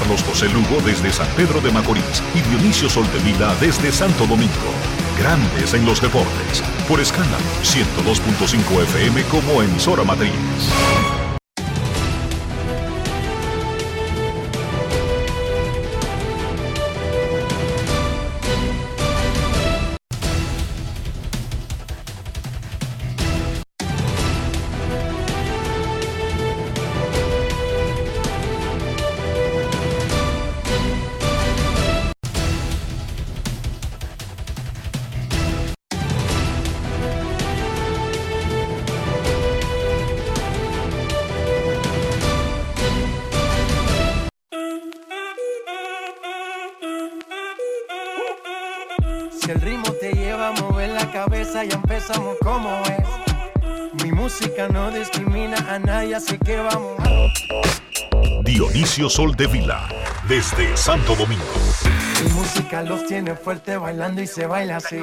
Carlos José Lugo desde San Pedro de Macorís y Dionisio Soldevila desde Santo Domingo. Grandes en los deportes, por Escándalo 102.5 FM como emisora matriz. Si el ritmo te lleva a mover la cabeza, ya empezamos como es. Mi música no discrimina a nadie, así que vamos. Dionisio Soldevila, desde Santo Domingo. Mi música los tiene fuerte bailando y se baila así.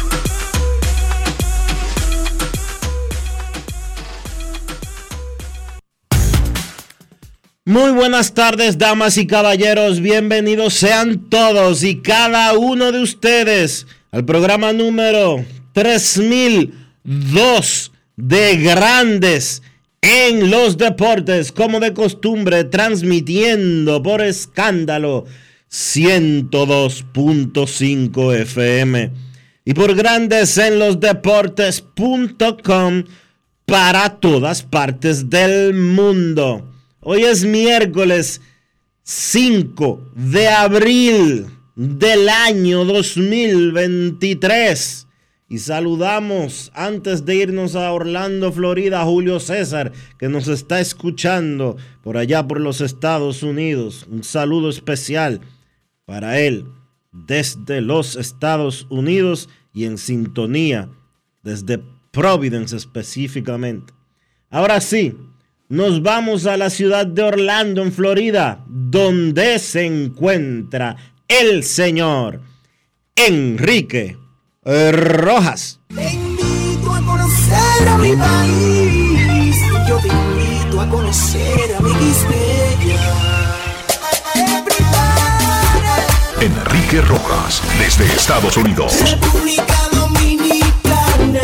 Muy buenas tardes, damas y caballeros. Bienvenidos sean todos y cada uno de ustedes al programa número 3002 de Grandes en los Deportes, como de costumbre, transmitiendo por Escándalo 102.5 FM y por grandesenlosdeportes.com para todas partes del mundo. Hoy es miércoles 5 de abril del año 2023 y saludamos antes de irnos a Orlando, Florida, a Julio César, que nos está escuchando por allá por los Estados Unidos. Un saludo especial para él desde los Estados Unidos y en sintonía desde Providence específicamente. Ahora sí, nos vamos a la ciudad de Orlando, en Florida, donde se encuentra el señor Enrique Rojas. Te invito a conocer a mi país, yo te invito a conocer a mi Quispeya. Enrique Rojas, desde Estados Unidos. República Dominicana.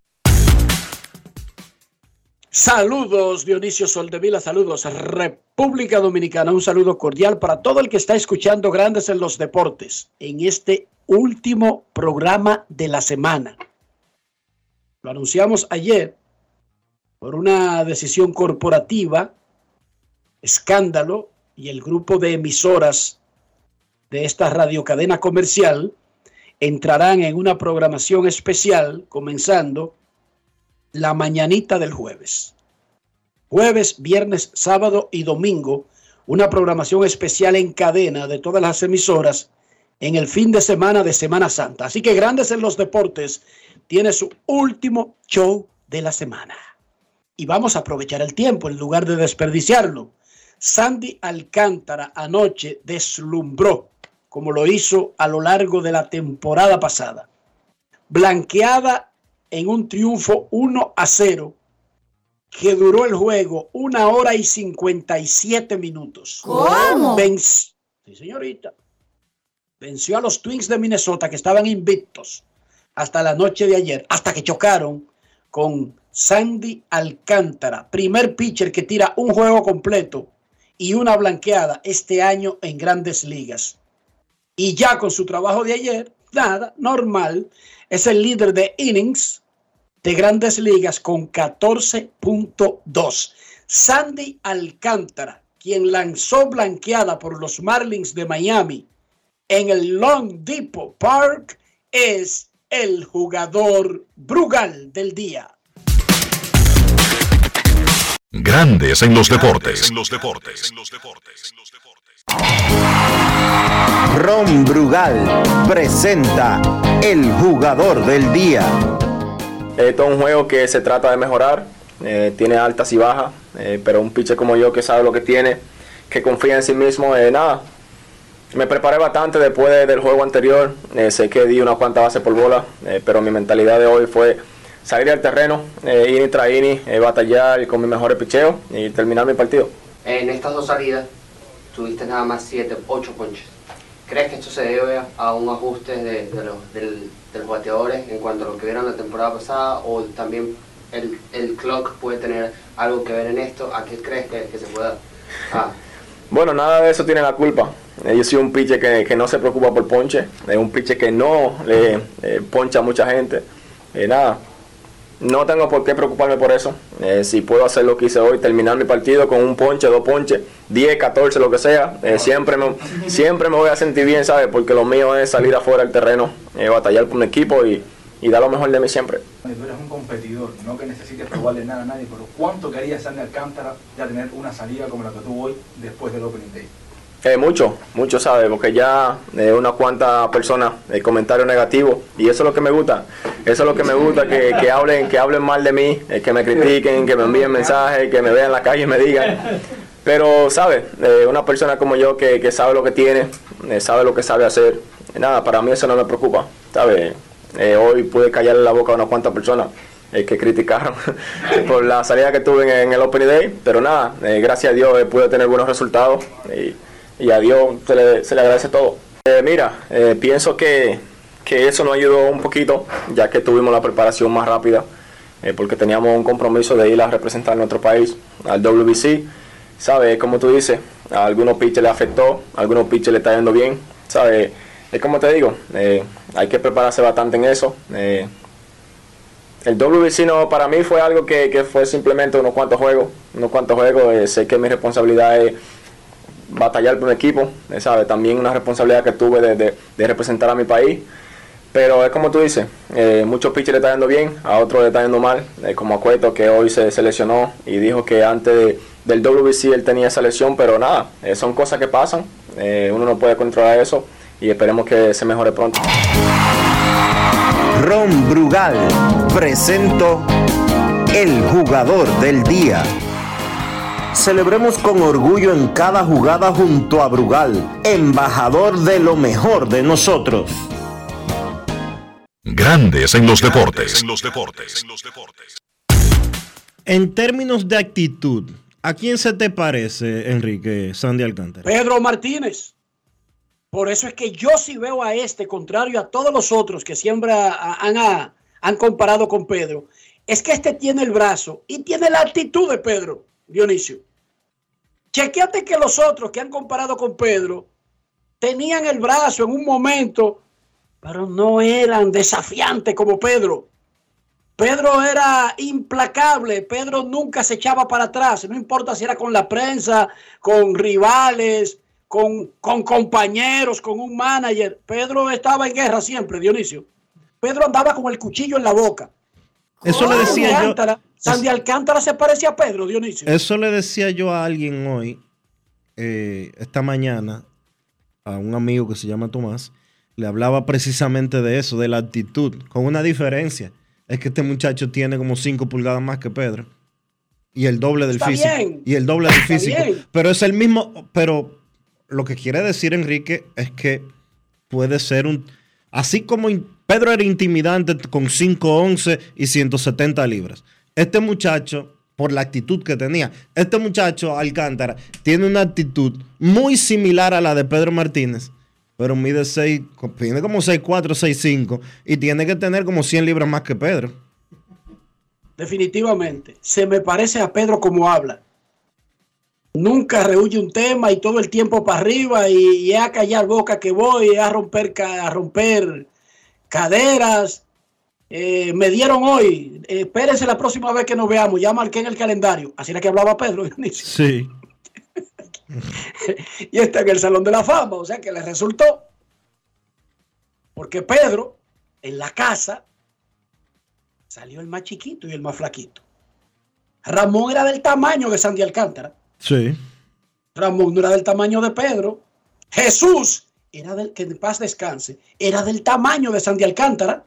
Saludos Dionisio Soldevila, saludos República Dominicana, un saludo cordial para todo el que está escuchando Grandes en los Deportes en este último programa de la semana. Lo anunciamos ayer por una decisión corporativa, Escándalo y el grupo de emisoras de esta radiocadena comercial entrarán en una programación especial comenzando la mañanita del jueves. Jueves, viernes, sábado y domingo, una programación especial en cadena de todas las emisoras en el fin de semana de Semana Santa. Así que Grandes en los Deportes tiene su último show de la semana. Y vamos a aprovechar el tiempo en lugar de desperdiciarlo. Sandy Alcántara anoche deslumbró, como lo hizo a lo largo de la temporada pasada. Blanqueada en un triunfo 1-0 que duró el juego 1 hora y 57 minutos. ¿Cómo? Sí, señorita. Venció a los Twins de Minnesota, que estaban invictos hasta la noche de ayer, hasta que chocaron con Sandy Alcántara, primer pitcher que tira un juego completo y una blanqueada este año en Grandes Ligas. Y ya con su trabajo de ayer, nada, normal. Es el líder de innings de Grandes Ligas con 14.2. Sandy Alcántara, quien lanzó blanqueada por los Marlins de Miami en el Long Depot Park, es el jugador Brugal del día. Grandes en los deportes. Ron Brugal presenta el jugador del día. Esto es un juego que se trata de mejorar, tiene altas y bajas, pero un pitcher como yo que sabe lo que tiene, que confía en sí mismo, nada. Me preparé bastante después del juego anterior, sé que di unas cuantas bases por bola, pero mi mentalidad de hoy fue salir al terreno, inning tras inning, batallar con mis mejores picheos y terminar mi partido. En estas dos salidas, tuviste nada más 7, 8 ponches. ¿Crees que esto se debe a un ajuste de los bateadores en cuanto a lo que vieron la temporada pasada, o también el clock puede tener algo que ver en esto? ¿A qué crees que se pueda? Bueno, nada de eso tiene la culpa. Yo soy un pitcher que no se preocupa por ponche, es un pitcher que no le poncha a mucha gente. Nada, no tengo por qué preocuparme por eso. Si puedo hacer lo que hice hoy, terminar mi partido con un ponche, 2 ponches, 10, 14, lo que sea, siempre me voy a sentir bien, ¿sabes? Porque lo mío es salir afuera del terreno, batallar por un equipo y dar lo mejor de mí siempre. Tú eres un competidor, no que necesites probarle nada a nadie, pero ¿cuánto quería Sandy Alcántara ya tener una salida como la que tuvo hoy después del Opening Day? Mucho, ¿sabes? Porque ya unas cuantas personas comentarios negativos, y eso es lo que me gusta. Eso es lo que me gusta, que hablen mal de mí, que me critiquen, que me envíen mensajes, que me vean en la calle y me digan. Pero, ¿sabes? Una persona como yo que sabe lo que tiene, sabe lo que sabe hacer, nada, para mí eso no me preocupa, ¿sabes? Hoy pude callarle la boca a unas cuantas personas que criticaron por la salida que tuve en el Opening Day, pero nada, gracias a Dios pude tener buenos resultados y a Dios se le agradece todo. Pienso que eso nos ayudó un poquito, ya que tuvimos la preparación más rápida, porque teníamos un compromiso de ir a representar a nuestro país al WBC. ¿Sabes? Como tú dices, a algunos pitchers le afectó, a algunos pitchers le está yendo bien, ¿sabes? Es como te digo, hay que prepararse bastante en eso. El WBC para mí fue algo que fue simplemente unos cuantos juegos. Sé que mi responsabilidad es batallar por un equipo, ¿sabes? También una responsabilidad que tuve de representar a mi país. Pero es como tú dices, muchos pitchers le están yendo bien, a otros le están yendo mal, como a Cueto, que hoy se lesionó y dijo que antes del WBC él tenía esa lesión, pero nada, son cosas que pasan, uno no puede controlar eso y esperemos que se mejore pronto. Ron Brugal presentó el jugador del día. Celebremos con orgullo en cada jugada junto a Brugal, embajador de lo mejor de nosotros. Grandes en los deportes. En términos de actitud, ¿a quién se te parece, Enrique, Sandy Alcántara? Pedro Martínez. Por eso es que yo sí veo a contrario a todos los otros que siempre han comparado con Pedro, es que tiene el brazo y tiene la actitud de Pedro, Dionisio. Chequéate que los otros que han comparado con Pedro tenían el brazo en un momento, pero no eran desafiantes como Pedro. Pedro era implacable, Pedro nunca se echaba para atrás, no importa si era con la prensa, con rivales, con compañeros, con un manager. Pedro estaba en guerra siempre, Dionisio. Pedro andaba con el cuchillo en la boca. Eso le decía yo. Sandy Alcántara se parecía a Pedro, Dionisio. Eso le decía yo a alguien hoy, esta mañana, a un amigo que se llama Tomás. Le hablaba precisamente de eso, de la actitud, con una diferencia. Es que este muchacho tiene como 5 pulgadas más que Pedro. Y el doble del físico. Bien. Y el doble del físico. Bien. Pero es el mismo. Pero lo que quiere decir Enrique es que puede ser así como Pedro era intimidante con 5'11" y 170 libras. Este muchacho, por la actitud que tenía, este muchacho Alcántara tiene una actitud muy similar a la de Pedro Martínez. Pero tiene como 6'4", 6'5", y tiene que tener como 100 libras más que Pedro. Definitivamente. Se me parece a Pedro como habla. Nunca rehuye un tema y todo el tiempo para arriba y es a callar boca que voy, es a romper caderas. Me dieron hoy. Espérense la próxima vez que nos veamos. Ya marqué en el calendario. Así era que hablaba Pedro. Sí. Y está en el Salón de la Fama, o sea que le resultó. Porque Pedro, en la casa, salió el más chiquito y el más flaquito. Ramón era del tamaño de Sandy Alcántara. Sí. Ramón no era del tamaño de Pedro. Jesús, que en paz descanse, era del tamaño de Sandy Alcántara.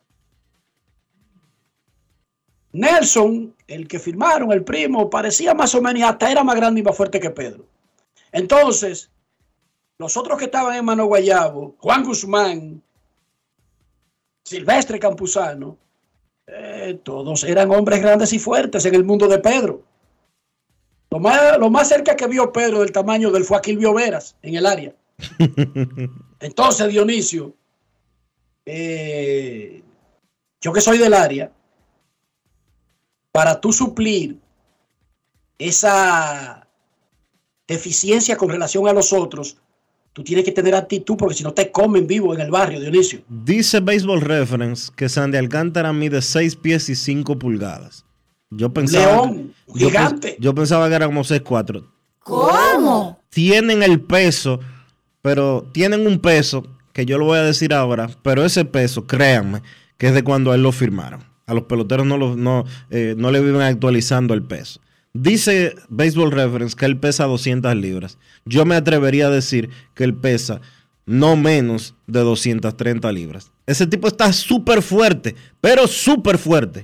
Nelson, el que firmaron, el primo, parecía más o menos, hasta era más grande y más fuerte que Pedro. Entonces, los otros que estaban en Mano Guayabo, Juan Guzmán, Silvestre Campuzano, todos eran hombres grandes y fuertes en el mundo de Pedro. Lo más cerca que vio Pedro del tamaño del fue Aquilvio Veras en el área. Entonces, Dionisio, yo que soy del área, para tú suplir esa deficiencia con relación a los otros, tú tienes que tener actitud, porque si no te comen vivo en el barrio, Dionisio. Dice Baseball Reference que Sandy Alcántara mide 6 pies y 5 pulgadas. Yo pensaba, León, gigante. Yo pensaba que era como 6'4". ¿Cómo? Tienen el peso, pero tienen un peso que yo lo voy a decir ahora, pero ese peso, créanme, que es de cuando a él lo firmaron. A los peloteros no le viven actualizando el peso. Dice Baseball Reference que él pesa 200 libras. Yo me atrevería a decir que él pesa no menos de 230 libras. Ese tipo está súper fuerte, pero súper fuerte.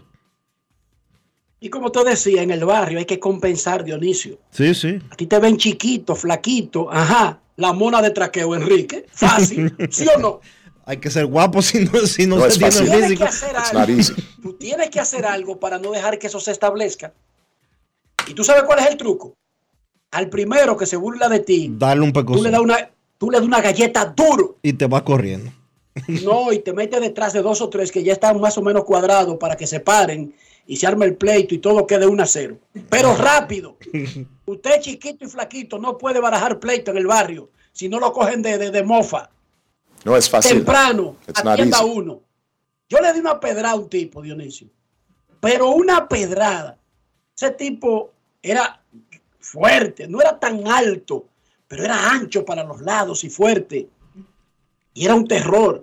Y como te decía, en el barrio hay que compensar, Dionisio. Sí, sí. A ti te ven chiquito, flaquito. Ajá, la mona de traqueo, Enrique. Fácil, ¿sí o no? Hay que ser guapo si no se tiene físico. Tú tienes que hacer algo para no dejar que eso se establezca. ¿Y tú sabes cuál es el truco? Al primero que se burla de ti, darle un pecozón. Tú le das una galleta duro. Y te vas corriendo. No, y te metes detrás de 2 o 3 que ya están más o menos cuadrados para que se paren y se arme el pleito y todo quede 1-0. Pero rápido. Usted chiquito y flaquito no puede barajar pleito en el barrio si no lo cogen de mofa. No es fácil. Temprano, atienda uno. Yo le di una pedrada a un tipo, Dionisio. Pero una pedrada. Ese tipo era fuerte, no era tan alto, pero era ancho para los lados y fuerte. Y era un terror.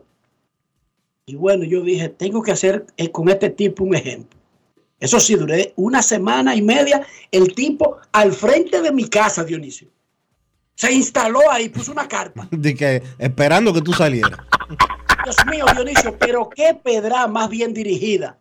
Y bueno, yo dije, tengo que hacer con este tipo un ejemplo. Eso sí, duré 1 semana y media, el tipo al frente de mi casa, Dionisio. Se instaló ahí, puso una carpa. De que, esperando que tú salieras. Dios mío, Dionisio, pero qué pedra más bien dirigida.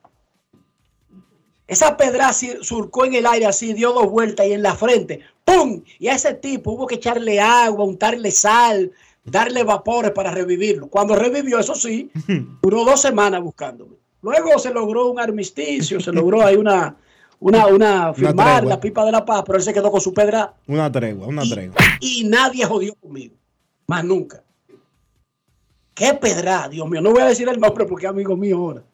Esa pedra surcó en el aire así, dio 2 vueltas y en la frente, ¡pum! Y a ese tipo hubo que echarle agua, untarle sal, darle vapores para revivirlo. Cuando revivió, eso sí, duró 2 semanas buscándome. Luego se logró un armisticio, se logró ahí una firmar la pipa de la paz, pero él se quedó con su pedra. Una tregua. Y nadie jodió conmigo, más nunca. ¡Qué pedra, Dios mío! No voy a decir el nombre porque es amigo mío ahora.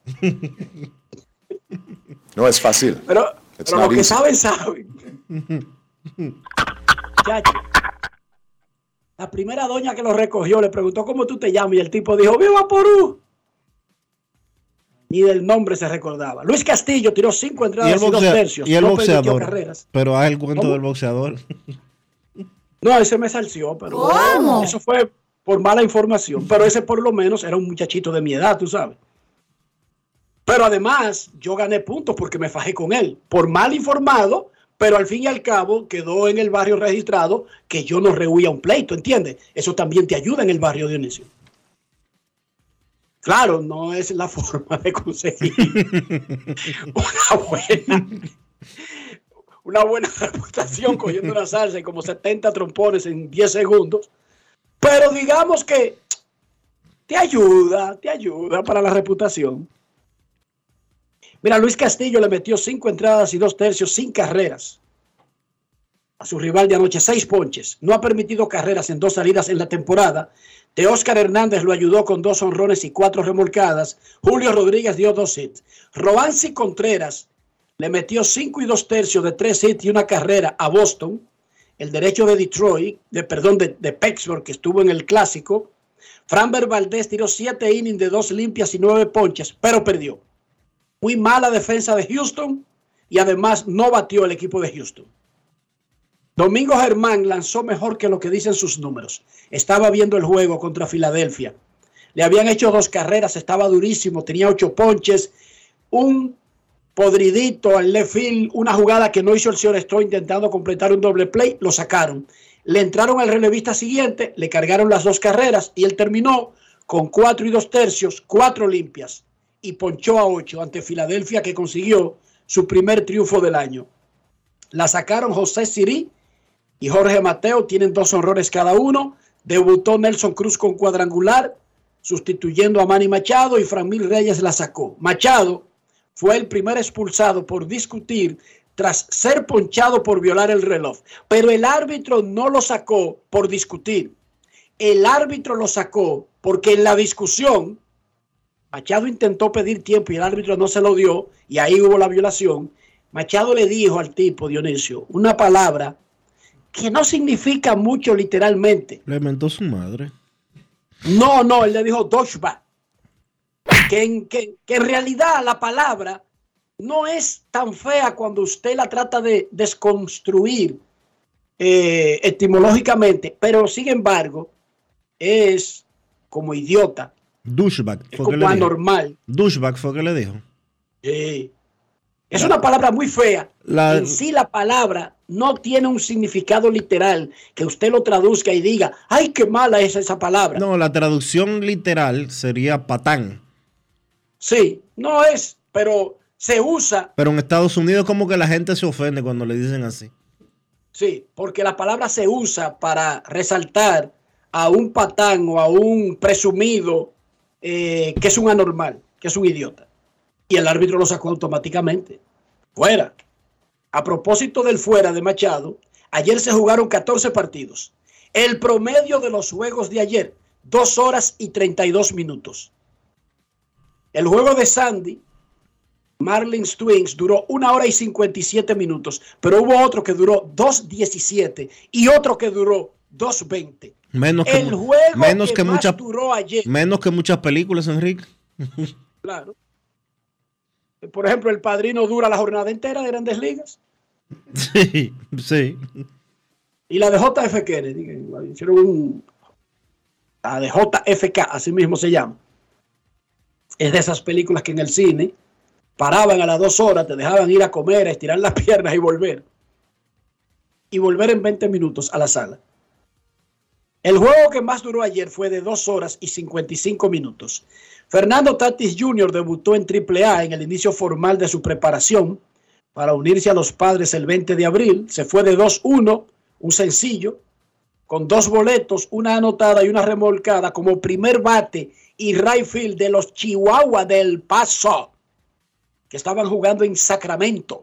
No es fácil. Pero los que saben. Chacho, la primera doña que lo recogió le preguntó cómo tú te llamas y el tipo dijo, ¡Viva Porú! Ni del nombre se recordaba. Luis Castillo tiró 5 entradas y 2 tercios. Y el boxeador. Pero haz el cuento del boxeador. No, ese me salció, pero ¿cómo? Eso fue por mala información. Pero ese por lo menos era un muchachito de mi edad, tú sabes. Pero además, yo gané puntos porque me fajé con él. Por mal informado, pero al fin y al cabo quedó en el barrio registrado que yo no rehuía un pleito, ¿entiendes? Eso también te ayuda en el barrio, Dionisio. Claro, no es la forma de conseguir una buena reputación cogiendo una salsa y como 70 trompones en 10 segundos. Pero digamos que te ayuda para la reputación. Mira, Luis Castillo le metió 5 entradas y 2 tercios sin carreras a su rival de anoche, 6 ponches. No ha permitido carreras en 2 salidas en la temporada. Teóscar Hernández lo ayudó con 2 honrones y 4 remolcadas. Julio Rodríguez dio 2 hits. Roansy Contreras le metió 5 y 2 tercios de 3 hits y 1 carrera a Boston. El derecho de Detroit, de Pittsburgh, que estuvo en el clásico. Framber Valdez tiró 7 innings de 2 limpias y 9 ponches, pero perdió. Muy mala defensa de Houston y además no batió el equipo de Houston. Domingo Germán lanzó mejor que lo que dicen sus números. Estaba viendo el juego contra Filadelfia. Le habían hecho 2 carreras, estaba durísimo, tenía 8 ponches, un podridito al left field, una jugada que no hizo el señor Stroh intentando completar un doble play, lo sacaron. Le entraron al relevista siguiente, le cargaron las 2 carreras y él terminó con 4 y 2 tercios, 4 limpias. Y ponchó a 8 ante Filadelfia, que consiguió su primer triunfo del año. La sacaron José Sirí y Jorge Mateo, tienen 2 honrones cada uno. Debutó Nelson Cruz con cuadrangular, sustituyendo a Manny Machado, y Franmil Reyes la sacó. Machado fue el primer expulsado por discutir tras ser ponchado por violar el reloj. Pero el árbitro no lo sacó por discutir. El árbitro lo sacó porque en la discusión Machado intentó pedir tiempo y el árbitro no se lo dio y ahí hubo la violación. Machado le dijo al tipo, Dionisio, una palabra que no significa mucho literalmente. Le mentó su madre. No, él le dijo douchebag. Que en realidad la palabra no es tan fea cuando usted la trata de desconstruir etimológicamente, pero sin embargo es como idiota. Douchebag. Es como anormal. Douchebag fue que le dijo. Es una palabra muy fea. En sí la palabra no tiene un significado literal que usted lo traduzca y diga, ¡ay, qué mala es esa palabra! No, la traducción literal sería patán. Sí, no es, pero se usa. Pero en Estados Unidos como que la gente se ofende cuando le dicen así. Sí, porque la palabra se usa para resaltar a un patán o a un presumido que es un anormal, que es un idiota. Y el árbitro lo sacó automáticamente. Fuera. A propósito del fuera de Machado, ayer se jugaron 14 partidos. El promedio de los juegos de ayer, 2 horas y 32 minutos. El juego de Sandy, Marlins Twins, duró 1 hora y 57 minutos, pero hubo otro que duró 2:17 y otro que duró 2:20. El juego que más duró ayer. Menos que muchas películas, Enrique. Claro. Por ejemplo, El Padrino dura la jornada entera de Grandes Ligas. Sí. Y la de JF Kennedy, hicieron la de JFK, así mismo se llama. Es de esas películas que en el cine paraban a las 2 horas, te dejaban ir a comer, a estirar las piernas y volver. Y volver en 20 minutos a la sala. El juego que más duró ayer fue de 2 horas y 55 minutos. Fernando Tatis Jr. debutó en AAA en el inicio formal de su preparación para unirse a los Padres el 20 de abril. Se fue de 2-1, un sencillo, con 2 boletos, una anotada y una remolcada como primer bate y right field de los Chihuahua del Paso, que estaban jugando en Sacramento.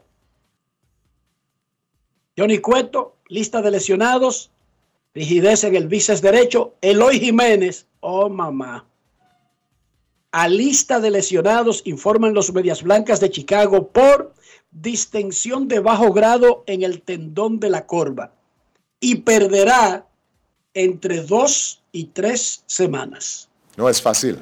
Johnny Cueto, lista de lesionados, rigidez en el bíceps derecho. Eloy Jiménez, oh mamá. A lista de lesionados, informan los Medias Blancas de Chicago por distensión de bajo grado en el tendón de la corva. Y perderá entre 2 y 3 semanas. No es fácil.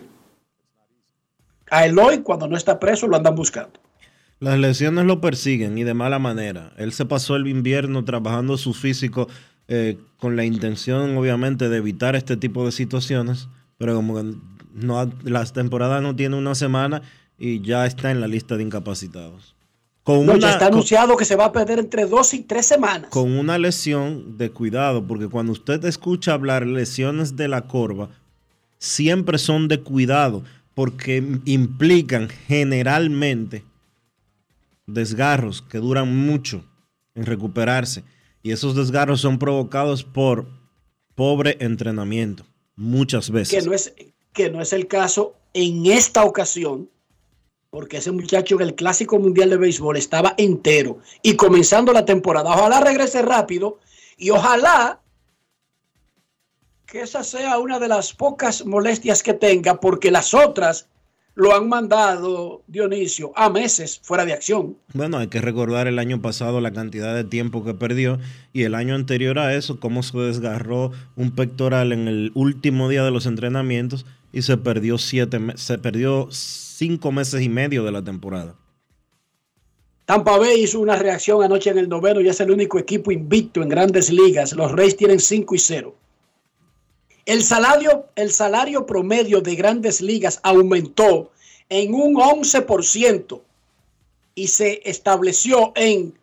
A Eloy, cuando no está preso, lo andan buscando. Las lesiones lo persiguen y de mala manera. Él se pasó el invierno trabajando su físico con la intención, obviamente, de evitar este tipo de situaciones, pero como que las temporadas no tienen 1 semana y ya está en la lista de incapacitados. Ya está anunciado que se va a perder entre 2 y 3 semanas. Con una lesión de cuidado, porque cuando usted escucha hablar lesiones de la corva, siempre son de cuidado, porque implican generalmente desgarros que duran mucho en recuperarse. Y esos desgarros son provocados por pobre entrenamiento, muchas veces. Que no es el caso en esta ocasión, porque ese muchacho en el Clásico Mundial de Béisbol estaba entero y comenzando la temporada. Ojalá regrese rápido y ojalá que esa sea una de las pocas molestias que tenga, porque las otras lo han mandado, Dionisio, a meses fuera de acción. Bueno, hay que recordar el año pasado la cantidad de tiempo que perdió y el año anterior a eso, cómo se desgarró un pectoral en el último día de los entrenamientos y se perdió 5 meses y medio de la temporada. Tampa Bay hizo una reacción anoche en el 9º y es el único equipo invicto en Grandes Ligas. Los Rays tienen 5-0. El salario promedio de Grandes Ligas aumentó en un 11% y se estableció en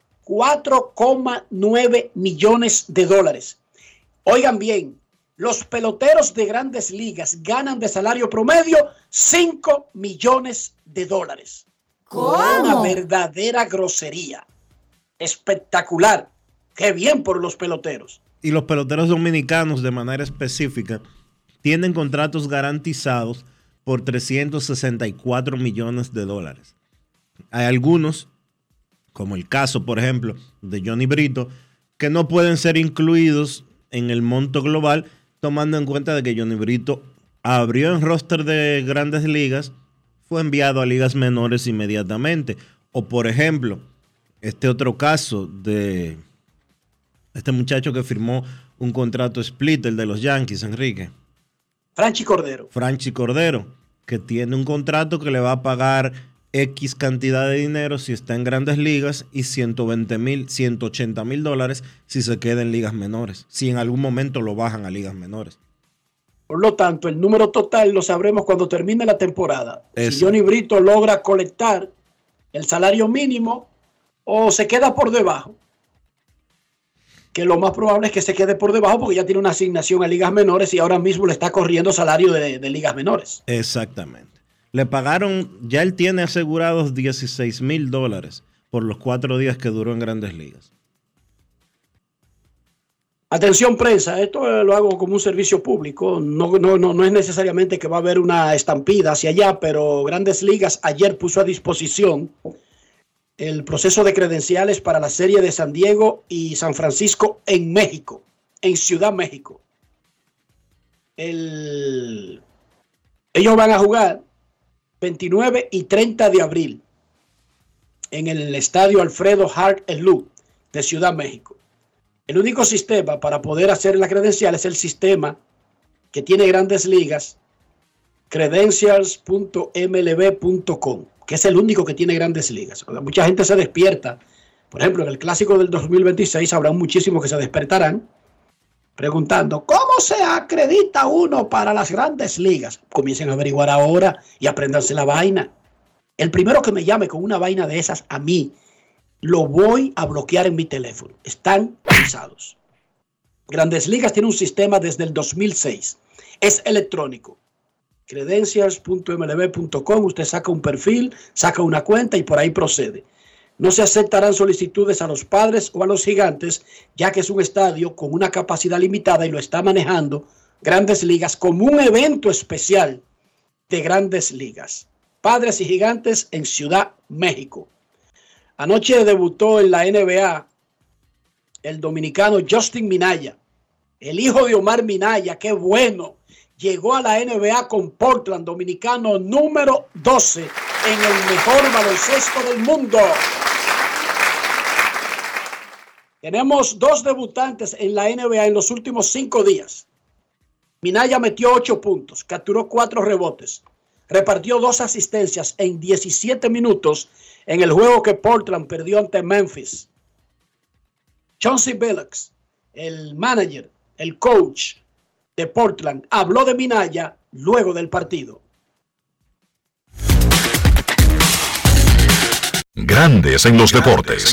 $4,9 millones. Oigan bien, los peloteros de Grandes Ligas ganan de salario promedio $5 millones. ¿Cómo? Una verdadera grosería. Espectacular. Qué bien por los peloteros. Y los peloteros dominicanos, de manera específica, tienen contratos garantizados por $364 millones. Hay algunos como el caso, por ejemplo, de Johnny Brito, que no pueden ser incluidos en el monto global, tomando en cuenta de que Johnny Brito abrió en roster de Grandes Ligas, fue enviado a ligas menores inmediatamente. O por ejemplo, este otro caso de este muchacho que firmó un contrato split, el de los Yankees, Enrique. Franchi Cordero, que tiene un contrato que le va a pagar X cantidad de dinero si está en Grandes Ligas y $120,000, $180,000 si se queda en ligas menores, si en algún momento lo bajan a ligas menores. Por lo tanto, el número total lo sabremos cuando termine la temporada. Eso. Si Johnny Brito logra colectar el salario mínimo o se queda por debajo, que lo más probable es que se quede por debajo porque ya tiene una asignación a ligas menores y ahora mismo le está corriendo salario de ligas menores. Exactamente. Le pagaron, ya él tiene asegurados $16,000 por los 4 días que duró en Grandes Ligas. Atención prensa, esto lo hago como un servicio público, no es necesariamente que va a haber una estampida hacia allá, pero Grandes Ligas ayer puso a disposición el proceso de credenciales para la serie de San Diego y San Francisco en México, en Ciudad México. Ellos van a jugar 29 y 30 de abril en el estadio Alfredo Harp Elú de Ciudad México. El único sistema para poder hacer la credencial es el sistema que tiene Grandes Ligas, credentials.mlb.com, que es el único que tiene Grandes Ligas. Mucha gente se despierta. Por ejemplo, en el Clásico del 2026 habrá muchísimos que se despertarán preguntando, ¿cómo se acredita uno para las Grandes Ligas? Comiencen a averiguar ahora y apréndanse la vaina. El primero que me llame con una vaina de esas a mí, lo voy a bloquear en mi teléfono. Están avisados. Grandes Ligas tiene un sistema desde el 2006. Es electrónico. Credentials.mlb.com. Usted saca un perfil, saca una cuenta y por ahí procede. No se aceptarán solicitudes a los Padres o a los Gigantes, ya que es un estadio con una capacidad limitada y lo está manejando Grandes Ligas como un evento especial de Grandes Ligas. Padres y Gigantes en Ciudad México. Anoche debutó en la NBA el dominicano Justin Minaya, el hijo de Omar Minaya, qué bueno. Llegó a la NBA con Portland, dominicano número 12 en el mejor baloncesto del mundo. Tenemos 2 debutantes en la NBA en los últimos 5 días. Minaya metió 8 puntos, capturó 4 rebotes, repartió 2 asistencias en 17 minutos en el juego que Portland perdió ante Memphis. Chauncey Billups, el manager, el coach de Portland, habló de Minaya luego del partido. Grandes en los deportes.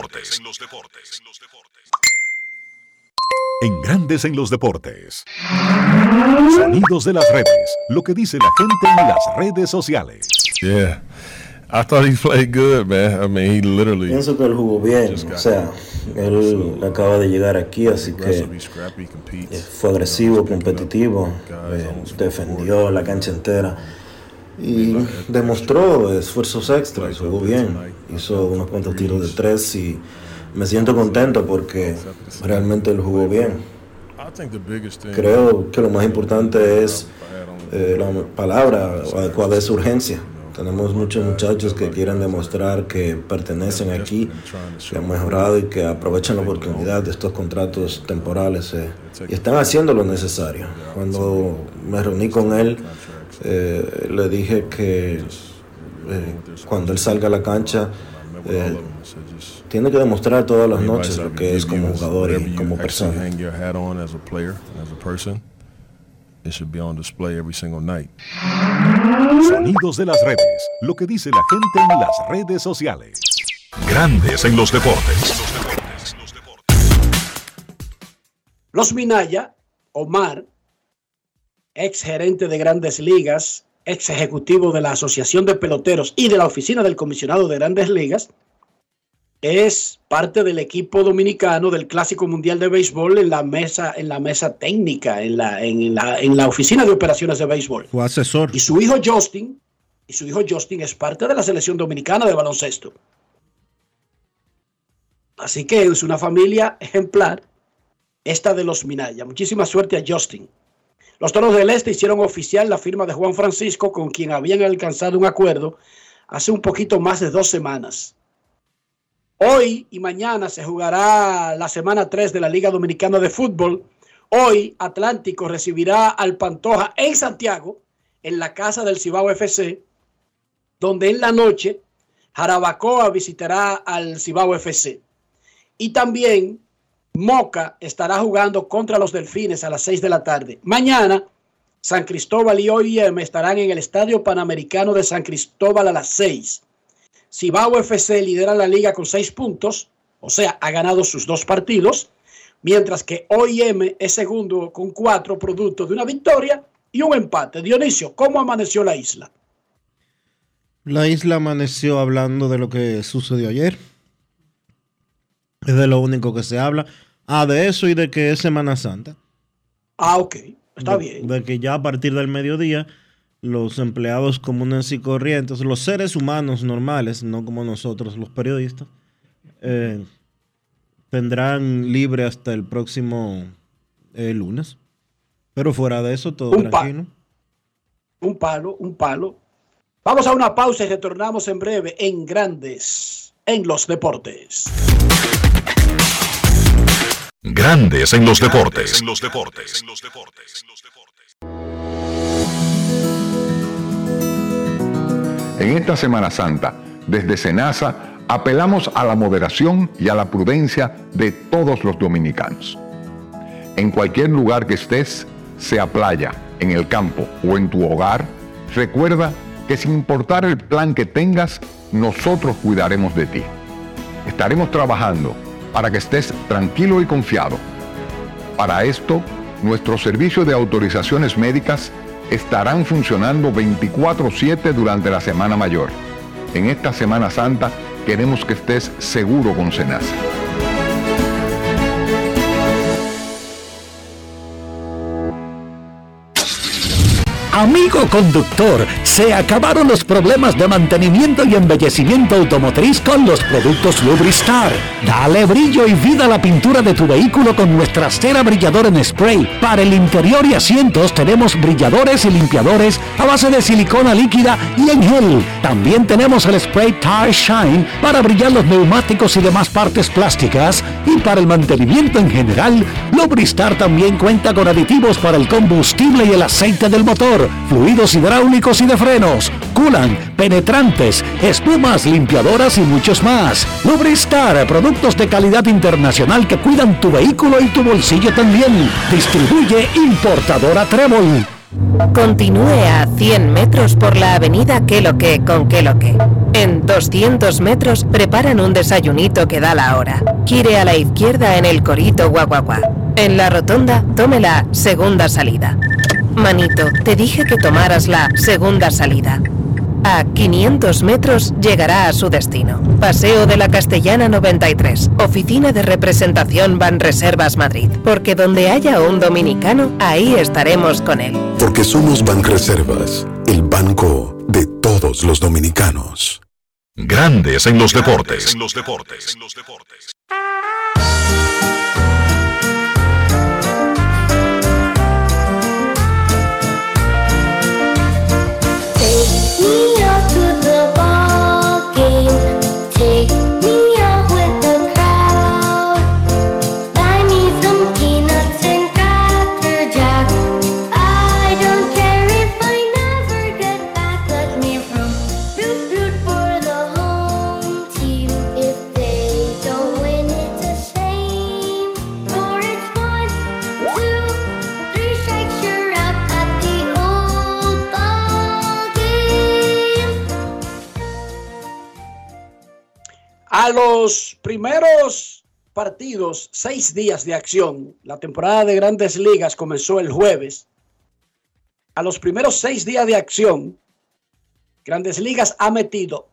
En Grandes en los deportes. Sonidos de las redes. Lo que dice la gente en las redes sociales. Yeah. I thought he played good, man. I mean, he literally... Pienso que él jugó bien, o sea, él acaba de llegar aquí, así que fue agresivo, competitivo, defendió la cancha entera y demostró esfuerzos extras, jugó bien, hizo unos cuantos tiros de 3 y me siento contento porque realmente él jugó bien. Creo que lo más importante es la palabra adecuada es urgencia. Tenemos muchos muchachos que quieren demostrar que pertenecen aquí, que han mejorado y que aprovechan la oportunidad de estos contratos temporales y están haciendo lo necesario. Cuando me reuní con él, le dije que cuando él salga a la cancha, tiene que demostrar todas las noches lo que es como jugador y como persona. It should be on display every single night. Sonidos de las redes. Lo que dice la gente en las redes sociales. Grandes en los deportes. Los Minaya, Omar, ex gerente de Grandes Ligas, ex ejecutivo de la Asociación de Peloteros y de la Oficina del Comisionado de Grandes Ligas, es parte del equipo dominicano del Clásico Mundial de Béisbol en la mesa técnica, en la oficina de operaciones de béisbol. Fue asesor. Y su hijo Justin es parte de la selección dominicana de baloncesto. Así que es una familia ejemplar esta de los Minaya. Muchísima suerte a Justin. Los Toros del Este hicieron oficial la firma de Juan Francisco, con quien habían alcanzado un acuerdo hace un poquito más de 2 semanas. Hoy y mañana se jugará la semana 3 de la Liga Dominicana de Fútbol. Hoy Atlántico recibirá al Pantoja en Santiago, en la casa del Cibao FC, donde en la noche Jarabacoa visitará al Cibao FC. Y también Moca estará jugando contra los Delfines a las 6 de la tarde. Mañana, San Cristóbal y OIM estarán en el Estadio Panamericano de San Cristóbal a las 6. Cibao FC lidera la liga con 6 puntos, o sea, ha ganado sus 2 partidos, mientras que OIM es segundo con 4, producto de una victoria y un empate. Dionisio, ¿cómo amaneció la isla? La isla amaneció hablando de lo que sucedió ayer. Es de lo único que se habla. De eso y de que es Semana Santa. Ok, está bien. De que ya a partir del mediodía los empleados comunes y corrientes, los seres humanos normales, no como nosotros los periodistas, tendrán libre hasta el próximo lunes. Pero fuera de eso, todo tranquilo. Un palo. Vamos a una pausa y retornamos en breve en Grandes en los Deportes. Grandes en los Deportes. En esta Semana Santa, desde Senasa, apelamos a la moderación y a la prudencia de todos los dominicanos. En cualquier lugar que estés, sea playa, en el campo o en tu hogar, recuerda que sin importar el plan que tengas, nosotros cuidaremos de ti. Estaremos trabajando para que estés tranquilo y confiado. Para esto, nuestros servicios de autorizaciones médicas estarán funcionando 24/7 durante la Semana Mayor. En esta Semana Santa, queremos que estés seguro con Senasa. Amigo conductor, se acabaron los problemas de mantenimiento y embellecimiento automotriz con los productos Lubristar. Dale brillo y vida a la pintura de tu vehículo con nuestra cera brilladora en spray. Para el interior y asientos tenemos brilladores y limpiadores a base de silicona líquida y en gel. También tenemos el spray Tire Shine para brillar los neumáticos y demás partes plásticas. Y para el mantenimiento en general, Lubristar también cuenta con aditivos para el combustible y el aceite del motor, fluidos hidráulicos y de frenos, culan, penetrantes, espumas, limpiadoras y muchos más. Lubristar, productos de calidad internacional que cuidan tu vehículo y tu bolsillo también. Distribuye importadora Trébol. Continúe a 100 metros por la avenida Queloque con Queloque. En 200 metros preparan un desayunito que da la hora. Gire a la izquierda en el Corito Guaguaguá. En la rotonda, tome la segunda salida. Manito, te dije que tomaras la segunda salida. A 500 metros llegará a su destino. Paseo de la Castellana 93. Oficina de representación Banreservas Madrid. Porque donde haya un dominicano, ahí estaremos con él. Porque somos Banreservas, el banco de todos los dominicanos. Grandes en los deportes. A los primeros partidos, 6 días de acción, la temporada de Grandes Ligas comenzó el jueves. A los primeros 6 días de acción, Grandes Ligas ha metido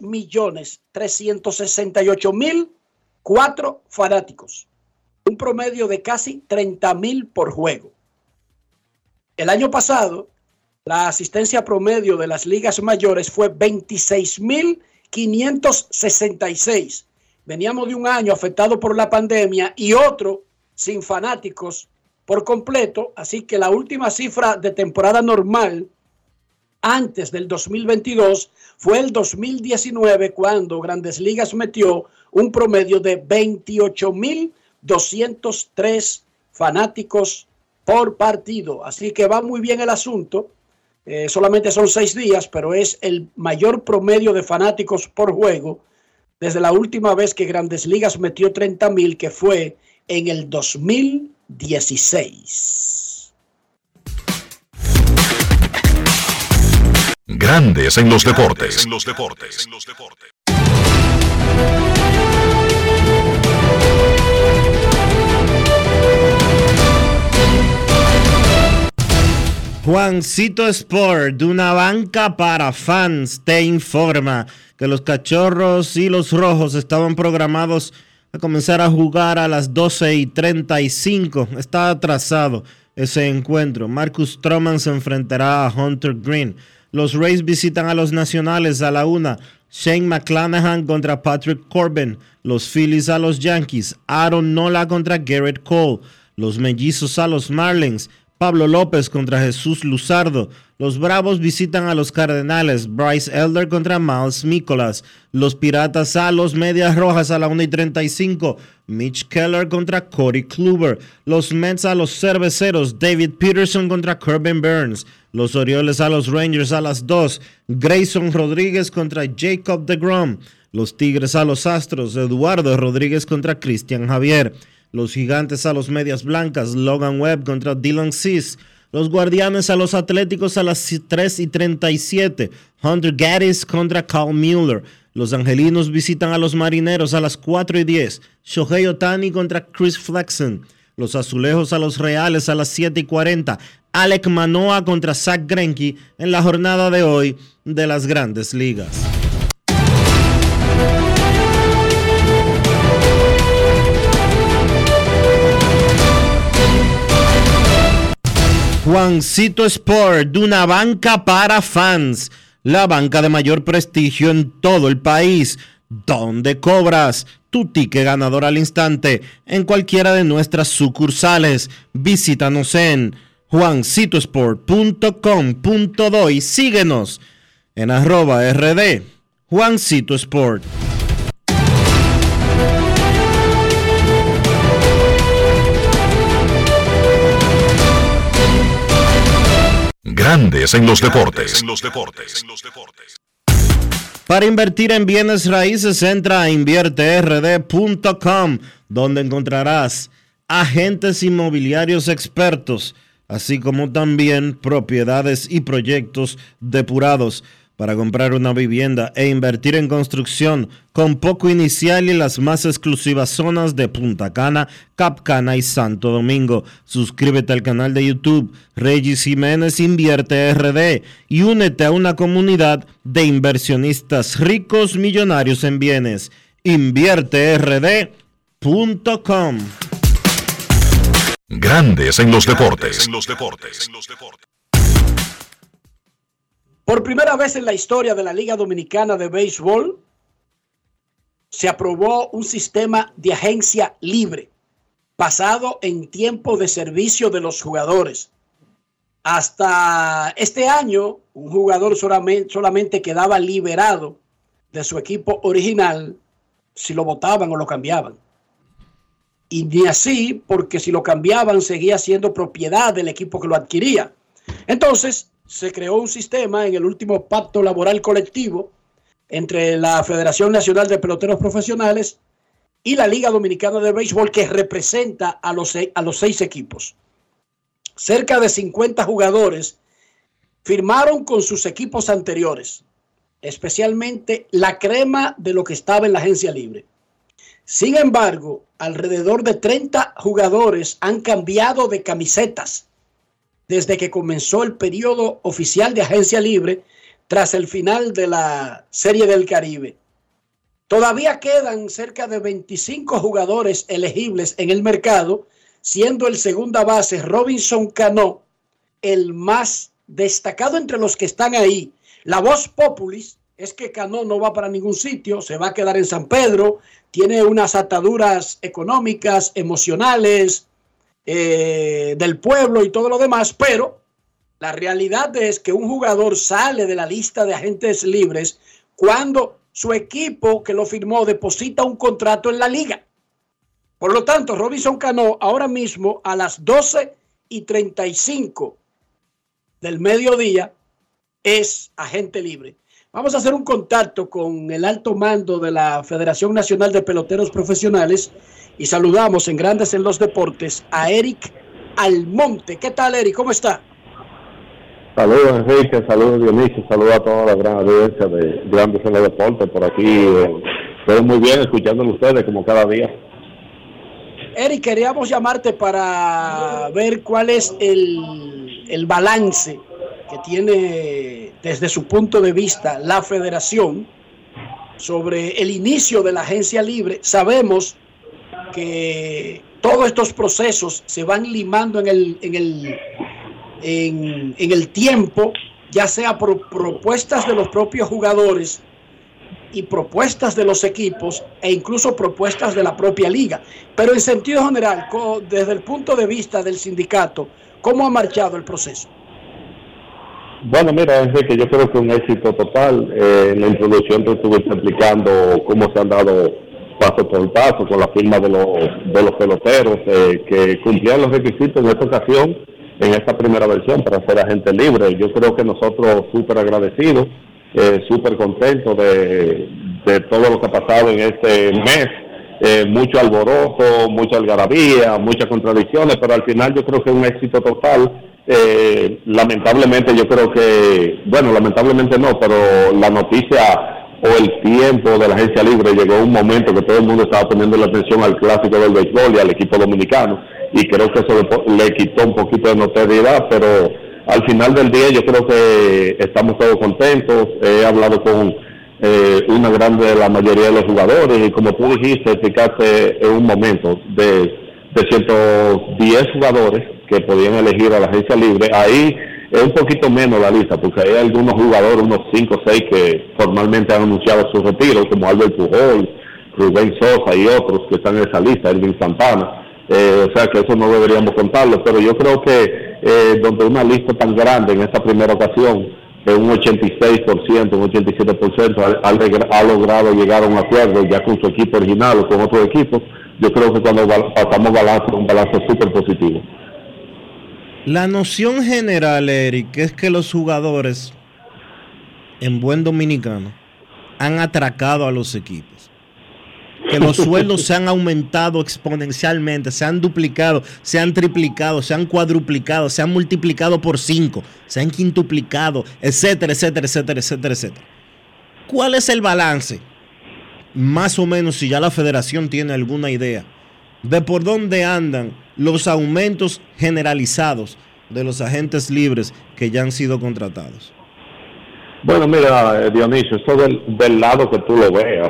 2.368.004 fanáticos, un promedio de casi 30,000 por juego. El año pasado, la asistencia promedio de las ligas mayores fue 26.566, Veníamos de un año afectado por la pandemia y otro sin fanáticos por completo, así que la última cifra de temporada normal antes del 2022 fue el 2019, cuando Grandes Ligas metió un promedio de 28,203 fanáticos por partido. Así que va muy bien el asunto. Solamente son 6 días, pero es el mayor promedio de fanáticos por juego desde la última vez que Grandes Ligas metió 30,000, que fue en el 2016. Grandes en los deportes. Juancito Sport, de una banca para fans, te informa que los Cachorros y los Rojos estaban programados a comenzar a jugar a las 12:35. Está atrasado ese encuentro. Marcus Stroman se enfrentará a Hunter Green. Los Rays visitan a los Nacionales a la 1. Shane McClanahan contra Patrick Corbin. Los Phillies a los Yankees. Aaron Nola contra Garrett Cole. Los Mellizos a los Marlins. Pablo López contra Jesús Luzardo. Los Bravos visitan a los Cardenales. Bryce Elder contra Miles Mikolas. Los Piratas a los Medias Rojas a la 1:35. Mitch Keller contra Cody Kluber. Los Mets a los Cerveceros. David Peterson contra Corbin Burns. Los Orioles a los Rangers a las 2. Grayson Rodríguez contra Jacob deGrom. Los Tigres a los Astros. Eduardo Rodríguez contra Cristian Javier. Los Gigantes a los Medias Blancas. Logan Webb contra Dylan Cease. Los Guardianes a los Atléticos a las 3:37. Hunter Gaddis contra Kyle Mueller. Los Angelinos visitan a los Marineros a las 4:10. Shohei Ohtani contra Chris Flexen. Los Azulejos a los Reales a las 7:40. Alek Manoah contra Zach Greinke en la jornada de hoy de las Grandes Ligas. Juancito Sport, de una banca para fans, la banca de mayor prestigio en todo el país, donde cobras tu ticket ganador al instante en cualquiera de nuestras sucursales. Visítanos en juancitosport.com.do y síguenos en @RD Juancito Sport. Grandes en los deportes. Para invertir en bienes raíces, entra a invierterd.com, donde encontrarás agentes inmobiliarios expertos, así como también propiedades y proyectos depurados para comprar una vivienda e invertir en construcción con poco inicial y las más exclusivas zonas de Punta Cana, Cap Cana y Santo Domingo. Suscríbete al canal de YouTube Regis Jiménez Invierte RD y únete a una comunidad de inversionistas ricos millonarios en bienes. InvierteRD.com. Grandes en los deportes. Por primera vez en la historia de la Liga Dominicana de Béisbol, se aprobó un sistema de agencia libre basado en tiempo de servicio de los jugadores. Hasta este año, un jugador solamente quedaba liberado de su equipo original si lo votaban o lo cambiaban. Y ni así, porque si lo cambiaban seguía siendo propiedad del equipo que lo adquiría. Entonces, se creó un sistema en el último pacto laboral colectivo entre la Federación Nacional de Peloteros Profesionales y la Liga Dominicana de Béisbol, que representa a los 6 equipos. Cerca de 50 jugadores firmaron con sus equipos anteriores, especialmente la crema de lo que estaba en la agencia libre. Sin embargo, alrededor de 30 jugadores han cambiado de camisetas desde que comenzó el periodo oficial de agencia libre tras el final de la Serie del Caribe. Todavía quedan cerca de 25 jugadores elegibles en el mercado, siendo el segunda base Robinson Cano el más destacado entre los que están ahí. La voz populis es que Cano no va para ningún sitio, se va a quedar en San Pedro, tiene unas ataduras económicas, emocionales, del pueblo y todo lo demás, pero la realidad es que un jugador sale de la lista de agentes libres cuando su equipo que lo firmó deposita un contrato en la liga. Por lo tanto, Robinson Cano ahora mismo a las 12:35 del mediodía es agente libre. Vamos a hacer un contacto con el alto mando de la Federación Nacional de Peloteros Profesionales y saludamos en Grandes en los Deportes a Eric Almonte. ¿Qué tal, Eric? ¿Cómo está? Saludos, Enrique, saludos, Dionisio, saludos a toda la gran audiencia de Grandes en los Deportes por aquí. Estoy muy bien escuchándolo ustedes como cada día. Eric, queríamos llamarte para ver cuál es el balance que tiene desde su punto de vista la federación sobre el inicio de la agencia libre. Sabemos que todos estos procesos se van limando en el tiempo, ya sea por propuestas de los propios jugadores y propuestas de los equipos e incluso propuestas de la propia liga. Pero en sentido general, desde el punto de vista del sindicato, ¿cómo ha marchado el proceso? Bueno, mira, Enrique, yo creo que un éxito total. En la introducción te estuve explicando cómo se han dado paso por paso con la firma de los peloteros que cumplían los requisitos en esta ocasión, en esta primera versión para ser agente libre. Yo creo que nosotros súper agradecidos, súper contentos de todo lo que ha pasado en este mes. Mucho alboroto, mucha algarabía, muchas contradicciones, pero al final yo creo que es un éxito total. Lamentablemente yo creo que, bueno, lamentablemente no, pero la noticia o el tiempo de la agencia libre llegó a un momento que todo el mundo estaba poniendo la atención al clásico del béisbol y al equipo dominicano, y creo que eso le quitó un poquito de notoriedad, pero al final del día yo creo que estamos todos contentos. He hablado con una grande, la mayoría de los jugadores, y como tú dijiste, explicaste en un momento, de 110 jugadores que podían elegir a la agencia libre, ahí es un poquito menos la lista, porque hay algunos jugadores, unos 5 o 6 que formalmente han anunciado su retiro, como Albert Pujol, Rubén Sosa y otros que están en esa lista, Elvin Santana. O sea que eso no deberíamos contarlo, pero yo creo que donde una lista tan grande en esta primera ocasión, un 86%, un 87% ha logrado llegar a un acuerdo ya con su equipo original o con otro equipo. Yo creo que cuando pasamos balance, un balance súper positivo. La noción general, Eric, es que los jugadores, en buen dominicano, han atracado a los equipos. Que los sueldos se han aumentado exponencialmente, se han duplicado, se han triplicado, se han cuadruplicado, se han multiplicado por 5, se han quintuplicado, etcétera, etcétera, etcétera, etcétera, etcétera. ¿Cuál es el balance? Más o menos, si ya la federación tiene alguna idea de por dónde andan los aumentos generalizados de los agentes libres que ya han sido contratados. Bueno, mira, Dionisio, esto del lado que tú lo veas,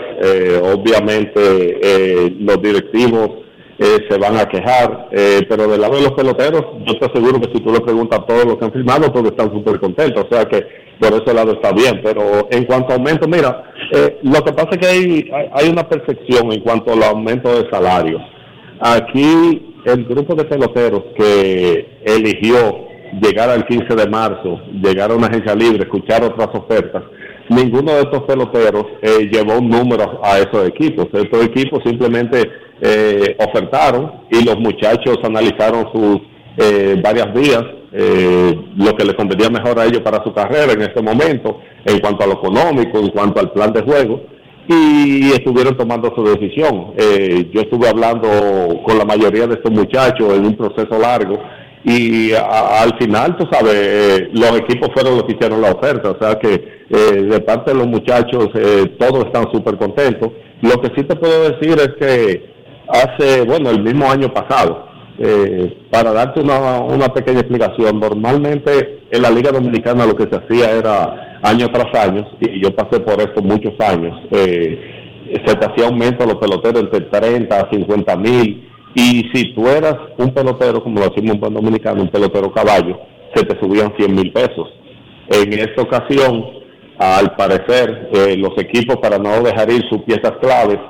obviamente los directivos se van a quejar, pero del lado de los peloteros, yo te aseguro que si tú le preguntas a todos los que han firmado, todos están súper contentos, o sea que por ese lado está bien. Pero en cuanto a aumento, mira, lo que pasa es que hay una percepción en cuanto al aumento de salario. Aquí el grupo de peloteros que eligió llegar al 15 de marzo, llegar a una agencia libre, escuchar otras ofertas, ninguno de estos peloteros llevó un número a esos equipos. Estos equipos simplemente ofertaron y los muchachos analizaron sus varias vías, lo que les convenía mejor a ellos para su carrera en este momento, en cuanto a lo económico, en cuanto al plan de juego, y estuvieron tomando su decisión. Yo estuve hablando con la mayoría de estos muchachos en un proceso largo, y al final, tú sabes, los equipos fueron los que hicieron la oferta, o sea que de parte de los muchachos todos están súper contentos. Lo que sí te puedo decir es que el mismo año pasado, para darte una pequeña explicación, normalmente en la Liga Dominicana lo que se hacía era año tras año, y yo pasé por esto muchos años, se te hacía aumento a los peloteros entre 30 a 50 mil, y si tú eras un pelotero, como lo hacemos en buen dominicano, un pelotero caballo, se te subían 100 mil pesos. En esta ocasión, al parecer, los equipos, para no dejar ir sus piezas claves,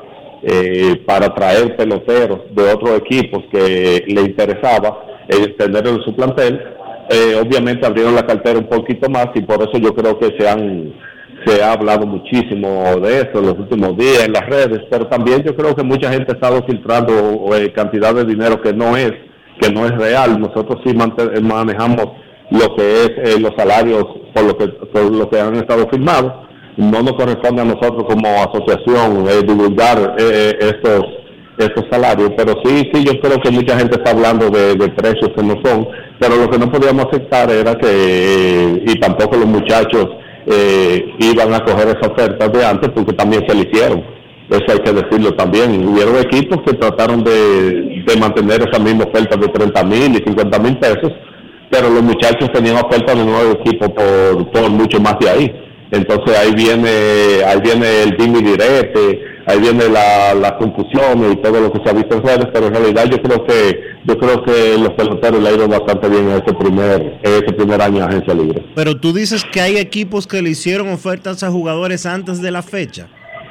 para traer peloteros de otros equipos que le interesaba tener en su plantel. Obviamente abrieron la cartera un poquito más y por eso yo creo que se ha hablado muchísimo de eso en los últimos días en las redes, pero también yo creo que mucha gente ha estado filtrando cantidad de dinero que no es real. Nosotros sí manejamos lo que es los salarios por lo que han estado firmados. No nos corresponde a nosotros como asociación divulgar estos salarios, pero sí yo creo que mucha gente está hablando de precios que no son, pero lo que no podíamos aceptar era que, y tampoco los muchachos iban a coger esa oferta de antes, porque también se le hicieron, eso hay que decirlo también. Hubieron equipos que trataron de mantener esa misma oferta de 30,000 y 50,000 pesos, pero los muchachos tenían ofertas de nuevo equipo por mucho más de ahí. Entonces ahí viene el dime y direte, ahí viene la confusión y todo lo que se ha visto en redes, pero en realidad yo creo que los peloteros le ha ido bastante bien en este primer año de agencia libre. Pero tú dices que hay equipos que le hicieron ofertas a jugadores antes de la fecha.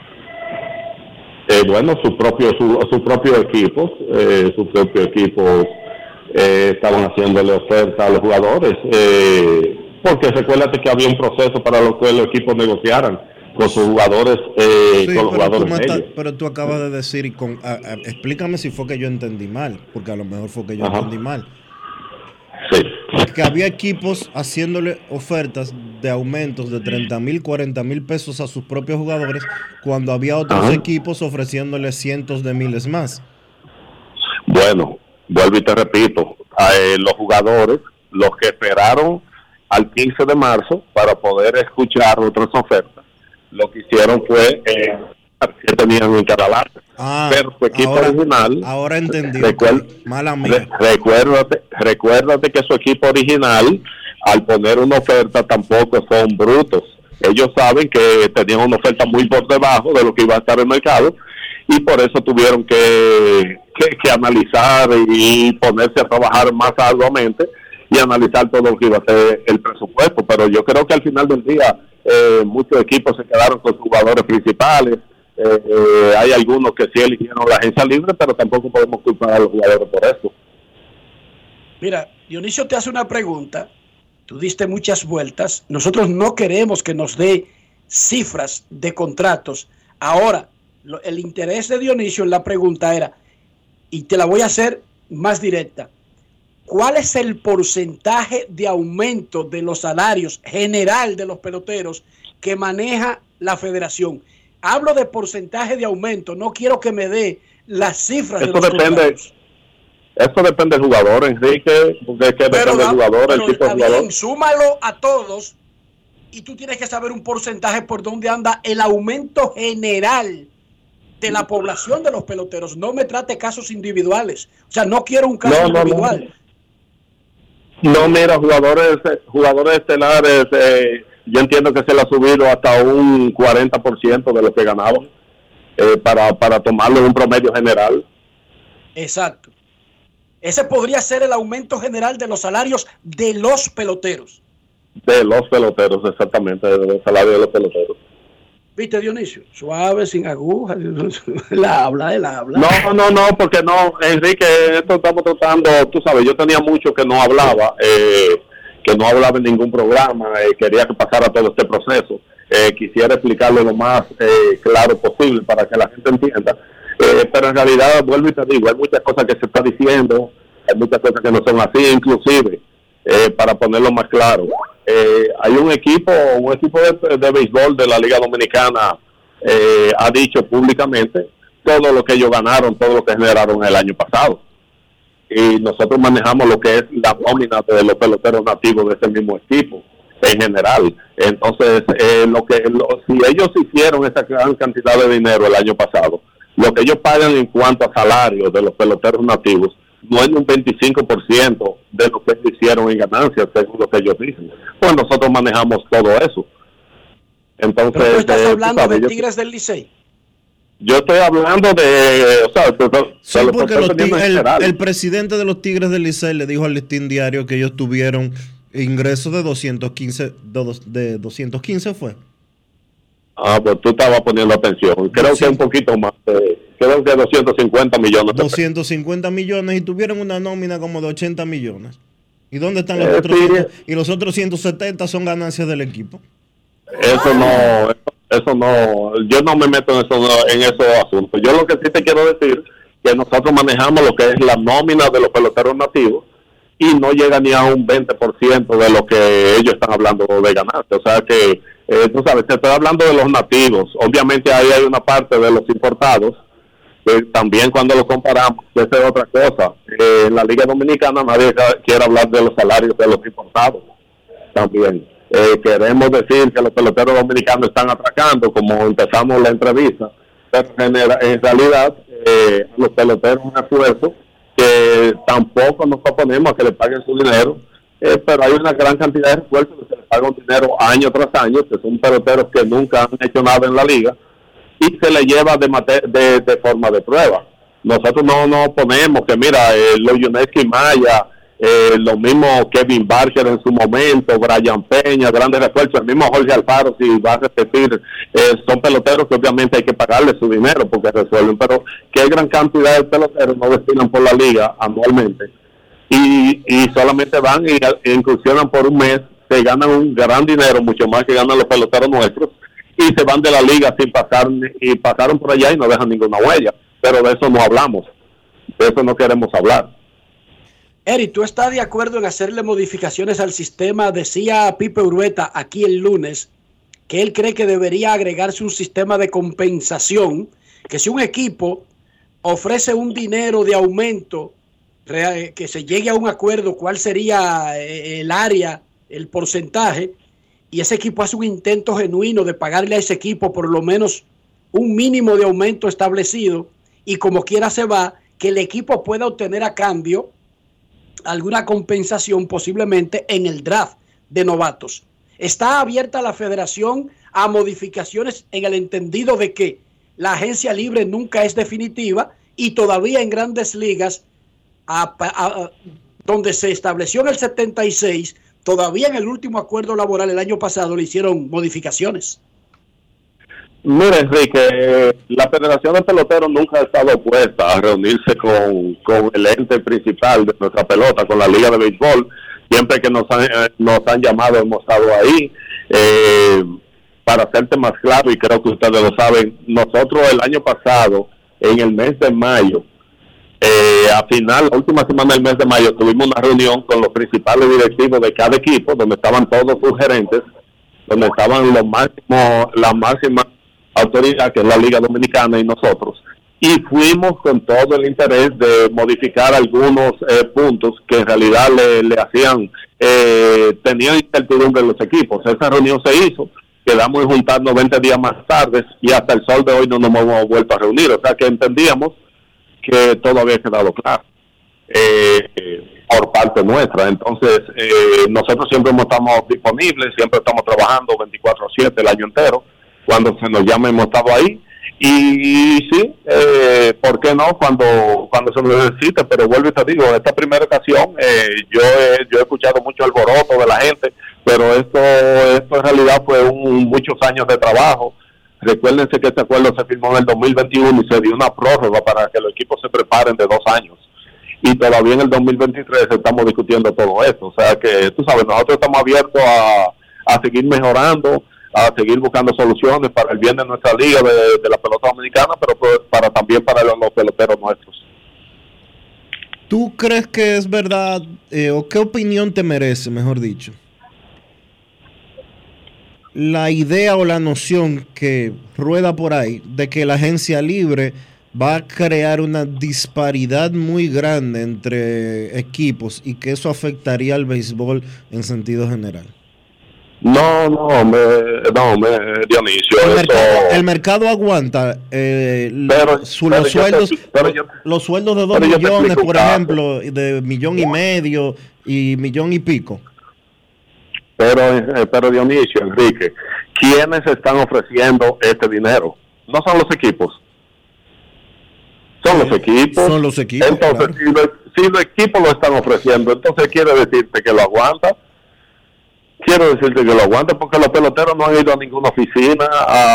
Bueno, sus propios equipos estaban haciéndole oferta a los jugadores, porque recuérdate que había un proceso para lo que los equipos negociaran con sus jugadores, con los jugadores de ellos. Pero tú acabas de decir, explícame si fue que yo entendí mal, porque a lo mejor fue que yo entendí mal. Sí. Que había equipos haciéndole ofertas de aumentos de 30,000, 40,000 pesos a sus propios jugadores, cuando había otros equipos ofreciéndole cientos de miles más. Bueno, vuelvo y te repito, los jugadores, los que esperaron al 15 de marzo para poder escuchar otras ofertas, lo que hicieron fue que tenían en cada lado. Pero su equipo original, ahora entendí. Mala mía. Recuérdate que su equipo original, al poner una oferta, tampoco son brutos. Ellos saben que tenían una oferta muy por debajo de lo que iba a estar en el mercado, y por eso tuvieron que analizar y ponerse a trabajar más arduamente y analizar todo lo que iba a ser el presupuesto. Pero yo creo que al final del día muchos equipos se quedaron con sus jugadores principales. Hay algunos que sí eligieron la agencia libre, pero tampoco podemos culpar a los jugadores por eso. Mira, Dionisio te hace una pregunta, tú diste muchas vueltas, nosotros no queremos que nos dé cifras de contratos. Ahora, el interés de Dionisio en la pregunta era, y te la voy a hacer más directa, ¿cuál es el porcentaje de aumento de los salarios general de los peloteros que maneja la federación? Hablo de porcentaje de aumento, no quiero que me dé las cifras de los contratos. Eso depende del jugador, Enrique, porque es que depende del jugador, el tipo de jugador. Bien, súmalo a todos y tú tienes que saber un porcentaje por dónde anda el aumento general de la población de los peloteros. No me trate casos individuales. O sea, no quiero un caso individual. No, mira, jugadores estelares, yo entiendo que se le ha subido hasta un 40% de lo que ganaban para tomarlo en un promedio general. Exacto. Ese podría ser el aumento general de los salarios de los peloteros. De los peloteros, exactamente, del salario de los peloteros. ¿Viste, Dionisio? Suave, sin aguja. Él habla. No, porque no, Enrique, esto estamos tratando, tú sabes, yo tenía mucho que no hablaba en ningún programa, quería que pasara todo este proceso. Quisiera explicarlo lo más claro posible para que la gente entienda. Pero en realidad, vuelvo y te digo, hay muchas cosas que se está diciendo, hay muchas cosas que no son así, inclusive, para ponerlo más claro, hay un equipo de béisbol de la Liga Dominicana ha dicho públicamente todo lo que ellos ganaron, todo lo que generaron el año pasado. Y nosotros manejamos lo que es la nómina de los peloteros nativos de ese mismo equipo en general. Entonces, si ellos hicieron esa gran cantidad de dinero el año pasado, lo que ellos pagan en cuanto a salarios de los peloteros nativos no es un 25% de lo que hicieron en ganancias, según lo que ellos dicen. Pues nosotros manejamos todo eso. Entonces, ¿pero tú estás hablando de Tigres del Licey? Yo estoy hablando de... Sí, porque el presidente de los Tigres del Licey le dijo al Listín Diario que ellos tuvieron ingresos de 215 fue. Pues tú estabas poniendo atención. Creo que un poquito más que creo que 250 millones. 250 millones y tuvieron una nómina como de 80 millones. ¿Y dónde están los otros? Sí. Y los otros 170 son ganancias del equipo. Eso no, yo no me meto en esos asuntos. Yo lo que sí te quiero decir que nosotros manejamos lo que es la nómina de los peloteros nativos y no llega ni a un 20% de lo que ellos están hablando de ganarse. O sea que, tú sabes, te estoy hablando de los nativos. Obviamente ahí hay una parte de los importados, que también cuando lo comparamos, esa es otra cosa. En la Liga Dominicana nadie quiere hablar de los salarios de los importados. También queremos decir que los peloteros dominicanos están atracando, como empezamos la entrevista, pero en realidad los peloteros un esfuerzo que tampoco nos oponemos a que le paguen su dinero, pero hay una gran cantidad de esfuerzos que se les paga un dinero año tras año, que son peloteros que nunca han hecho nada en la liga, y se le lleva de forma de prueba. Nosotros no nos oponemos que, mira, los Yuneski Maya, lo mismo Kevin Barker en su momento, Brian Peña, grandes refuerzos, el mismo Jorge Alfaro, si va a repetir, son peloteros que obviamente hay que pagarle su dinero porque resuelven, pero qué gran cantidad de peloteros no destinan por la liga anualmente y solamente van e incursionan por un mes, se ganan un gran dinero, mucho más que ganan los peloteros nuestros, y se van de la liga sin pasar, y pasaron por allá y no dejan ninguna huella, pero de eso no hablamos, de eso no queremos hablar. Eric, ¿tú estás de acuerdo en hacerle modificaciones al sistema? Decía Pipe Urueta aquí el lunes que él cree que debería agregarse un sistema de compensación, que si un equipo ofrece un dinero de aumento, que se llegue a un acuerdo cuál sería el área, el porcentaje, y ese equipo hace un intento genuino de pagarle a ese equipo por lo menos un mínimo de aumento establecido, y como quiera se va, que el equipo pueda obtener a cambio alguna compensación posiblemente en el draft de novatos. ¿Está abierta la federación a modificaciones en el entendido de que la agencia libre nunca es definitiva y todavía en grandes ligas, donde se estableció en el 76, todavía en el último acuerdo laboral el año pasado le hicieron modificaciones? Mira, Enrique, la Federación de Peloteros nunca ha estado opuesta a reunirse con el ente principal de nuestra pelota, con la Liga de Béisbol. Siempre que nos han llamado hemos estado ahí. Para hacerte más claro, y creo que ustedes lo saben, nosotros el año pasado, en el mes de mayo, la última semana del mes de mayo, tuvimos una reunión con los principales directivos de cada equipo, donde estaban todos sus gerentes, donde estaban la máxima autoridad, que es la Liga Dominicana, y nosotros, y fuimos con todo el interés de modificar algunos puntos que en realidad le hacían, tenían incertidumbre en los equipos. Esa reunión se hizo, quedamos en juntarnos 20 días más tarde y hasta el sol de hoy no nos hemos vuelto a reunir, o sea que entendíamos que todo había quedado claro por parte nuestra. Entonces nosotros siempre estamos disponibles, siempre estamos trabajando 24/7 el año entero. Cuando se nos llama hemos estado ahí, y sí, ¿por qué no? Cuando se nos necesite, pero vuelvo y te digo, en esta primera ocasión yo he escuchado mucho alboroto de la gente, pero esto en realidad fue muchos años de trabajo. Recuérdense que este acuerdo se firmó en el 2021 y se dio una prórroga para que los equipos se preparen de 2 años, y todavía en el 2023 estamos discutiendo todo esto. O sea que, tú sabes, nosotros estamos abiertos a seguir mejorando, a seguir buscando soluciones para el bien de nuestra liga de la pelota dominicana, pero también para los peloteros nuestros. ¿Tú crees que es verdad, o qué opinión te merece, mejor dicho, la idea o la noción que rueda por ahí de que la agencia libre va a crear una disparidad muy grande entre equipos y que eso afectaría al béisbol en sentido general? No, Dionisio. El mercado aguanta los sueldos de 2 millones, por ejemplo, de 1,5 millones y 1,5 millones. Pero Dionisio, Enrique, ¿quiénes están ofreciendo este dinero? No son los equipos. Son los equipos. Entonces, claro, si los equipos lo están ofreciendo, entonces quiere decirte que lo aguanta. quiero decirte que lo aguante porque los peloteros no han ido a ninguna oficina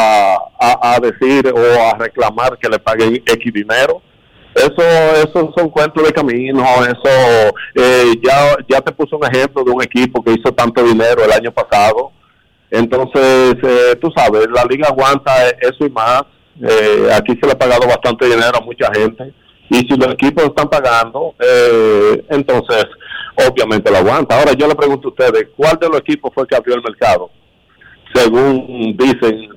a decir o a reclamar que le paguen X dinero. Eso son cuentos de camino. Eso ya te puso un ejemplo de un equipo que hizo tanto dinero el año pasado. Entonces, tú sabes, la liga aguanta eso y más. Aquí se le ha pagado bastante dinero a mucha gente. Y si los equipos están pagando, entonces obviamente lo aguanta. Ahora yo le pregunto a ustedes, ¿cuál de los equipos fue el que abrió el mercado? Según dicen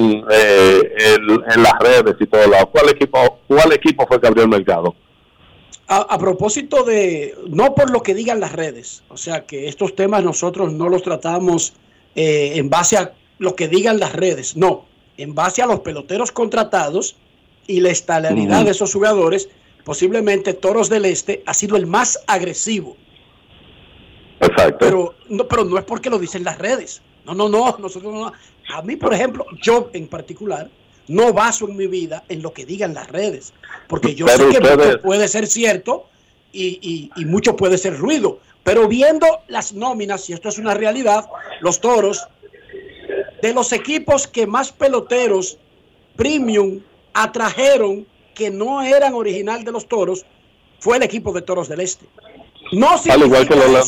en las redes y todo lado. ¿Cuál equipo fue el que abrió el mercado? A propósito de, no por lo que digan las redes, o sea que estos temas nosotros no los tratamos en base a lo que digan las redes, no, en base a los peloteros contratados y la estabilidad de esos jugadores. Posiblemente Toros del Este ha sido el más agresivo. Exacto. Pero no es porque lo dicen las redes. No, nosotros no. A mí, por ejemplo, yo en particular, no baso en mi vida en lo que digan las redes. Porque yo sé que mucho puede ser cierto y mucho puede ser ruido. Pero viendo las nóminas, y esto es una realidad, los Toros, de los equipos que más peloteros premium atrajeron que no eran original de los Toros, fue el equipo de Toros del Este. No al igual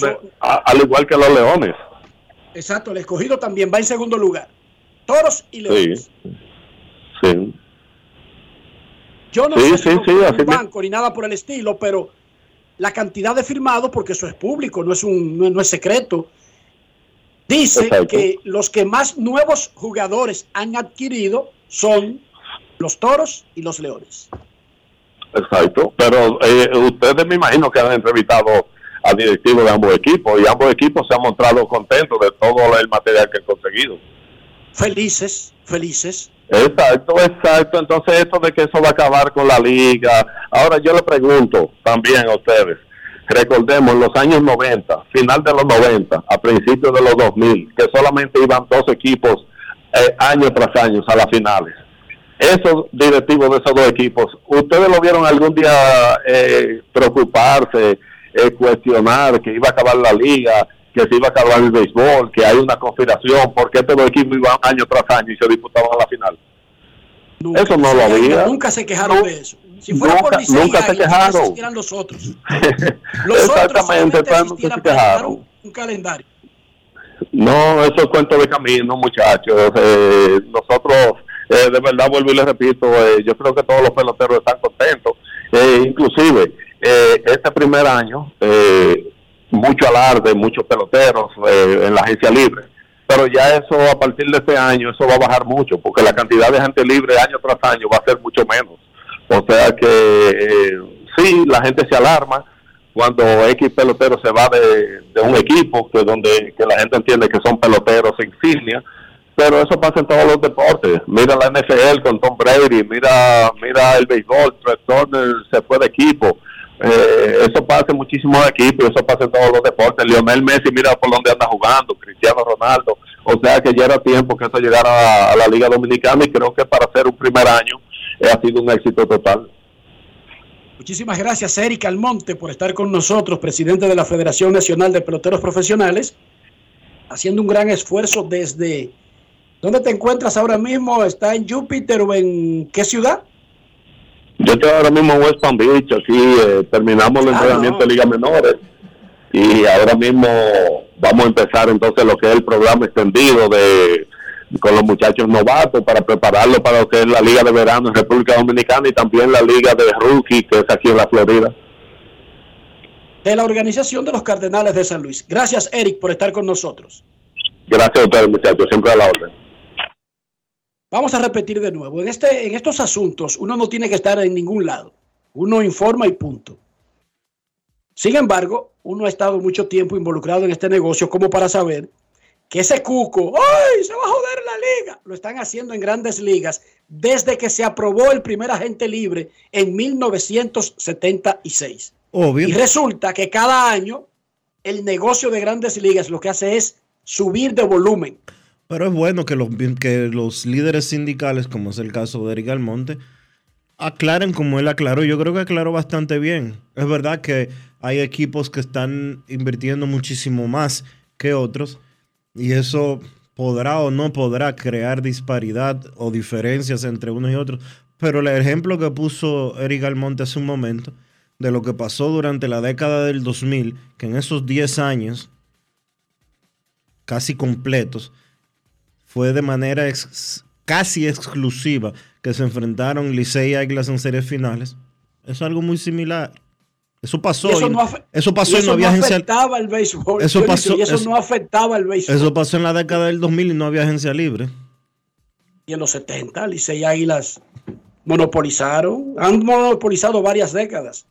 que los Leones. Exacto, el Escogido también va en segundo lugar. Toros y Leones. Sí. Yo no sé si un banco ni nada por el estilo, pero la cantidad de firmados, porque eso es público, no es secreto, dice que los que más nuevos jugadores han adquirido son los Toros y los Leones. Exacto, pero ustedes me imagino que han entrevistado a directivos de ambos equipos y ambos equipos se han mostrado contentos de todo el material que han conseguido. Felices. Exacto. Entonces esto de que eso va a acabar con la liga. Ahora yo le pregunto también a ustedes, recordemos los años 90, final de los 90, a principios de los 2000, que solamente iban 2 equipos año tras año a las finales. Esos directivos de esos 2 equipos, ¿ustedes lo vieron algún día preocuparse, cuestionar que iba a acabar la liga, que se iba a acabar el béisbol, que hay una conspiración, porque estos 2 equipos iban año tras año y se disputaban a la final? Eso no lo había. Nunca se quejaron de eso. Si fuera por nunca se quejaron. Existieran los otros. Exactamente, nunca se quejaron. Un calendario. No, eso es cuento de camino, muchachos. Nosotros, de verdad, vuelvo y les repito, yo creo que todos los peloteros están contentos. Inclusive, este primer año, mucho alarde, muchos peloteros en la agencia libre. Pero ya eso, a partir de este año, eso va a bajar mucho, porque la cantidad de gente libre año tras año va a ser mucho menos. O sea que sí, la gente se alarma cuando X pelotero se va de un equipo que la gente entiende que son peloteros insignia, pero eso pasa en todos los deportes. Mira la NFL con Tom Brady, mira el béisbol, Trey Turner se fue de equipo. Eso pasa en muchísimos equipos, eso pasa en todos los deportes. Lionel Messi, mira por dónde anda jugando, Cristiano Ronaldo. O sea que ya era tiempo que esto llegara a la Liga Dominicana y creo que para ser un primer año ha sido un éxito total. Muchísimas gracias, Eric Almonte, por estar con nosotros, presidente de la Federación Nacional de Peloteros Profesionales, haciendo un gran esfuerzo desde... ¿Dónde te encuentras ahora mismo? ¿Está en Júpiter o en qué ciudad? Yo estoy ahora mismo en West Palm Beach, aquí terminamos el entrenamiento de ligas menores y ahora mismo vamos a empezar entonces lo que es el programa extendido con los muchachos novatos para prepararlo para lo que es la liga de verano en República Dominicana y también la liga de rookie que es aquí en la Florida. De la organización de los Cardenales de San Luis. Gracias, Eric, por estar con nosotros. Gracias a ustedes, muchachos, siempre a la orden. Vamos a repetir de nuevo. En estos asuntos uno no tiene que estar en ningún lado. Uno informa y punto. Sin embargo, uno ha estado mucho tiempo involucrado en este negocio como para saber que ese cuco, ¡ay! Se va a joder la liga. Lo están haciendo en Grandes Ligas desde que se aprobó el primer agente libre en 1976. Obvio. Y resulta que cada año el negocio de Grandes Ligas lo que hace es subir de volumen. Pero es bueno que los líderes sindicales, como es el caso de Eric Almonte, aclaren como él aclaró. Yo creo que aclaró bastante bien. Es verdad que hay equipos que están invirtiendo muchísimo más que otros, Y eso podrá o no podrá crear disparidad o diferencias entre unos y otros. Pero el ejemplo que puso Eric Almonte hace un momento de lo que pasó durante la década del 2000, que en esos 10 años casi completos fue de manera casi exclusiva que se enfrentaron Licey y Águilas en series finales. Es algo muy similar. Eso pasó. Eso no afectaba el béisbol. Eso no afectaba el béisbol. Eso pasó en la década del 2000 y no había agencia libre. Y en los 70, Licey y Águilas han monopolizado varias décadas.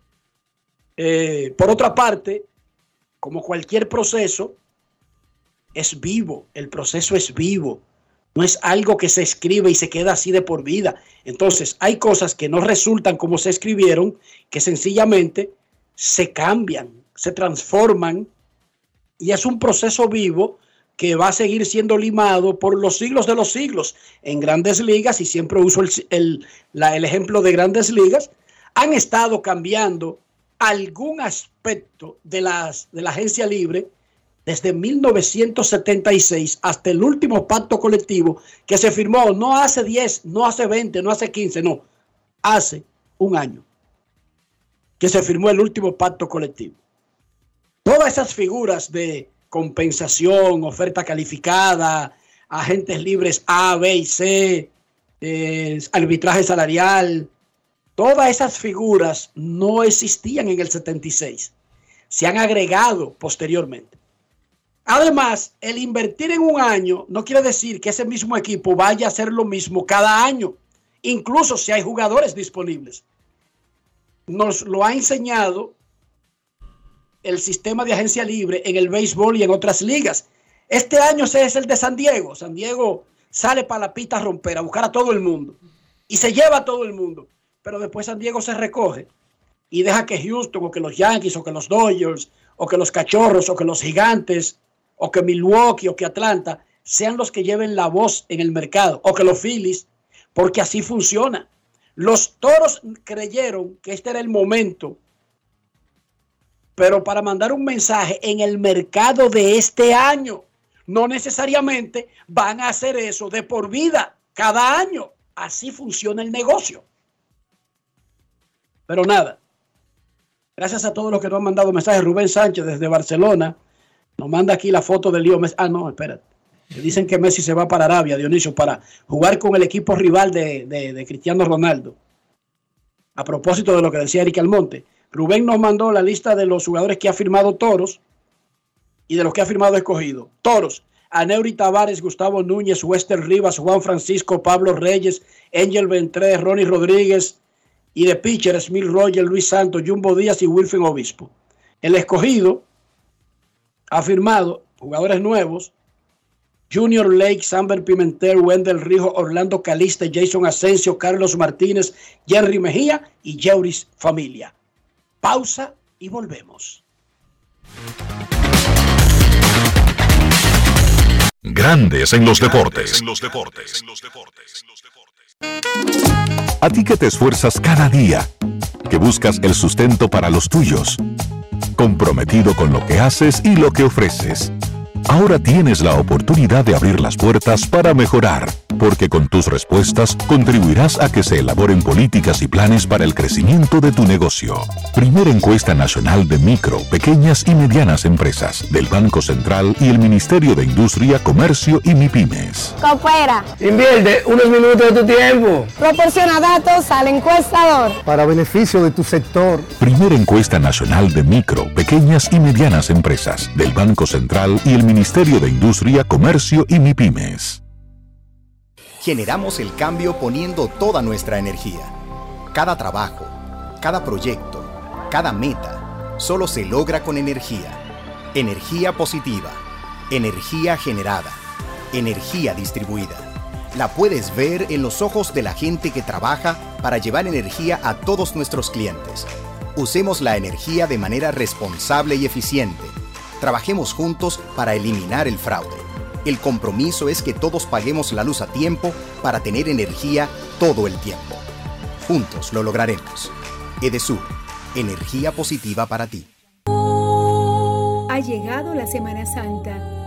Por otra parte, como cualquier proceso, es vivo. El proceso es vivo. No es algo que se escribe y se queda así de por vida. Entonces, hay cosas que no resultan como se escribieron, que sencillamente se cambian, se transforman, y es un proceso vivo que va a seguir siendo limado por los siglos de los siglos. En Grandes Ligas, y siempre uso el ejemplo de Grandes Ligas, han estado cambiando algún aspecto de la agencia libre desde 1976 hasta el último pacto colectivo que se firmó no hace 10, no hace 20, no hace 15, no, hace un año que se firmó el último pacto colectivo. Todas esas figuras de compensación, oferta calificada, agentes libres A, B y C, arbitraje salarial, todas esas figuras no existían en el 76. Se han agregado posteriormente. Además, el invertir en un año no quiere decir que ese mismo equipo vaya a hacer lo mismo cada año, incluso si hay jugadores disponibles. Nos lo ha enseñado el sistema de agencia libre en el béisbol y en otras ligas. Este año ese es el de San Diego. San Diego sale para la pista a romper, a buscar a todo el mundo. Y se lleva a todo el mundo. Pero después San Diego se recoge y deja que Houston, o que los Yankees, o que los Dodgers, o que los Cachorros, o que los Gigantes, o que Milwaukee, o que Atlanta, sean los que lleven la voz en el mercado, o que los Phillies, porque así funciona. Los Toros creyeron que este era el momento, pero para mandar un mensaje en el mercado de este año. No necesariamente van a hacer eso de por vida, cada año. Así funciona el negocio. Pero nada, gracias a todos los que nos han mandado mensajes. Rubén Sánchez desde Barcelona nos manda aquí la foto de Leo Messi. Ah, no, espérate. Dicen que Messi se va para Arabia, Dionisio, para jugar con el equipo rival de Cristiano Ronaldo. A propósito de lo que decía Eric Almonte, Rubén nos mandó la lista de los jugadores que ha firmado Toros y de los que ha firmado Escogido. Toros: Aneuri Tavares, Gustavo Núñez, Wester Rivas, Juan Francisco, Pablo Reyes, Angel Ventré, Ronnie Rodríguez. Y de pitcher, Smith Roger, Luis Santos, Jumbo Díaz y Wilfred Obispo. El Escogido ha firmado jugadores nuevos: Junior Lake, Samber Pimentel, Wendell Rijo, Orlando Caliste, Jason Asensio, Carlos Martínez, Jerry Mejía y Jeuris Familia. Pausa y volvemos. Grandes en los deportes. A ti que te esfuerzas cada día, que buscas el sustento para los tuyos, comprometido con lo que haces y lo que ofreces. Ahora tienes la oportunidad de abrir las puertas para mejorar, porque con tus respuestas contribuirás a que se elaboren políticas y planes para el crecimiento de tu negocio. Primera encuesta nacional de micro, pequeñas y medianas empresas del Banco Central y el Ministerio de Industria, Comercio y MIPYMES. Coopera. Invierte unos minutos de tu tiempo. Proporciona datos al encuestador. Para beneficio de tu sector. Primera encuesta nacional de micro, pequeñas y medianas empresas del Banco Central y el Ministerio de Industria, Comercio y MIPYMES. Generamos el cambio poniendo toda nuestra energía. Cada trabajo, cada proyecto, cada meta, solo se logra con energía. Energía positiva, energía generada, energía distribuida. La puedes ver en los ojos de la gente que trabaja para llevar energía a todos nuestros clientes. Usemos la energía de manera responsable y eficiente. Trabajemos juntos para eliminar el fraude. El compromiso es que todos paguemos la luz a tiempo para tener energía todo el tiempo. Juntos lo lograremos. Edesur, energía positiva para ti. Ha llegado la Semana Santa.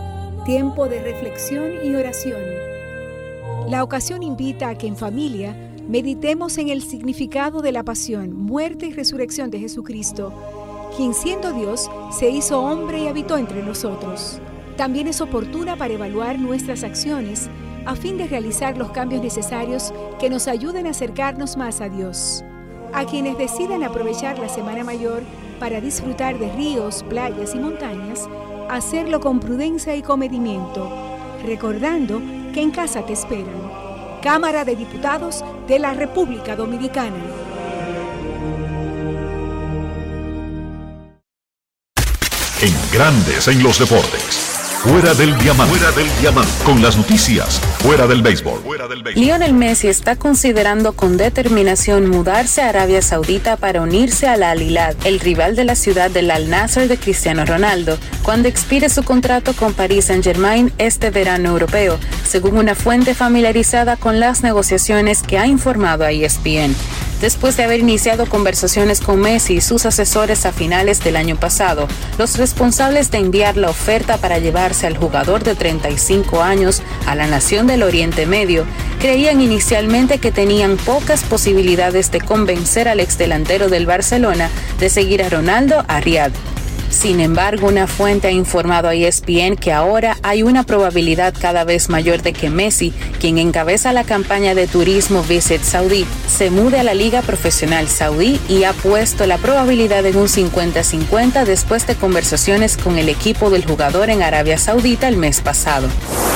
tiempo de reflexión y oración. La ocasión invita a que en familia meditemos en el significado de la pasión, muerte y resurrección de Jesucristo, quien siendo Dios se hizo hombre y habitó entre nosotros. También es oportuna para evaluar nuestras acciones a fin de realizar los cambios necesarios que nos ayuden a acercarnos más a Dios. A quienes decidan aprovechar la Semana Mayor para disfrutar de ríos, playas y montañas, hacerlo con prudencia y comedimiento, recordando que en casa te esperan. Cámara de Diputados de la República Dominicana. En Grandes en los Deportes. Fuera del diamante. Fuera del diamante. Con las noticias. Fuera del béisbol. Lionel Messi está considerando con determinación mudarse a Arabia Saudita para unirse al Al Hilal, el rival de la ciudad del Al Nassr de Cristiano Ronaldo, cuando expire su contrato con Paris Saint-Germain este verano europeo, según una fuente familiarizada con las negociaciones que ha informado a ESPN. Después de haber iniciado conversaciones con Messi y sus asesores a finales del año pasado, los responsables de enviar la oferta para llevarse al jugador de 35 años a la nación del Oriente Medio creían inicialmente que tenían pocas posibilidades de convencer al exdelantero del Barcelona de seguir a Ronaldo a Riad. Sin embargo, una fuente ha informado a ESPN que ahora hay una probabilidad cada vez mayor de que Messi, quien encabeza la campaña de turismo Visit Saudi, se mude a la Liga Profesional Saudí y ha puesto la probabilidad en un 50-50 después de conversaciones con el equipo del jugador en Arabia Saudita el mes pasado.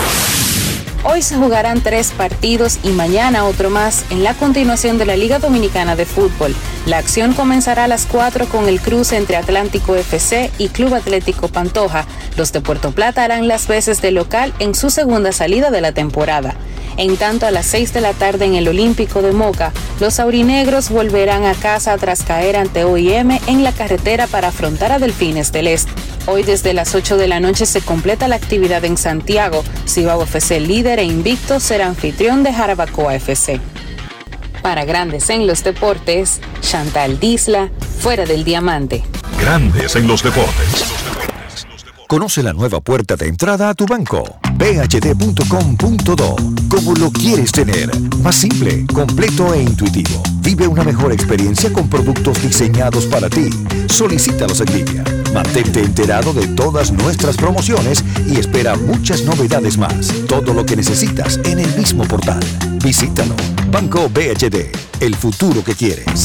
Hoy se jugarán 3 partidos y mañana otro más en la continuación de la Liga Dominicana de Fútbol. La acción comenzará a las 4 con el cruce entre Atlántico FC y Club Atlético Pantoja. Los de Puerto Plata harán las veces de local en su segunda salida de la temporada. En tanto, a las 6 de la tarde en el Olímpico de Moca, los aurinegros volverán a casa tras caer ante OIM en la carretera para afrontar a Delfines del Este. Hoy desde las 8 de la noche se completa la actividad en Santiago. Cibao FC, líder e invicto, será anfitrión de Jarabacoa FC. Para Grandes en los Deportes, Chantal Disla, Fuera del Diamante. Grandes en los Deportes. Conoce la nueva puerta de entrada a tu banco. bhd.com.do. Como lo quieres tener. Más simple, completo e intuitivo. Vive una mejor experiencia con productos diseñados para ti. Solicítalos en línea. Mantente enterado de todas nuestras promociones y espera muchas novedades más. Todo lo que necesitas en el mismo portal. Visítalo. Banco BHD. El futuro que quieres.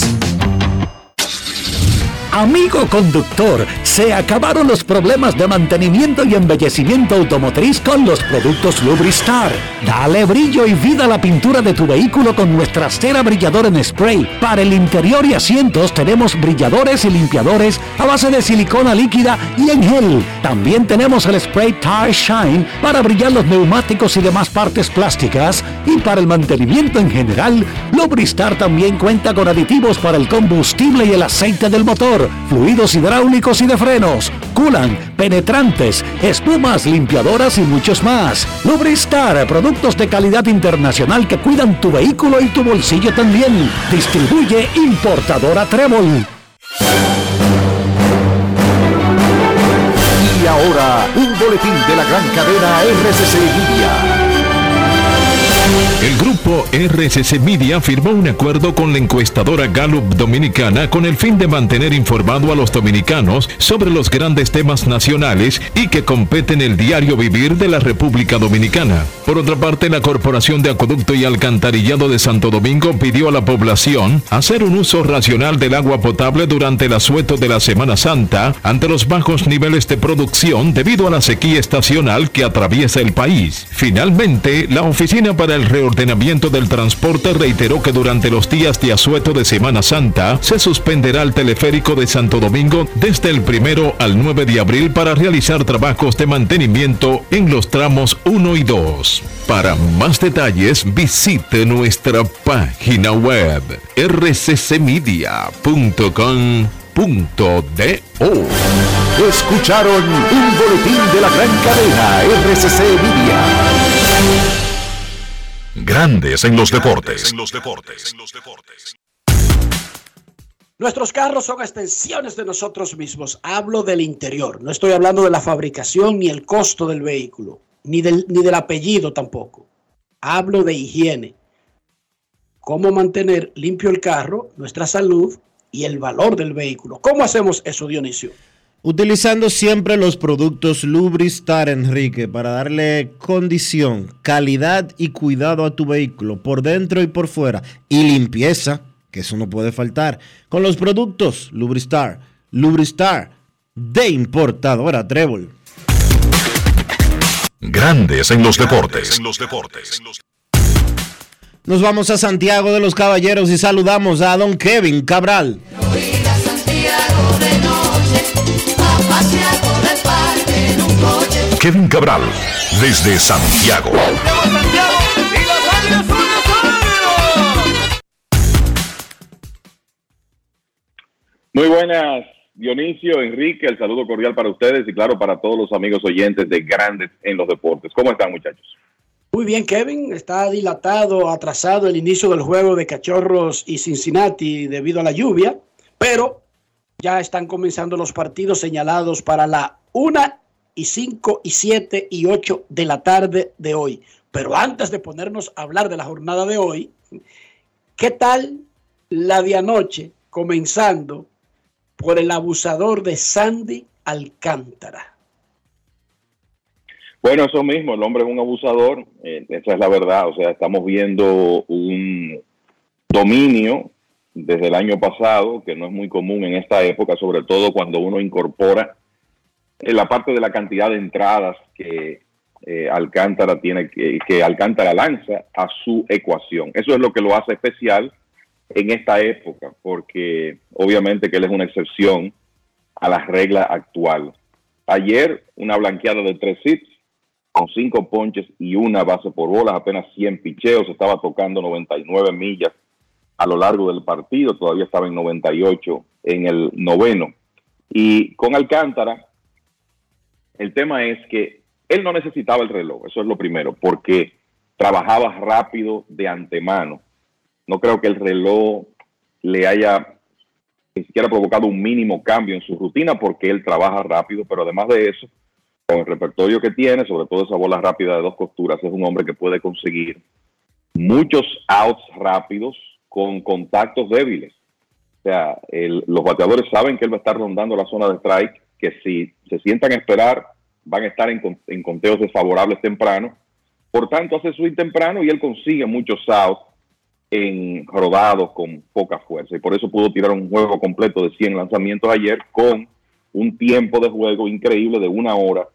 Amigo conductor, se acabaron los problemas de mantenimiento y embellecimiento automotriz con los productos Lubristar. Dale brillo y vida a la pintura de tu vehículo con nuestra cera brilladora en spray. Para el interior y asientos tenemos brilladores y limpiadores a base de silicona líquida y en gel. También tenemos el spray Tire Shine para brillar los neumáticos y demás partes plásticas. Y para el mantenimiento en general, Lubristar también cuenta con aditivos para el combustible y el aceite del motor, fluidos hidráulicos y de frenos, culan, penetrantes, espumas, limpiadoras y muchos más. Lubristar, productos de calidad internacional que cuidan tu vehículo y tu bolsillo también. Distribuye importadora Trébol. Y ahora, un boletín de la gran cadena RCC Media. El grupo RCC Media firmó un acuerdo con la encuestadora Gallup Dominicana con el fin de mantener informado a los dominicanos sobre los grandes temas nacionales y que competen el diario vivir de la República Dominicana. Por otra parte, la Corporación de Acueducto y Alcantarillado de Santo Domingo pidió a la población hacer un uso racional del agua potable durante el asueto de la Semana Santa ante los bajos niveles de producción debido a la sequía estacional que atraviesa el país. Finalmente, la Oficina para el Reordenamiento del Transporte reiteró que durante los días de asueto de Semana Santa se suspenderá el teleférico de Santo Domingo desde el 1 al 9 de abril para realizar trabajos de mantenimiento en los tramos 1 y 2. Para más detalles visite nuestra página web rccmedia.com.do. Escucharon un boletín de la gran cadena RCC Media. Grandes en los deportes. Nuestros carros son extensiones de nosotros mismos. Hablo del interior. No estoy hablando de la fabricación ni el costo del vehículo. ni del apellido tampoco. Hablo de higiene. Cómo mantener limpio el carro, nuestra salud y el valor del vehículo. ¿Cómo hacemos eso, Dionisio? Utilizando siempre los productos Lubristar, Enrique, para darle condición, calidad y cuidado a tu vehículo, por dentro y por fuera, y limpieza, que eso no puede faltar, con los productos Lubristar. Lubristar, de importadora Trébol. Grandes en los deportes. Nos vamos a Santiago de los Caballeros y saludamos a don Kevin Cabral. Kevin Cabral, desde Santiago. Muy buenas, Dionisio, Enrique, el saludo cordial para ustedes y claro para todos los amigos oyentes de Grandes en los Deportes. ¿Cómo están, muchachos? Muy bien, Kevin. Está dilatado, atrasado el inicio del juego de Cachorros y Cincinnati debido a la lluvia, pero ya están comenzando los partidos señalados para la 1:05, 7 y 8 de la tarde de hoy. Pero antes de ponernos a hablar de la jornada de hoy, ¿qué tal la de anoche, comenzando por el abusador de Sandy Alcántara? Bueno, eso mismo, el hombre es un abusador, esa es la verdad. O sea, estamos viendo un dominio desde el año pasado que no es muy común en esta época, sobre todo cuando uno incorpora la parte de la cantidad de entradas que Alcántara tiene, que Alcántara lanza a su ecuación. Eso es lo que lo hace especial en esta época, porque obviamente que él es una excepción a la regla actual. Ayer, una blanqueada de 3 hits, con 5 ponches y una base por bolas, apenas 100 picheos, estaba tocando 99 millas a lo largo del partido, todavía estaba en 98 en el noveno. Y con Alcántara, el tema es que él no necesitaba el reloj, eso es lo primero, porque trabajaba rápido de antemano. No creo que el reloj le haya ni siquiera provocado un mínimo cambio en su rutina porque él trabaja rápido, pero además de eso, con el repertorio que tiene, sobre todo esa bola rápida de 2 costuras, es un hombre que puede conseguir muchos outs rápidos con contactos débiles. O sea, los bateadores saben que él va a estar rondando la zona de strike, que si se sientan a esperar, van a estar en conteos desfavorables temprano. Por tanto, hace swing temprano y él consigue muchos outs en rodados con poca fuerza. Y por eso pudo tirar un juego completo de 100 lanzamientos ayer con un tiempo de juego increíble de 1 hora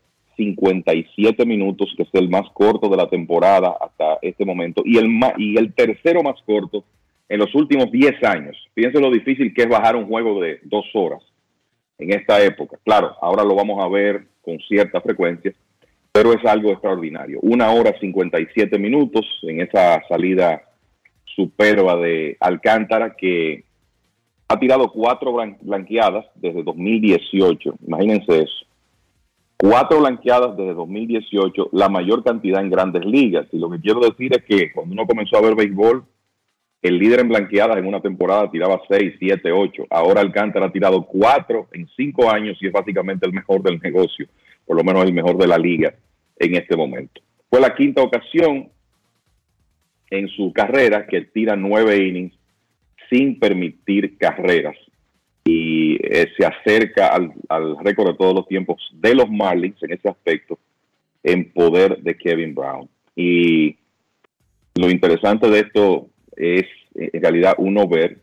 57 minutos, que es el más corto de la temporada hasta este momento, y el tercero más corto en los últimos 10 años. Fíjense lo difícil que es bajar un juego de 2 horas en esta época. Claro, ahora lo vamos a ver con cierta frecuencia, pero es algo extraordinario. 1 hora 57 minutos en esa salida superba de Alcántara, que ha tirado 4 blanqueadas desde 2018. Imagínense eso. 4 blanqueadas desde 2018, la mayor cantidad en Grandes Ligas. Y lo que quiero decir es que cuando uno comenzó a ver béisbol, el líder en blanqueadas en una temporada tiraba 6, 7, 8. Ahora Alcántara ha tirado 4 en 5 años y es básicamente el mejor del negocio, por lo menos el mejor de la liga en este momento. Fue la 5ª ocasión en su carrera que tira 9 innings sin permitir carreras. Y se acerca al récord de todos los tiempos de los Marlins en ese aspecto, en poder de Kevin Brown. Y lo interesante de esto es, en realidad, uno ver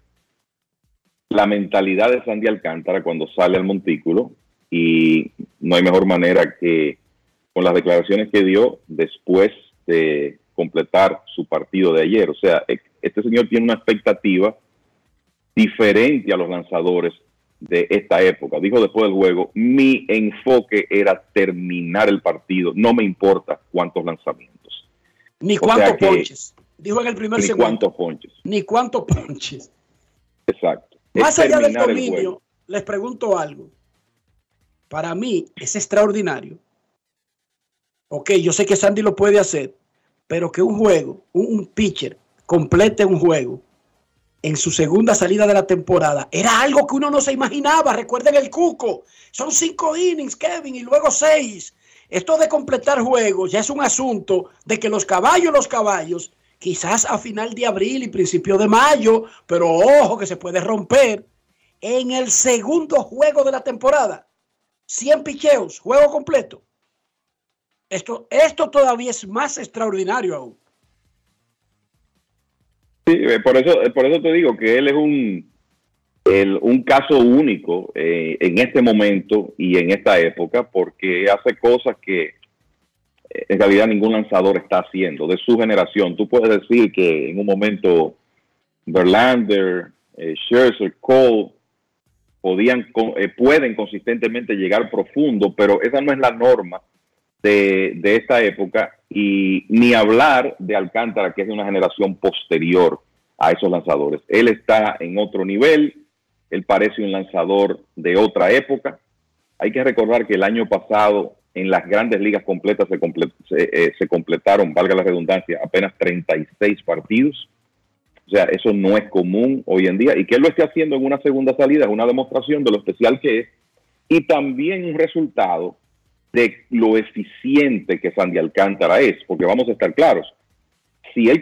la mentalidad de Sandy Alcántara cuando sale al montículo, y no hay mejor manera que con las declaraciones que dio después de completar su partido de ayer. O sea, este señor tiene una expectativa diferente a los lanzadores de esta época. Dijo después del juego: mi enfoque era terminar el partido, no me importa cuántos lanzamientos. Ni cuántos ponches. Dijo en el primer segundo. Ni cuántos ponches. Ni cuántos ponches. Exacto. Más allá del dominio, les pregunto algo. Para mí es extraordinario. Ok, yo sé que Sandy lo puede hacer, pero que un juego, un pitcher complete un juego en su segunda salida de la temporada, era algo que uno no se imaginaba. Recuerden el Cuco, son 5 innings, Kevin, y luego 6. Esto de completar juegos ya es un asunto de que los caballos, quizás a final de abril y principio de mayo, pero ojo que se puede romper en el segundo juego de la temporada. 100 picheos, juego completo. Esto todavía es más extraordinario aún. Sí, por eso te digo que él es un caso único en este momento y en esta época, porque hace cosas que en realidad ningún lanzador está haciendo de su generación. Tú puedes decir que en un momento Verlander, Scherzer, Cole pueden consistentemente llegar profundo, pero esa no es la norma de esta época, y ni hablar de Alcántara, que es de una generación posterior a esos lanzadores. Él está en otro nivel, él parece un lanzador de otra época. Hay que recordar que el año pasado en las grandes ligas completas se completaron, valga la redundancia, apenas 36 partidos. O sea, eso no es común hoy en día, y que él lo esté haciendo en una segunda salida es una demostración de lo especial que es, y también un resultado de lo eficiente que Sandy Alcántara es, porque vamos a estar claros, si él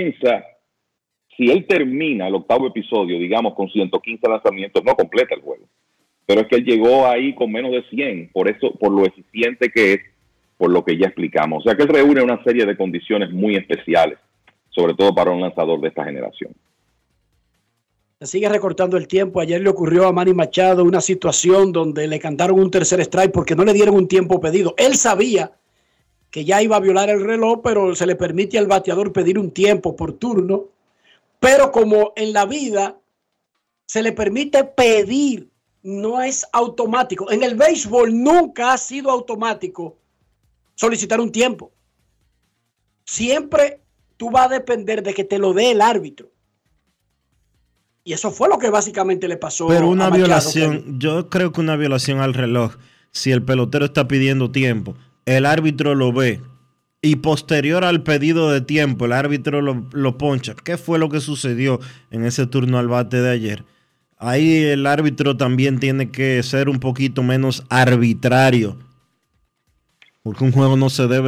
termina el octavo episodio, digamos, con 115 lanzamientos, no completa el juego, pero es que él llegó ahí con menos de 100, por lo eficiente que es, por lo que ya explicamos. O sea que él reúne una serie de condiciones muy especiales, sobre todo para un lanzador de esta generación. Se sigue recortando el tiempo. Ayer le ocurrió a Manny Machado una situación donde le cantaron un tercer strike porque no le dieron un tiempo pedido. Él sabía que ya iba a violar el reloj, pero se le permite al bateador pedir un tiempo por turno. Pero como en la vida se le permite pedir, no es automático. En el béisbol nunca ha sido automático solicitar un tiempo. Siempre tú vas a depender de que te lo dé el árbitro. Y eso fue lo que básicamente le pasó. Pero una a Machado, violación, yo creo que una violación al reloj, si el pelotero está pidiendo tiempo, el árbitro lo ve y posterior al pedido de tiempo, el árbitro lo poncha. ¿Qué fue lo que sucedió en ese turno al bate de ayer? Ahí el árbitro también tiene que ser un poquito menos arbitrario, porque un juego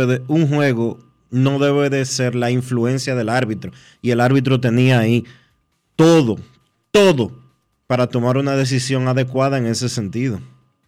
no debe de ser la influencia del árbitro, y el árbitro tenía ahí todo para tomar una decisión adecuada en ese sentido.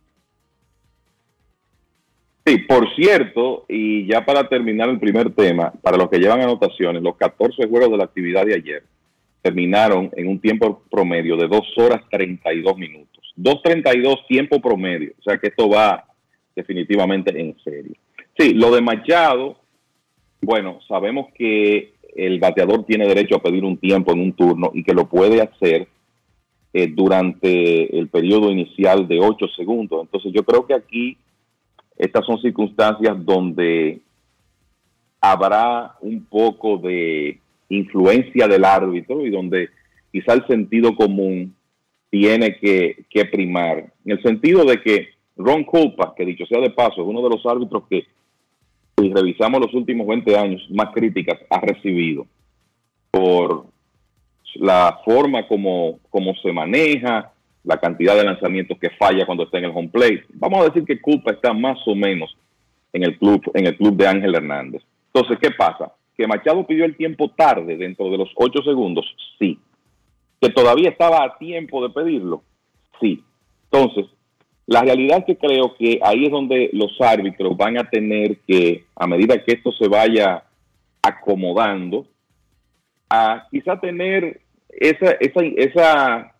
Sí, por cierto, y ya para terminar el primer tema, para los que llevan anotaciones, los 14 juegos de la actividad de ayer terminaron en un tiempo promedio de 2 horas 32 minutos. 2:32 tiempo promedio, o sea que esto va definitivamente en serio. Sí, lo de Machado, bueno, sabemos que el bateador tiene derecho a pedir un tiempo en un turno y que lo puede hacer durante el periodo inicial de 8 segundos. Entonces yo creo que aquí estas son circunstancias donde habrá un poco de influencia del árbitro y donde quizá el sentido común tiene que primar. En el sentido de que Ron Kulpa, que dicho sea de paso, es uno de los árbitros que, si revisamos los últimos 20 años, más críticas ha recibido por la forma como se maneja, la cantidad de lanzamientos que falla cuando está en el home plate. Vamos a decir que Kulpa está más o menos en el club de Ángel Hernández. Entonces, ¿qué pasa? ¿Que Machado pidió el tiempo tarde, dentro de los 8 segundos? Sí. ¿Que todavía estaba a tiempo de pedirlo? Sí. Entonces, la realidad es que creo que ahí es donde los árbitros van a tener que, a medida que esto se vaya acomodando, a quizá tener esa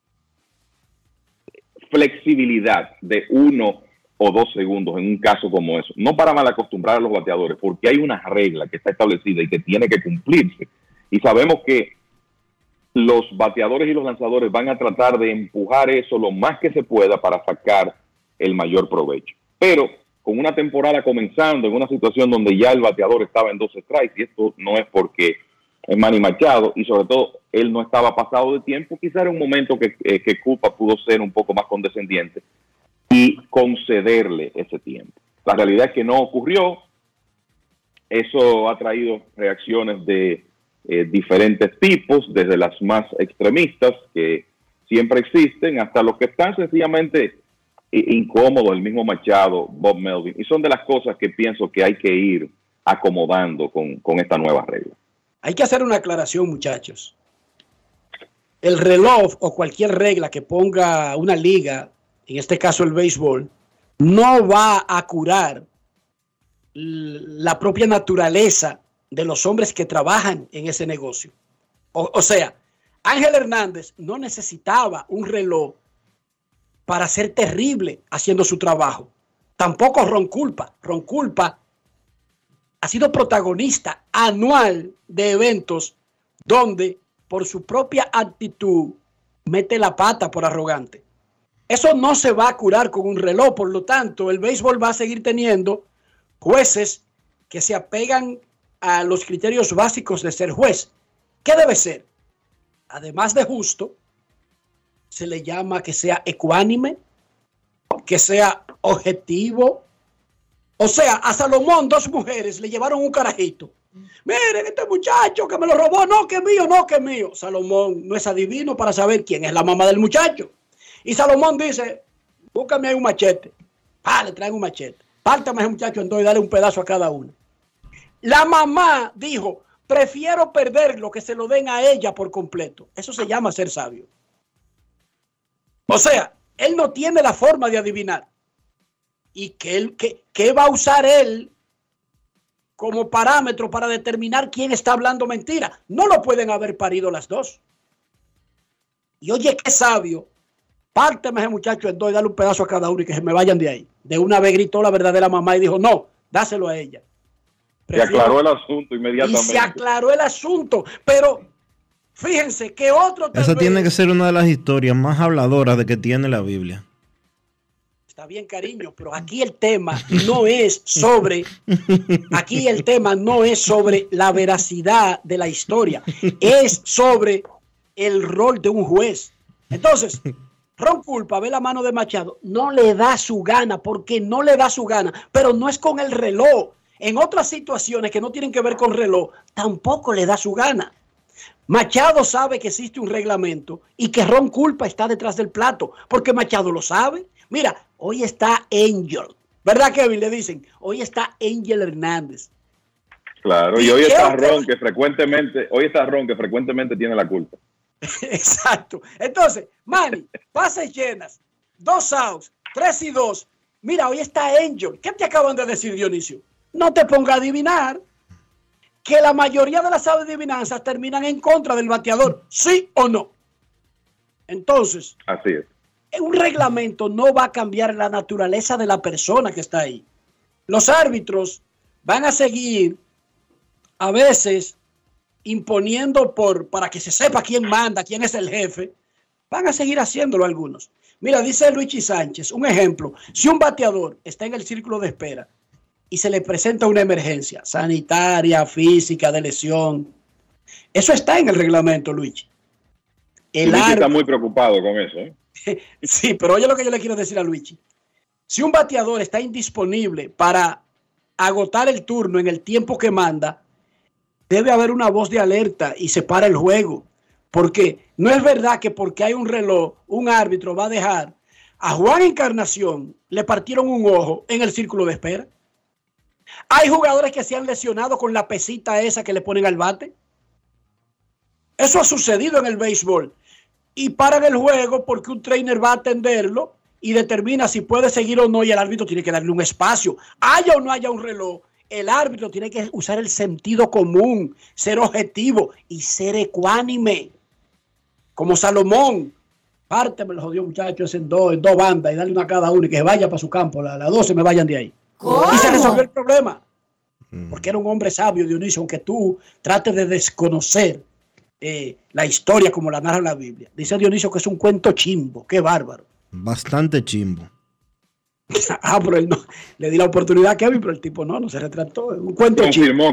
flexibilidad de 1 o 2 segundos en un caso como eso. No para mal acostumbrar a los bateadores, porque hay una regla que está establecida y que tiene que cumplirse. Y sabemos que los bateadores y los lanzadores van a tratar de empujar eso lo más que se pueda para sacar el mayor provecho. Pero con una temporada comenzando en una situación donde ya el bateador estaba en 2 strikes, y esto no es porque es Manny Machado, y sobre todo él no estaba pasado de tiempo, quizá era un momento que Kulpa pudo ser un poco más condescendiente y concederle ese tiempo. La realidad es que no ocurrió. Eso ha traído reacciones de diferentes tipos, desde las más extremistas, que siempre existen, hasta los que están sencillamente incómodos, el mismo Machado, Bob Melvin, y son de las cosas que pienso que hay que ir acomodando con esta nueva regla. Hay que hacer una aclaración, muchachos. El reloj o cualquier regla que ponga una liga, en este caso el béisbol, no va a curar la propia naturaleza de los hombres que trabajan en ese negocio. O sea, Ángel Hernández no necesitaba un reloj para ser terrible haciendo su trabajo. Tampoco Ron Culpa. Ron Culpa ha sido protagonista anual de eventos donde por su propia actitud mete la pata por arrogante. Eso no se va a curar con un reloj, por lo tanto el béisbol va a seguir teniendo jueces que se apegan a los criterios básicos de ser juez. ¿Qué debe ser? Además de justo, se le llama que sea ecuánime, que sea objetivo. O sea, a Salomón 2 mujeres le llevaron un carajito. Miren, este muchacho que me lo robó, no que es mío, no que es mío. Salomón no es adivino para saber quién es la mamá del muchacho. Y Salomón dice, búscame ahí un machete. Le traen un machete. Pártame a ese muchacho en dos y dale un pedazo a cada uno. La mamá dijo, prefiero perderlo que se lo den a ella por completo. Eso se llama ser sabio. O sea, él no tiene la forma de adivinar. ¿Y qué va a usar él como parámetro para determinar quién está hablando mentira? No lo pueden haber parido las dos. Y oye, qué sabio. Párteme a ese muchacho en dos y dale un pedazo a cada uno y que se me vayan de ahí. De una vez gritó la verdadera mamá y dijo, no, dáselo a ella. Se aclaró el asunto inmediatamente. Y se aclaró el asunto. Pero fíjense que otro... Esa tiene que ser una de las historias más habladoras de que tiene la Biblia. Está bien, cariño, pero aquí el tema no es sobre... Aquí el tema no es sobre la veracidad de la historia. Es sobre el rol de un juez. Entonces... Ron Culpa ve la mano de Machado, no le da su gana, porque no le da su gana, pero no es con el reloj. En otras situaciones que no tienen que ver con reloj, tampoco le da su gana. Machado sabe que existe un reglamento y que Ron Culpa está detrás del plato, porque Machado lo sabe. Mira, hoy está Angel, ¿verdad, Kevin? Le dicen, hoy está Angel Hernández. Claro, y hoy está Ron, que frecuentemente tiene la culpa. Exacto. Entonces, Manny, bases llenas, 2 outs, 3-2. Mira, hoy está Angel. ¿Qué te acaban de decir, Dionisio? No te ponga a adivinar que la mayoría de las adivinanzas terminan en contra del bateador, ¿sí o no? Entonces, así es. Un reglamento no va a cambiar la naturaleza de la persona que está ahí. Los árbitros van a seguir a veces imponiendo para que se sepa quién manda, quién es el jefe. Van a seguir haciéndolo algunos. Mira, dice Luigi Sánchez, un ejemplo, si un bateador está en el círculo de espera y se le presenta una emergencia sanitaria, física, de lesión, eso está en el reglamento, Luigi. Luigi está muy preocupado con eso, ¿eh? Sí, pero oye lo que yo le quiero decir a Luigi. Si un bateador está indisponible para agotar el turno en el tiempo que manda, debe haber una voz de alerta y se para el juego. Porque no es verdad que porque hay un reloj, un árbitro va a dejar a Juan Encarnación, le partieron un ojo en el círculo de espera. Hay jugadores que se han lesionado con la pesita esa que le ponen al bate. Eso ha sucedido en el béisbol. Y paran el juego porque un trainer va a atenderlo y determina si puede seguir o no, y el árbitro tiene que darle un espacio. Haya o no haya un reloj, el árbitro tiene que usar el sentido común, ser objetivo y ser ecuánime. Como Salomón, párteme los jodidos muchachos en dos bandas y darle una a cada uno y que se vaya para su campo, las 12 me vayan de ahí. ¿Cómo? Y se resolvió el problema. Porque era un hombre sabio, Dionisio, aunque tú trates de desconocer la historia como la narra la Biblia. Dice Dionisio que es un cuento chimbo, qué bárbaro. Bastante chimbo. Pero él no, le di la oportunidad a Kevin, pero el tipo no se retrató. Un cuento chimbo.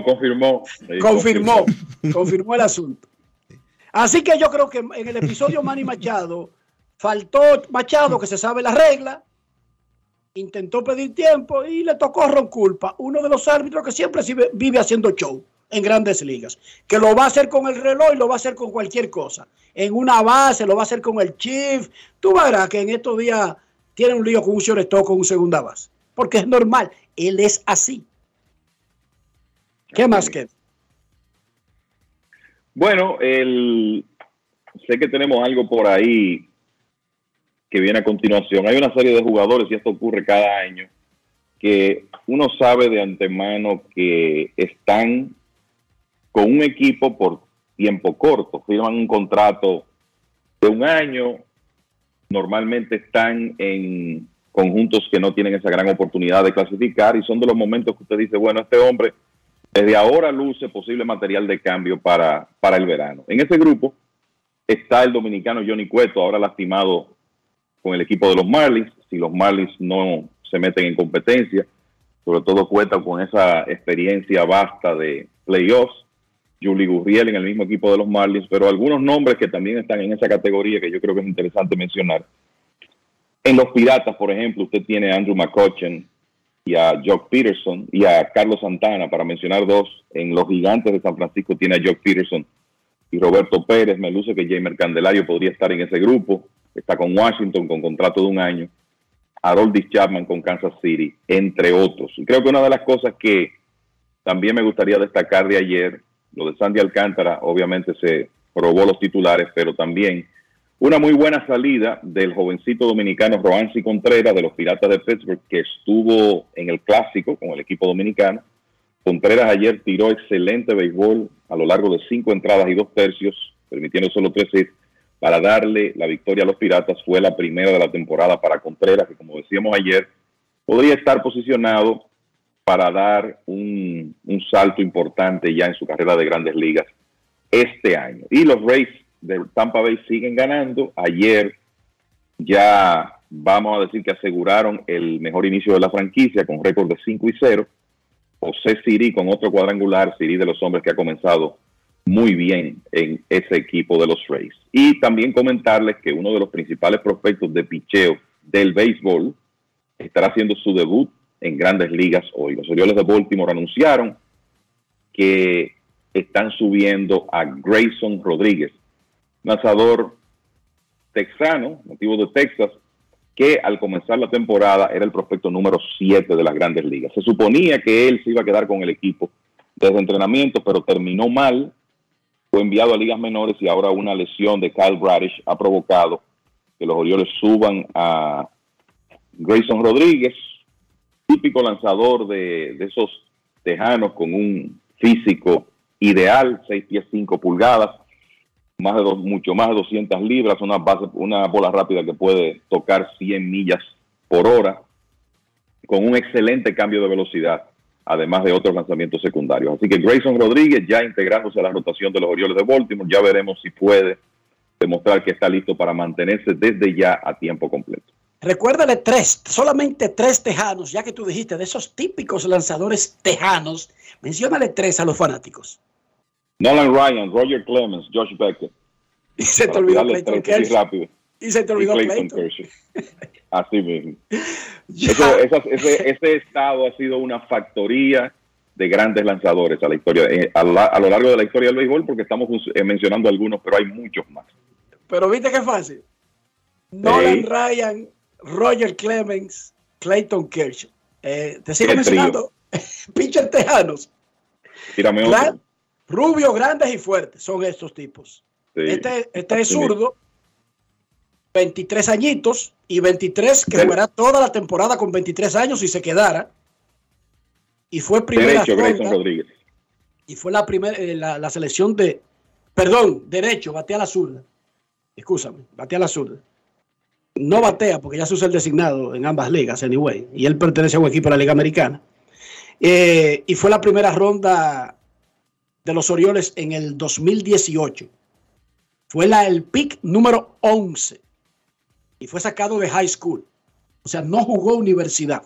Confirmó el asunto. Así que yo creo que en el episodio Manny Machado faltó Machado, que se sabe la regla, intentó pedir tiempo y le tocó Ron Culpa, uno de los árbitros que siempre vive haciendo show en Grandes Ligas, que lo va a hacer con el reloj y lo va a hacer con cualquier cosa. En una base lo va a hacer con el chief. Tú verás que en estos días tiene un lío con un shortstop, con un segunda base. Porque es normal, él es así. ¿Qué más queda? Bueno, sé que tenemos algo por ahí que viene a continuación. Hay una serie de jugadores, y esto ocurre cada año, que uno sabe de antemano que están con un equipo por tiempo corto, firman un contrato de un año, normalmente están en conjuntos que no tienen esa gran oportunidad de clasificar, y son de los momentos que usted dice, bueno, este hombre desde ahora luce posible material de cambio para el verano. En ese grupo está el dominicano Johnny Cueto, ahora lastimado con el equipo de los Marlins. Si los Marlins no se meten en competencia, sobre todo Cueto con esa experiencia vasta de playoffs, Yuli Gurriel en el mismo equipo de los Marlins, pero algunos nombres que también están en esa categoría que yo creo que es interesante mencionar. En los Piratas, por ejemplo, usted tiene a Andrew McCutchen y a Jock Peterson y a Carlos Santana, para mencionar dos. En los Gigantes de San Francisco tiene a Jock Peterson y Roberto Pérez. Me luce que Jamer Candelario podría estar en ese grupo. Está con Washington con contrato de un año. Aroldis Chapman con Kansas City, entre otros. Y creo que una de las cosas que también me gustaría destacar de ayer, lo de Sandy Alcántara, obviamente se probó los titulares, pero también una muy buena salida del jovencito dominicano Roansy Contreras de los Piratas de Pittsburgh, que estuvo en el Clásico con el equipo dominicano. Contreras ayer tiró excelente béisbol a lo largo de 5 entradas y 2 tercios, permitiendo solo 3 hits para darle la victoria a los Piratas. Fue la primera de la temporada para Contreras, que como decíamos ayer, podría estar posicionado para dar un salto importante ya en su carrera de Grandes Ligas este año. Y los Rays de Tampa Bay siguen ganando. Ayer ya vamos a decir que aseguraron el mejor inicio de la franquicia con récord de 5-0. José Siri con otro cuadrangular, Siri de los hombres que ha comenzado muy bien en ese equipo de los Rays. Y también comentarles que uno de los principales prospectos de picheo del béisbol estará haciendo su debut en Grandes Ligas hoy. Los Orioles de Baltimore anunciaron que están subiendo a Grayson Rodríguez, lanzador texano, nativo de Texas, que al comenzar la temporada era el prospecto número 7 de las Grandes Ligas. Se suponía que él se iba a quedar con el equipo desde entrenamiento, pero terminó mal, fue enviado a ligas menores y ahora una lesión de Kyle Bradish ha provocado que los Orioles suban a Grayson Rodríguez, típico lanzador de esos tejanos con un físico ideal, 6 pies 5 pulgadas, mucho más de 200 libras, una bola rápida que puede tocar 100 millas por hora, con un excelente cambio de velocidad, además de otros lanzamientos secundarios. Así que Grayson Rodríguez ya integrándose a la rotación de los Orioles de Baltimore, ya veremos si puede demostrar que está listo para mantenerse desde ya a tiempo completo. Recuérdale solamente 3 tejanos, ya que tú dijiste de esos típicos lanzadores tejanos, menciónale 3 a los fanáticos. Nolan Ryan, Roger Clemens, Josh Beckett. Y se te olvidó Clayton Kershaw. Y se te olvidó Clayton Kershaw. Así mismo. Ese estado ha sido una factoría de grandes lanzadores a la historia, a lo largo de la historia del béisbol, porque estamos mencionando algunos, pero hay muchos más. Pero viste qué fácil. Nolan Ryan, Roger Clemens, Clayton Kershaw. Te sigo mencionando. Pitchers tejanos. Tírame otro. Rubios, grandes y fuertes son estos tipos. Sí, este es zurdo, 23 añitos y 23 que jugará toda la temporada con 23 años si se quedara. Y fue primera ronda. Y fue la primera la selección de, derecho, batea la zurda. Excúsame, batea la zurda. No batea porque ya se usa el designado en ambas ligas, anyway. Y él pertenece a un equipo de la Liga Americana. Y fue la primera ronda de los Orioles en el 2018. Fue el pick número 11. Y fue sacado de high school. O sea, no jugó universidad.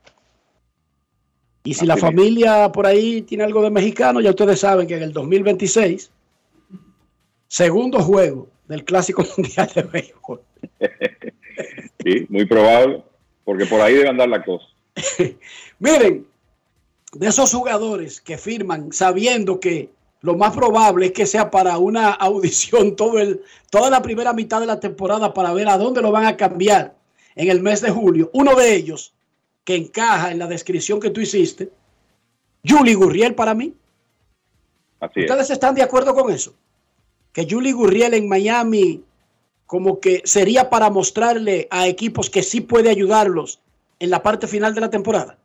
Y si la familia por ahí tiene algo de mexicano, ya ustedes saben que en el 2026, segundo juego del Clásico Mundial de Béisbol. Sí, muy probable, porque por ahí debe andar la cosa. Miren, de esos jugadores que firman sabiendo que lo más probable es que sea para una audición toda la primera mitad de la temporada para ver a dónde lo van a cambiar en el mes de julio. Uno de ellos, que encaja en la descripción que tú hiciste, Yuli Gurriel para mí. Así es. ¿Ustedes están de acuerdo con eso? Que Yuli Gurriel en Miami como que sería para mostrarle a equipos que sí puede ayudarlos en la parte final de la temporada.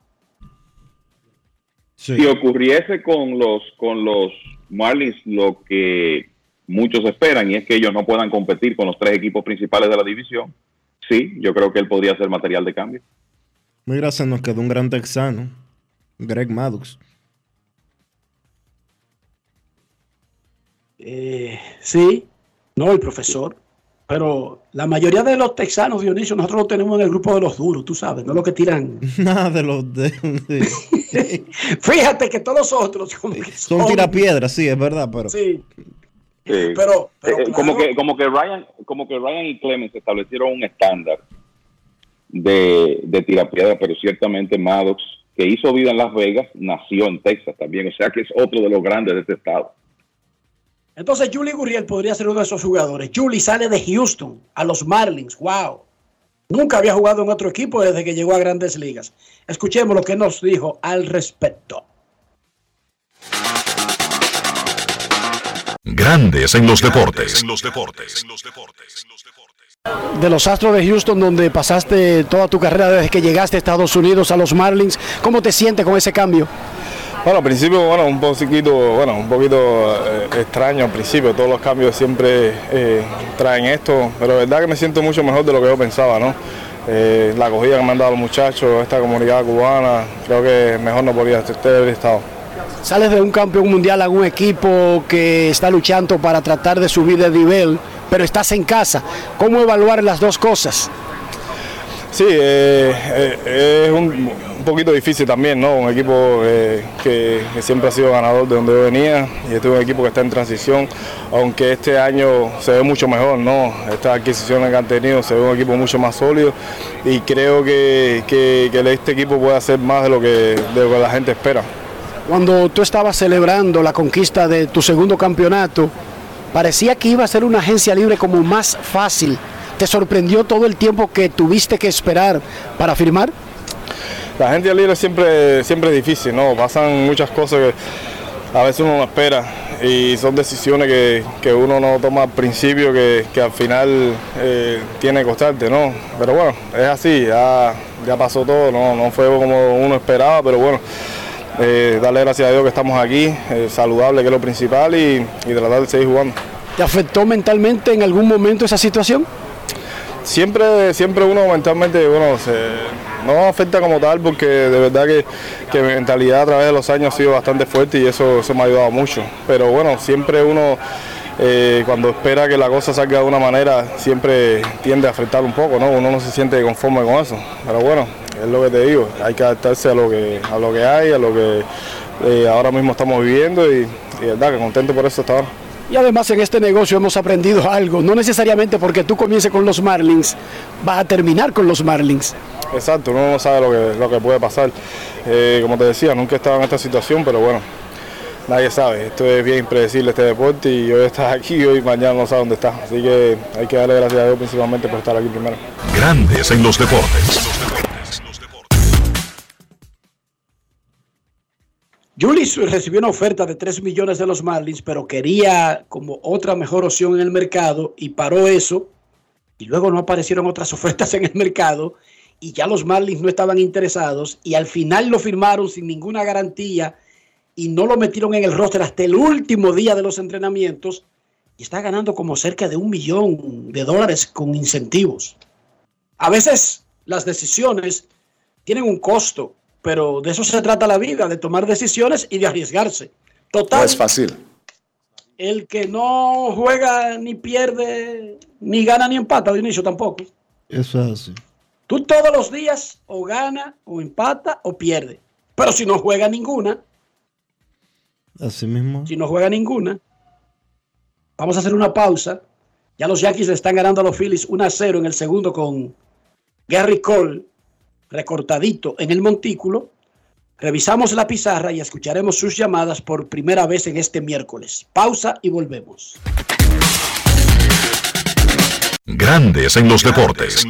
Sí. Si ocurriese con los Marlins lo que muchos esperan, y es que ellos no puedan competir con los 3 equipos principales de la división, sí, yo creo que él podría ser material de cambio. Mira, se nos quedó un gran texano, Greg Maddux. Sí, no el profesor, pero la mayoría de los texanos, Dionisio, nosotros lo tenemos en el grupo de los duros, tú sabes, no los que tiran. Nada de los Fíjate que todos los otros como que son tirapiedras, sí, es verdad, pero sí. Sí. Pero claro. como que Ryan y Clemens establecieron un estándar de tirapiedra, pero ciertamente Maddux, que hizo vida en Las Vegas, nació en Texas también, o sea que es otro de los grandes de este estado. Entonces Yuli Gurriel podría ser uno de esos jugadores. Yuli sale de Houston a los Marlins, wow. Nunca había jugado en otro equipo desde que llegó a Grandes Ligas. Escuchemos lo que nos dijo al respecto. Grandes en los deportes. De los Astros de Houston, donde pasaste toda tu carrera desde que llegaste a Estados Unidos a los Marlins, ¿cómo te sientes con ese cambio? Bueno, al principio, un poquito extraño al principio. Todos los cambios siempre traen esto, pero la verdad que me siento mucho mejor de lo que yo pensaba, ¿no? La acogida que me han dado los muchachos, esta comunidad cubana, creo que mejor no podría haber estado. Sales de un campeón mundial a un equipo que está luchando para tratar de subir de nivel, pero estás en casa. ¿Cómo evaluar las dos cosas? Sí, es un poquito difícil también, ¿no? Un equipo que siempre ha sido ganador de donde yo venía, y este es un equipo que está en transición, aunque este año se ve mucho mejor, ¿no? Estas adquisiciones que han tenido, se ve un equipo mucho más sólido, y creo que este equipo puede hacer más de lo que la gente espera. Cuando tú estabas celebrando la conquista de tu segundo campeonato, parecía que iba a ser una agencia libre como más fácil. ¿Te sorprendió todo el tiempo que tuviste que esperar para firmar? La agencia libre siempre es difícil, ¿no? Pasan muchas cosas que a veces uno no espera, y son decisiones que uno no toma al principio, que al final tiene que costarte, ¿no? Pero bueno, es así, ya pasó todo, no fue como uno esperaba, pero bueno. Darle gracias a Dios que estamos aquí, saludable, que es lo principal, y tratar de seguir jugando. ¿Te afectó mentalmente en algún momento esa situación? Siempre uno mentalmente, no afecta como tal, porque de verdad que mi mentalidad a través de los años ha sido bastante fuerte, y eso me ha ayudado mucho. Pero bueno, siempre uno, cuando espera que la cosa salga de una manera, siempre tiende a afectar un poco, ¿no? Uno no se siente conforme con eso, pero bueno, es lo que te digo, hay que adaptarse a lo que hay, a lo que ahora mismo estamos viviendo, y verdad que contento por eso hasta ahora. Y además en este negocio hemos aprendido algo, no necesariamente porque tú comiences con los Marlins, vas a terminar con los Marlins. Exacto, uno no sabe lo que puede pasar. Como te decía, nunca he estado en esta situación, pero bueno, nadie sabe. Esto es bien impredecible, este deporte, y hoy estás aquí y hoy mañana no sabes dónde estás. Así que hay que darle gracias a Dios principalmente por estar aquí primero. Grandes en los deportes. Yuli recibió una oferta de $3 millones de los Marlins, pero quería como otra mejor opción en el mercado y paró eso. Y luego no aparecieron otras ofertas en el mercado y ya los Marlins no estaban interesados, y al final lo firmaron sin ninguna garantía y no lo metieron en el roster hasta el último día de los entrenamientos, y está ganando como cerca de $1 millón con incentivos. A veces las decisiones tienen un costo, pero de eso se trata la vida, de tomar decisiones y de arriesgarse. Total, no es fácil. El que no juega ni pierde, ni gana ni empata, Dionisio, tampoco. Eso es así. Tú todos los días o gana, o empata, o pierde. Pero si no juega ninguna. Así mismo. Si no juega ninguna. Vamos a hacer una pausa. Ya los Yankees le están ganando a los Phillies 1-0 en el segundo con Gary Cole recortadito en el montículo. Revisamos la pizarra y escucharemos sus llamadas por primera vez en este miércoles. Pausa y volvemos. Grandes en los deportes.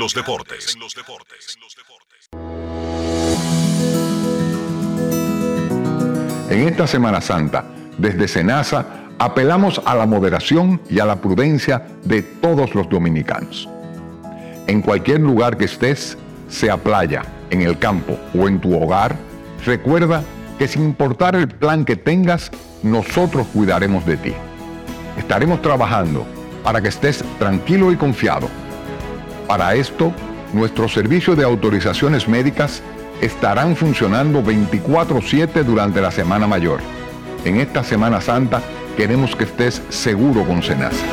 En esta Semana Santa, desde Senasa, apelamos a la moderación y a la prudencia de todos los dominicanos. En cualquier lugar que estés, sea playa, en el campo o en tu hogar, recuerda que sin importar el plan que tengas, nosotros cuidaremos de ti. Estaremos trabajando para que estés tranquilo y confiado. Para esto, nuestros servicios de autorizaciones médicas estarán funcionando 24/7 durante la Semana Mayor. En esta Semana Santa queremos que estés seguro con Senasa.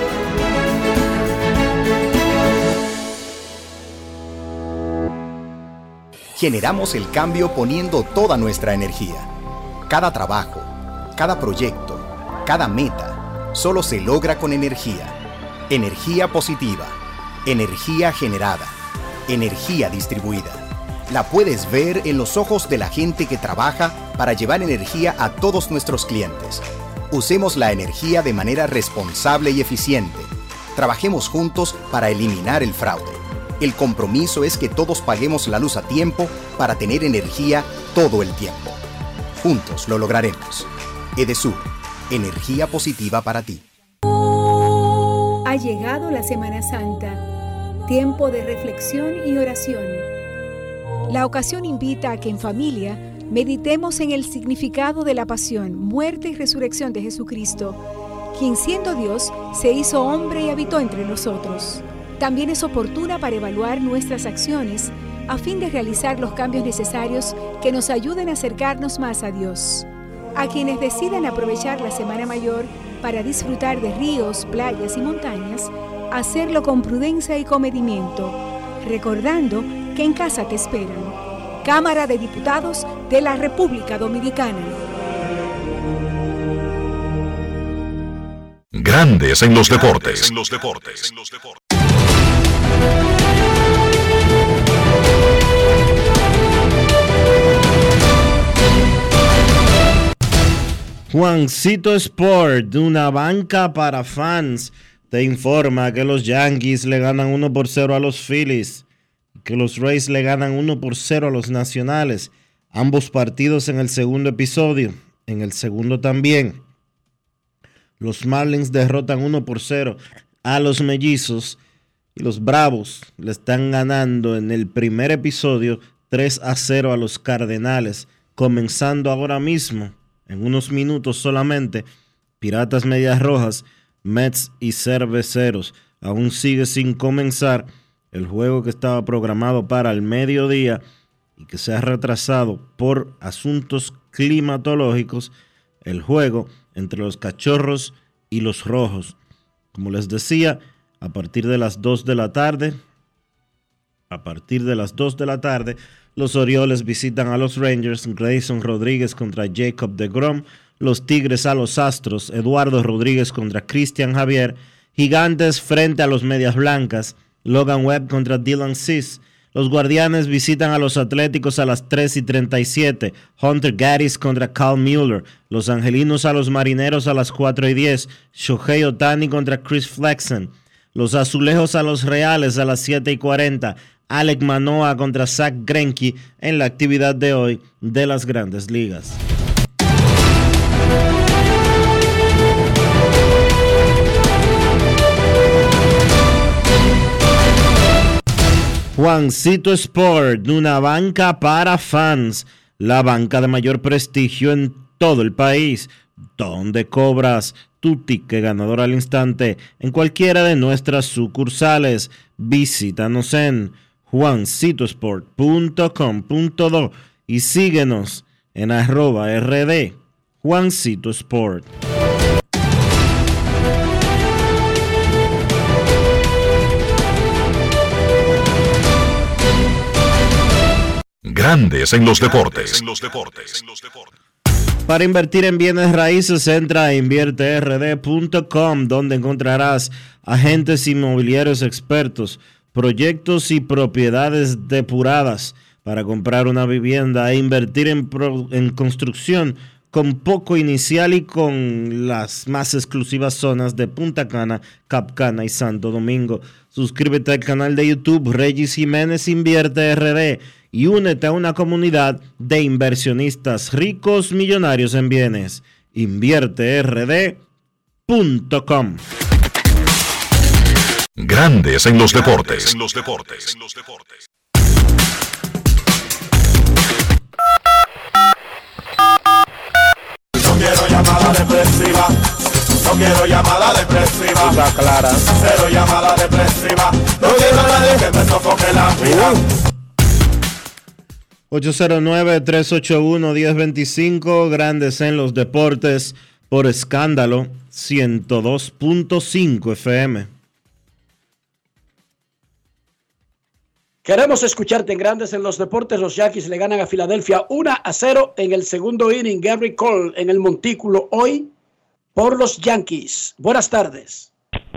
Generamos el cambio poniendo toda nuestra energía. Cada trabajo, cada proyecto, cada meta, solo se logra con energía. Energía positiva, energía generada, energía distribuida. La puedes ver en los ojos de la gente que trabaja para llevar energía a todos nuestros clientes. Usemos la energía de manera responsable y eficiente. Trabajemos juntos para eliminar el fraude. El compromiso es que todos paguemos la luz a tiempo para tener energía todo el tiempo. Juntos lo lograremos. Edesur, energía positiva para ti. Ha llegado la Semana Santa, tiempo de reflexión y oración. La ocasión invita a que en familia meditemos en el significado de la pasión, muerte y resurrección de Jesucristo, quien siendo Dios se hizo hombre y habitó entre nosotros. También es oportuna para evaluar nuestras acciones a fin de realizar los cambios necesarios que nos ayuden a acercarnos más a Dios. A quienes decidan aprovechar la Semana Mayor para disfrutar de ríos, playas y montañas, hacerlo con prudencia y comedimiento, recordando que en casa te esperan. Cámara de Diputados de la República Dominicana. Grandes en los deportes. Juancito Sport, una banca para fans, te informa que los Yankees le ganan 1-0 a los Phillies, que los Rays le ganan 1-0 a los Nacionales, ambos partidos en el segundo episodio, en el segundo también. Los Marlins derrotan 1-0 a los Mellizos y los Bravos le están ganando en el primer episodio 3-0 a los Cardenales, comenzando ahora mismo, en unos minutos solamente, Piratas Medias Rojas, Mets y Cerveceros. Aún sigue sin comenzar el juego que estaba programado para el mediodía y que se ha retrasado por asuntos climatológicos, el juego entre los Cachorros y los Rojos. Como les decía, a partir de las 2 de la tarde, los Orioles visitan a los Rangers, Grayson Rodríguez contra Jacob deGrom, los Tigres a los Astros, Eduardo Rodríguez contra Cristian Javier, Gigantes frente a los Medias Blancas, Logan Webb contra Dylan Cease, los Guardianes visitan a los Atléticos a las 3:37, Hunter Gaddis contra Cal Mueller, los Angelinos a los Marineros a las 4:10, Shohei Ohtani contra Chris Flexen, los Azulejos a los Reales a las 7:40, Alek Manoah contra Zach Greinke en la actividad de hoy de las Grandes Ligas. Juancito Sport, una banca para fans, la banca de mayor prestigio en todo el país, donde cobras tu ticket ganador al instante en cualquiera de nuestras sucursales. Visítanos en juancitosport.com.do y síguenos en @RD Juancito Sport. Grandes en los deportes. Para invertir en bienes raíces, entra a invierterd.com, donde encontrarás agentes inmobiliarios expertos, proyectos y propiedades depuradas para comprar una vivienda e invertir en construcción con poco inicial y con las más exclusivas zonas de Punta Cana, Cap Cana y Santo Domingo. Suscríbete al canal de YouTube Regis Jiménez Invierte RD y únete a una comunidad de inversionistas ricos millonarios en bienes. InvierteRD.com. Grandes en los deportes. No quiero llamada depresiva. No quiero llamada depresiva. Está clara. Cero llamada depresiva. No quiero a nadie que me sofoque la vida. 809-381-1025, Grandes en los Deportes, por Escándalo 102.5 FM. Queremos escucharte en Grandes en los Deportes. Los Yankees le ganan a Filadelfia 1-0 en el segundo inning. Gary Cole en el montículo hoy por los Yankees. Buenas tardes.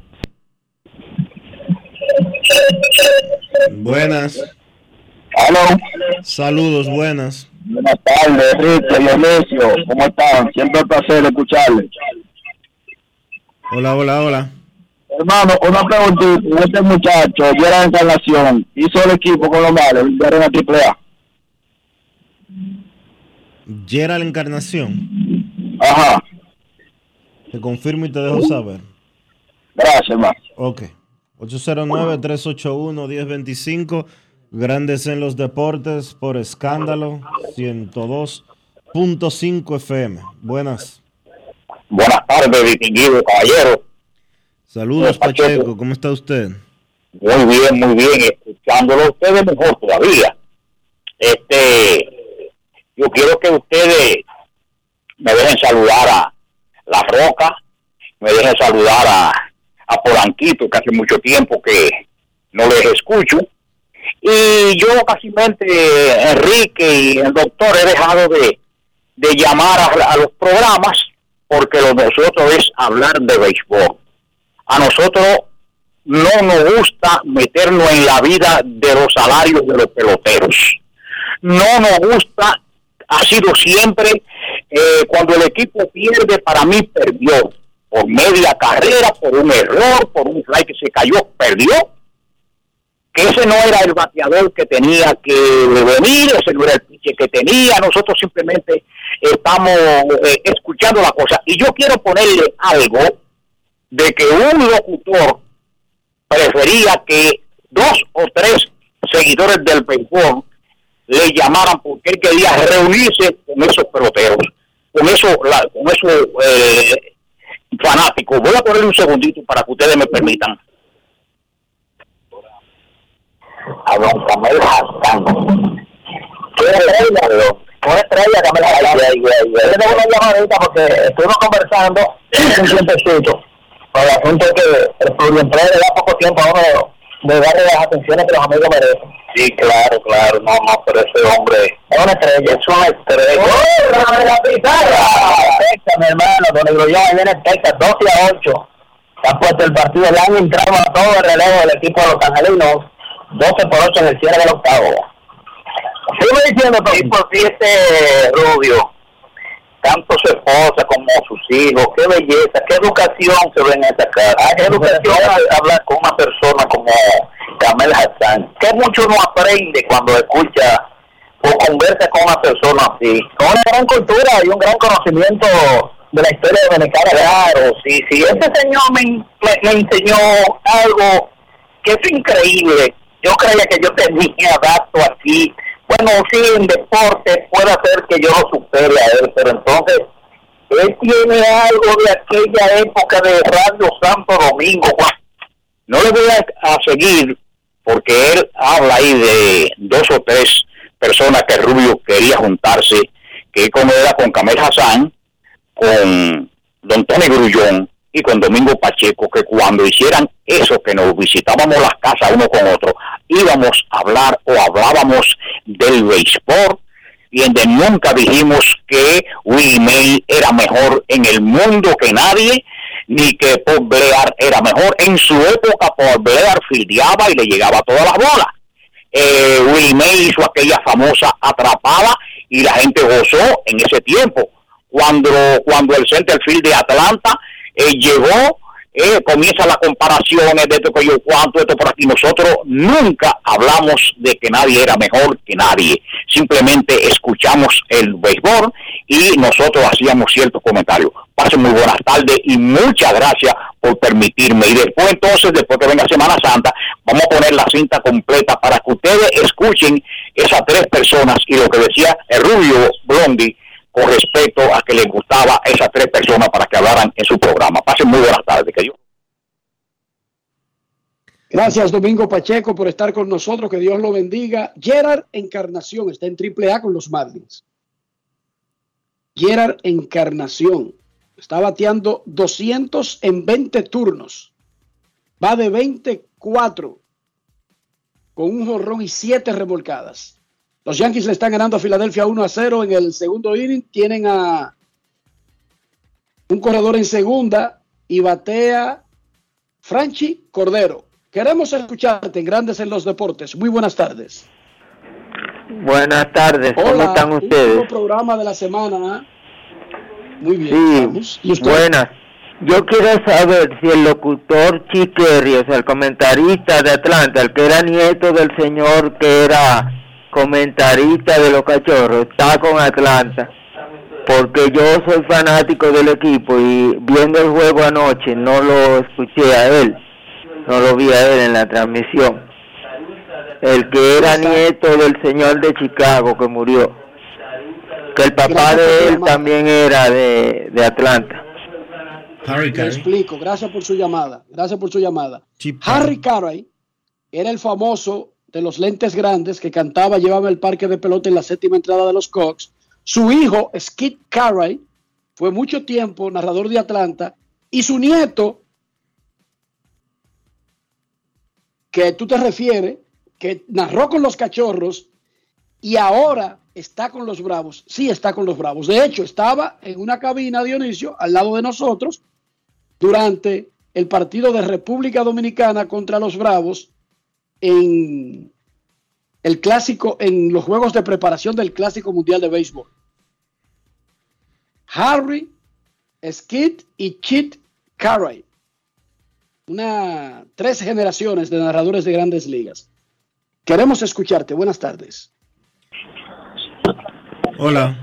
Buenas. Hello. Saludos, buenas. Buenas tardes, Enrique, Dionisio. ¿Cómo están? Siempre un placer escucharles. Hola. Hermano, una preguntita. Este muchacho, Gerald Encarnación, hizo el equipo con los males, enviaron a AAA. Gerald Encarnación. Ajá. Te confirmo y te dejo saber. Gracias, hermano. Ok. 809-381-1025. Grandes en los Deportes por Escándalo 102.5 FM. Buenas. Buenas tardes, distinguido caballero. Saludos, Pacheco. ¿Cómo está usted? Muy bien. Escuchándolo a ustedes mejor todavía. Yo quiero que ustedes me dejen saludar a La Roca, me dejen saludar a Polanquito, que hace mucho tiempo que no les escucho. Y yo casualmente, Enrique y el doctor, he dejado de llamar a los programas porque lo de nosotros es hablar de béisbol. A nosotros no nos gusta meternos en la vida de los salarios de los peloteros. No nos gusta, ha sido siempre, cuando el equipo pierde, para mí perdió. Por media carrera, por un error, por un fly que se cayó, perdió. Que ese no era el bateador que tenía que venir, ese no era el pitcher que tenía, nosotros simplemente estamos escuchando la cosa. Y yo quiero ponerle algo de que un locutor prefería que 2 o 3 seguidores del béisbol le llamaran porque él quería reunirse con esos peloteros, con esos fanáticos. Voy a ponerle un segundito para que ustedes me permitan. A don Camel Hassan. ¿Qué estrella, una estrella, Camel Hassan? Yo tengo una llamadita porque estuvimos conversando un tiempecito por el asunto que el pluriempleo le da poco tiempo a uno de darle las atenciones que los amigos merecen. Sí, claro, no, pero ese hombre es una estrella, es una estrella. ¡Oh, la pizarra! Texas, mi hermano, Don Negro ya viene Texas, 12-8. Se ha puesto el partido, le han entrado a todo el relevo del equipo de los angelinos. 12-8 en el cierre del octavo. Sigo diciendo, y por si Rubio, tanto su esposa como sus hijos, qué belleza, qué educación se ve en esta casa. Qué educación hablar con una persona como Camel Hassan. Que mucho uno aprende cuando escucha o conversa con una persona así. Con una gran cultura y un gran conocimiento de la historia dominicana. Claro, sí. Ese señor me enseñó algo que es increíble. Yo creía que yo tenía datos así. Bueno, sí, en deporte puede ser que yo lo supere a él, pero entonces él tiene algo de aquella época de Radio Santo Domingo. No le voy a seguir porque él habla ahí de 2 o 3 personas que Rubio quería juntarse, que como era con Camel Hassan, con don Tony Grullón y con Domingo Pacheco, que cuando hicieran eso, que nos visitábamos las casas uno con otro, íbamos a hablar o hablábamos del béisbol, y donde nunca dijimos que Willie May era mejor en el mundo que nadie, ni que Paul Blair era mejor. En su época Paul Blair fildeaba y le llegaba todas las bolas. Willie May hizo aquella famosa atrapada y la gente gozó en ese tiempo. cuando el center field de Atlanta llegó. Comienzan las comparaciones de esto que yo cuánto, esto por aquí. Nosotros nunca hablamos de que nadie era mejor que nadie. Simplemente escuchamos el béisbol y nosotros hacíamos ciertos comentarios. Pasen muy buenas tardes y muchas gracias por permitirme. Y después entonces, después que venga Semana Santa, vamos a poner la cinta completa para que ustedes escuchen esas tres personas y lo que decía el rubio Blondi con respecto a que les gustaba esas tres personas para que hablaran en su programa. Pasen muy buenas tardes. Gracias, Domingo Pacheco, por estar con nosotros. Que Dios lo bendiga. Gerard Encarnación está en AAA con los Marlins. Gerard Encarnación está bateando 200 en 20 turnos. Va de 24 con un jonrón y 7 remolcadas. Los Yankees le están ganando a Filadelfia 1-0 en el segundo inning. Tienen a un corredor en segunda y batea Franchi Cordero. Queremos escucharte en Grandes en los Deportes. Muy buenas tardes. Buenas tardes. Hola, ¿cómo están ustedes? Un programa de la semana. Muy bien. Sí, estamos. ¿Y usted? buenas. Yo quiero saber si el locutor Chiquerri, o sea, el comentarista de Atlanta, el que era nieto del señor que era comentarista de los Cachorros, está con Atlanta, porque yo soy fanático del equipo y viendo el juego anoche no lo escuché a él, no lo vi a él en la transmisión. El que era nieto del señor de Chicago que murió, que el papá de él también era de Atlanta. Te explico, gracias por su llamada. Harry Caray era el famoso de los lentes grandes que cantaba Llévame al parque de pelota en la séptima entrada de los Cubs. Su hijo, Skid Caray, fue mucho tiempo narrador de Atlanta, y su nieto, que tú te refieres, que narró con los Cachorros y ahora está con los Bravos. Sí, está con los Bravos. De hecho, estaba en una cabina, Dionisio, al lado de nosotros, durante el partido de República Dominicana contra los Bravos en el clásico, en los juegos de preparación del Clásico Mundial de Béisbol. Harry, Skid y Chit Caray. 3 generaciones de narradores de Grandes Ligas. Queremos escucharte. Buenas tardes. Hola.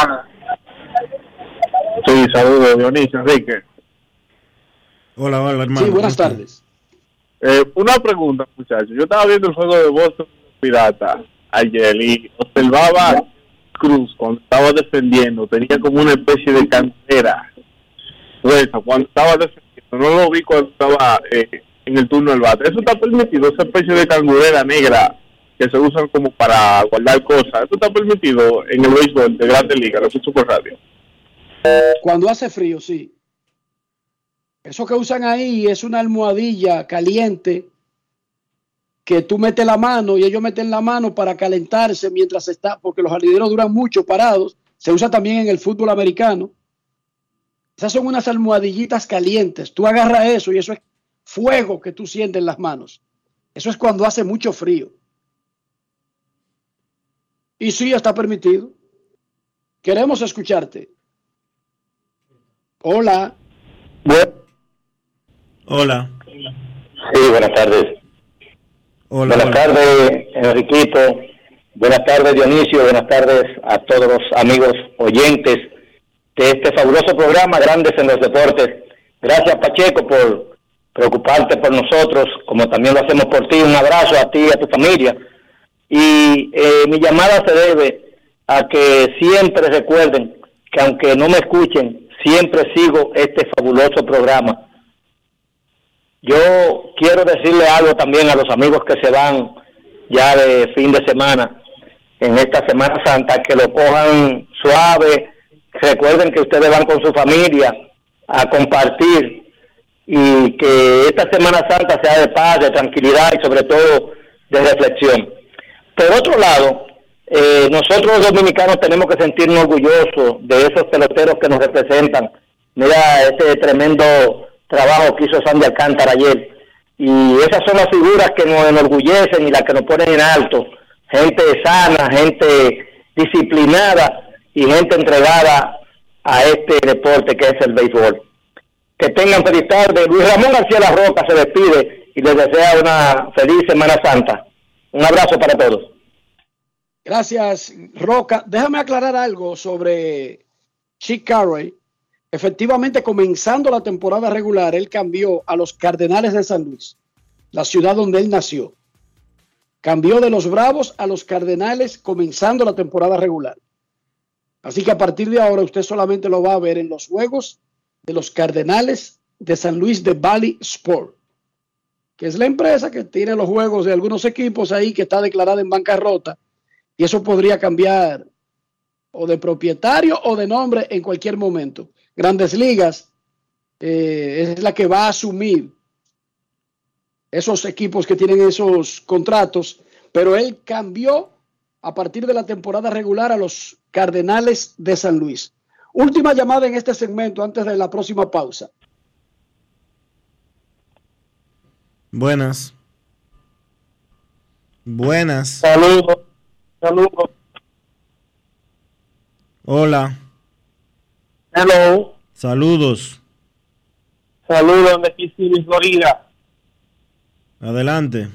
Sí, saludos, Dionisio, Enrique. Hola, hermano. Sí, buenas tardes. Una pregunta, muchachos. Yo estaba viendo el juego de Boston Pirata ayer y observaba Cruz cuando estaba defendiendo. Tenía como una especie de cantera. Cuando estaba defendiendo, no lo vi cuando estaba en el turno del bate. Eso está permitido, esa especie de cangurera negra que se usan como para guardar cosas. Eso está permitido en el béisbol de Grandes Ligas, lo escucho por radio. Cuando hace frío, sí. Eso que usan ahí es una almohadilla caliente que tú metes la mano y ellos meten la mano para calentarse mientras está, porque los jardineros duran mucho parados. Se usa también en el fútbol americano. Esas son unas almohadillitas calientes. Tú agarras eso y eso es fuego que tú sientes en las manos. Eso es cuando hace mucho frío. Y sí, está permitido. Queremos escucharte. Hola. Hola. Sí, buenas tardes. Hola. Buenas tardes, Enriquito. Buenas tardes, Dionisio. Buenas tardes a todos los amigos oyentes de este fabuloso programa Grandes en los Deportes. Gracias, Pacheco, por preocuparte por nosotros, como también lo hacemos por ti. Un abrazo a ti y a tu familia. Y mi llamada se debe a que siempre recuerden que aunque no me escuchen, siempre sigo este fabuloso programa. Yo quiero decirle algo también a los amigos que se van ya de fin de semana, en esta Semana Santa, que lo cojan suave. Recuerden que ustedes van con su familia a compartir y que esta Semana Santa sea de paz, de tranquilidad y sobre todo de reflexión. Por otro lado, nosotros los dominicanos tenemos que sentirnos orgullosos de esos peloteros que nos representan. Mira ese tremendo trabajo que hizo Sandy Alcántara ayer. Y esas son las figuras que nos enorgullecen y las que nos ponen en alto. Gente sana, gente disciplinada y gente entregada a este deporte que es el béisbol. Que tengan feliz tarde. Luis Ramón García La Roca se despide y les desea una feliz Semana Santa. Un abrazo para todos. Gracias, Roca. Déjame aclarar algo sobre Chick Carey. Efectivamente, comenzando la temporada regular, él cambió a los Cardenales de San Luis, la ciudad donde él nació. Cambió de los Bravos a los Cardenales comenzando la temporada regular. Así que a partir de ahora usted solamente lo va a ver en los juegos de los Cardenales de San Luis de Valley Sport, que es la empresa que tiene los juegos de algunos equipos ahí que está declarada en bancarrota, y eso podría cambiar o de propietario o de nombre en cualquier momento. Grandes Ligas es la que va a asumir esos equipos que tienen esos contratos, pero él cambió a partir de la temporada regular a los Cardenales de San Luis. Última llamada en este segmento antes de la próxima pausa. Buenas. Buenas. Saludos. Saludos. Hola. Hello. Saludos. Saludos de Kissimmee, Florida. Adelante.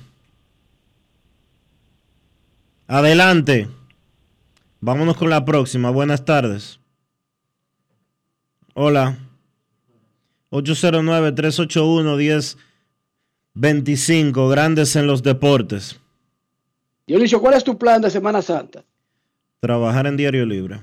Adelante. Vámonos con la próxima. Buenas tardes. Hola. 809-381-1025. Grandes en los deportes. Dionisio, ¿cuál es tu plan de Semana Santa? Trabajar en Diario Libre.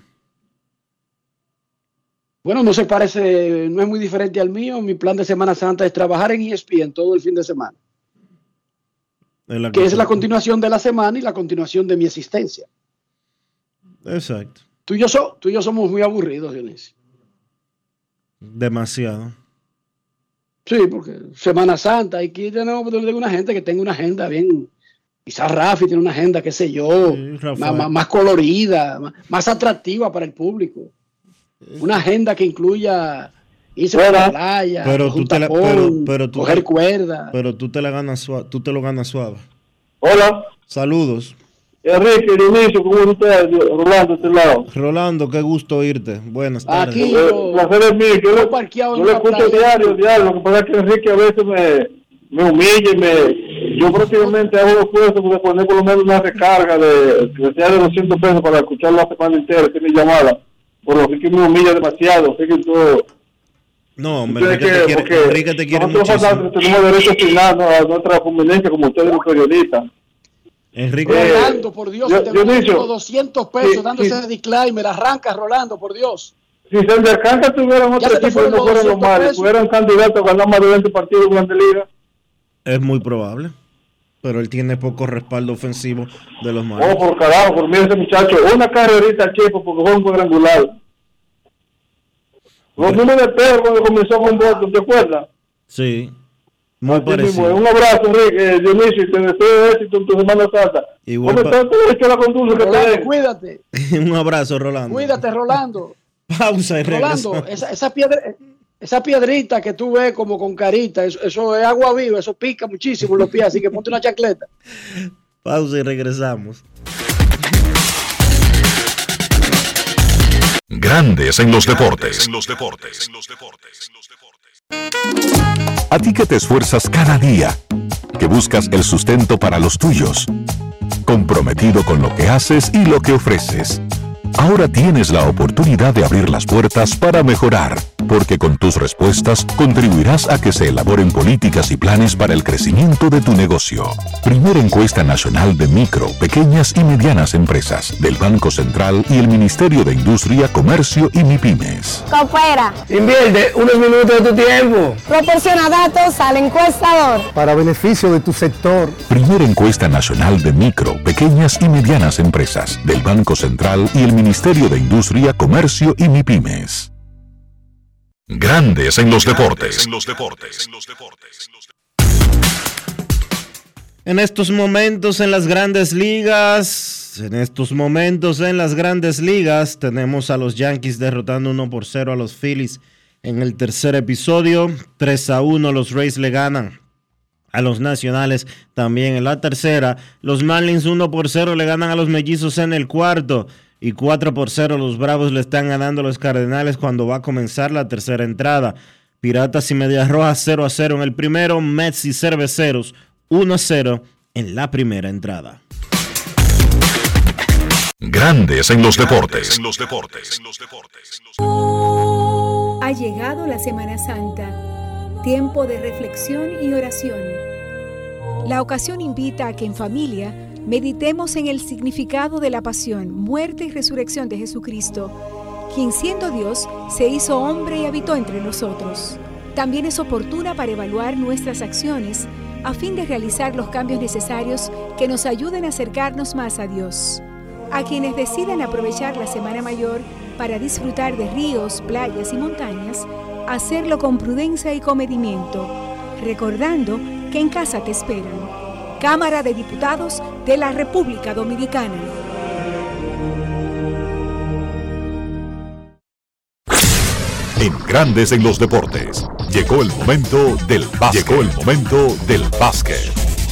Bueno, no se parece, no es muy diferente al mío. Mi plan de Semana Santa es trabajar en ESPN todo el fin de semana. Que es la continuación de la semana y la continuación de mi existencia. Exacto. Tú y yo somos muy aburridos, Dionisio. Demasiado. Sí, porque Semana Santa, aquí tenemos una gente que tenga una agenda bien. Quizás Rafi tiene una agenda, qué sé yo, sí, más colorida, más atractiva para el público. Una agenda que incluya irse a la playa, coger cuerda. Pero tú te la ganas suave, tú te lo ganas suave. Hola. Saludos. Enrique, Dionisio, ¿cómo estás? Rolando, este lado. Rolando, qué gusto oírte. Buenas tardes. Aquí placer es mío. Yo lo escucho diario. Lo que pasa es que Enrique a veces me humilla yo prácticamente hago esfuerzo porque poner por lo menos una recarga de $200 para escuchar la semana entera, que es mi llamada. Por lo que me humilla demasiado. Así que todo. No, hombre, Enrique te quiere muchísimo. Nosotros tenemos derecho a asignar a nuestra conveniencia como ustedes los periodistas. Enrique. Rolando, por Dios, te tengo $200 dándose ese disclaimer. Arranca, Rolando, por Dios. Si se de Arranca tuvieran otro equipo y no fueran los malos, tuvieran candidatos a ganar más de 20 partidos en Grandes Ligas. Es muy probable, pero él tiene poco respaldo ofensivo de los malos. Oh, por carajo, por mí ese muchacho, una carrerita al Chepo porque fue un cuadrangular. Los números de Pedro cuando comenzó con Boston, ¿te acuerdas? Sí, muy parecido. Un abrazo, Enrique, Dionisio, y te deseo éxito en tu Semana Santa. Igual Rolando, cuídate. Un abrazo, Rolando. Cuídate, Rolando. Pausa y Rolando, esa piedrita que tú ves como con carita, eso es agua viva, eso pica muchísimo en los pies, así que ponte una chancleta. Pausa y regresamos. Grandes en los deportes. A ti que te esfuerzas cada día, que buscas el sustento para los tuyos, comprometido con lo que haces y lo que ofreces. Ahora tienes la oportunidad de abrir las puertas para mejorar, porque con tus respuestas contribuirás a que se elaboren políticas y planes para el crecimiento de tu negocio. Primera encuesta nacional de micro, pequeñas y medianas empresas del Banco Central y el Ministerio de Industria, Comercio y MIPYMES. Coopera. Invierte unos minutos de tu tiempo. Proporciona datos al encuestador. Para beneficio de tu sector. Primera encuesta nacional de micro, pequeñas y medianas empresas del Banco Central y el Ministerio de Industria, Comercio y MIPYMES. Grandes en los deportes. En estos momentos en las grandes ligas, tenemos a los Yankees derrotando 1-0 a los Phillies en el tercer episodio. 3-1 los Rays le ganan a los Nacionales también en la tercera. Los Marlins 1-0 le ganan a los Mellizos en el cuarto. y 4-0 los Bravos le están ganando a los Cardenales cuando va a comenzar la tercera entrada. Piratas y Medias Rojas 0-0 en el primero, Mets y Cerveceros 1-0 en la primera entrada. Grandes en los deportes. Ha llegado la Semana Santa, tiempo de reflexión y oración. La ocasión invita a que en familia meditemos en el significado de la pasión, muerte y resurrección de Jesucristo, quien siendo Dios se hizo hombre y habitó entre nosotros. También es oportuna para evaluar nuestras acciones a fin de realizar los cambios necesarios que nos ayuden a acercarnos más a Dios. A quienes decidan aprovechar la Semana Mayor para disfrutar de ríos, playas y montañas, hacerlo con prudencia y comedimiento, recordando que en casa te esperan. Cámara de Diputados de la República Dominicana. En Grandes en los deportes, llegó el momento del básquet.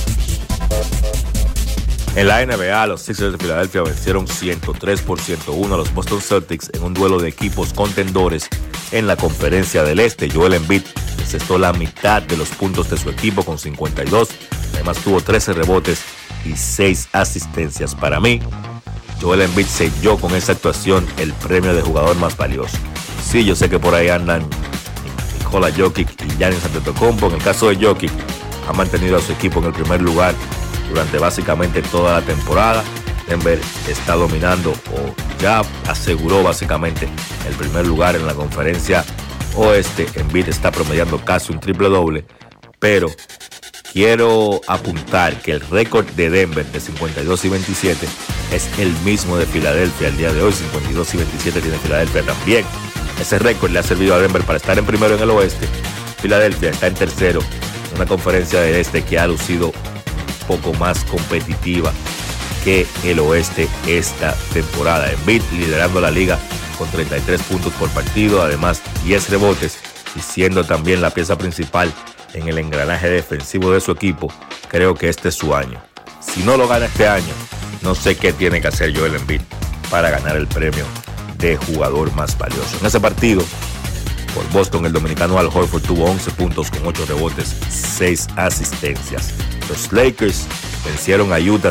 En la NBA, los Sixers de Filadelfia vencieron 103-101 a los Boston Celtics en un duelo de equipos contendores en la Conferencia del Este. Joel Embiid encestó la mitad de los puntos de su equipo con 52. Además tuvo 13 rebotes y 6 asistencias. Para mí, Joel Embiid selló con esa actuación el premio de jugador más valioso. Sí, yo sé que por ahí andan Nikola Jokic y Giannis Antetokounmpo. En el caso de Jokic, ha mantenido a su equipo en el primer lugar durante básicamente toda la temporada. Denver está dominando o ya aseguró básicamente el primer lugar en la Conferencia Oeste. Embiid está promediando casi un triple doble, pero quiero apuntar que el récord de Denver de 52-27 es el mismo de Filadelfia el día de hoy. 52-27 tiene Filadelfia también. Ese récord le ha servido a Denver para estar en primero en el oeste. Filadelfia está en tercero en una Conferencia del Este que ha lucido poco más competitiva que el oeste esta temporada. Embiid liderando la liga con 33 puntos por partido, además 10 rebotes y siendo también la pieza principal en el engranaje defensivo de su equipo. Creo que este es su año. Si no lo gana este año, no sé qué tiene que hacer Joel Embiid para ganar el premio de jugador más valioso. En ese partido, por Boston, el dominicano Al Horford tuvo 11 puntos con 8 rebotes, 6 asistencias. Los Lakers vencieron a Utah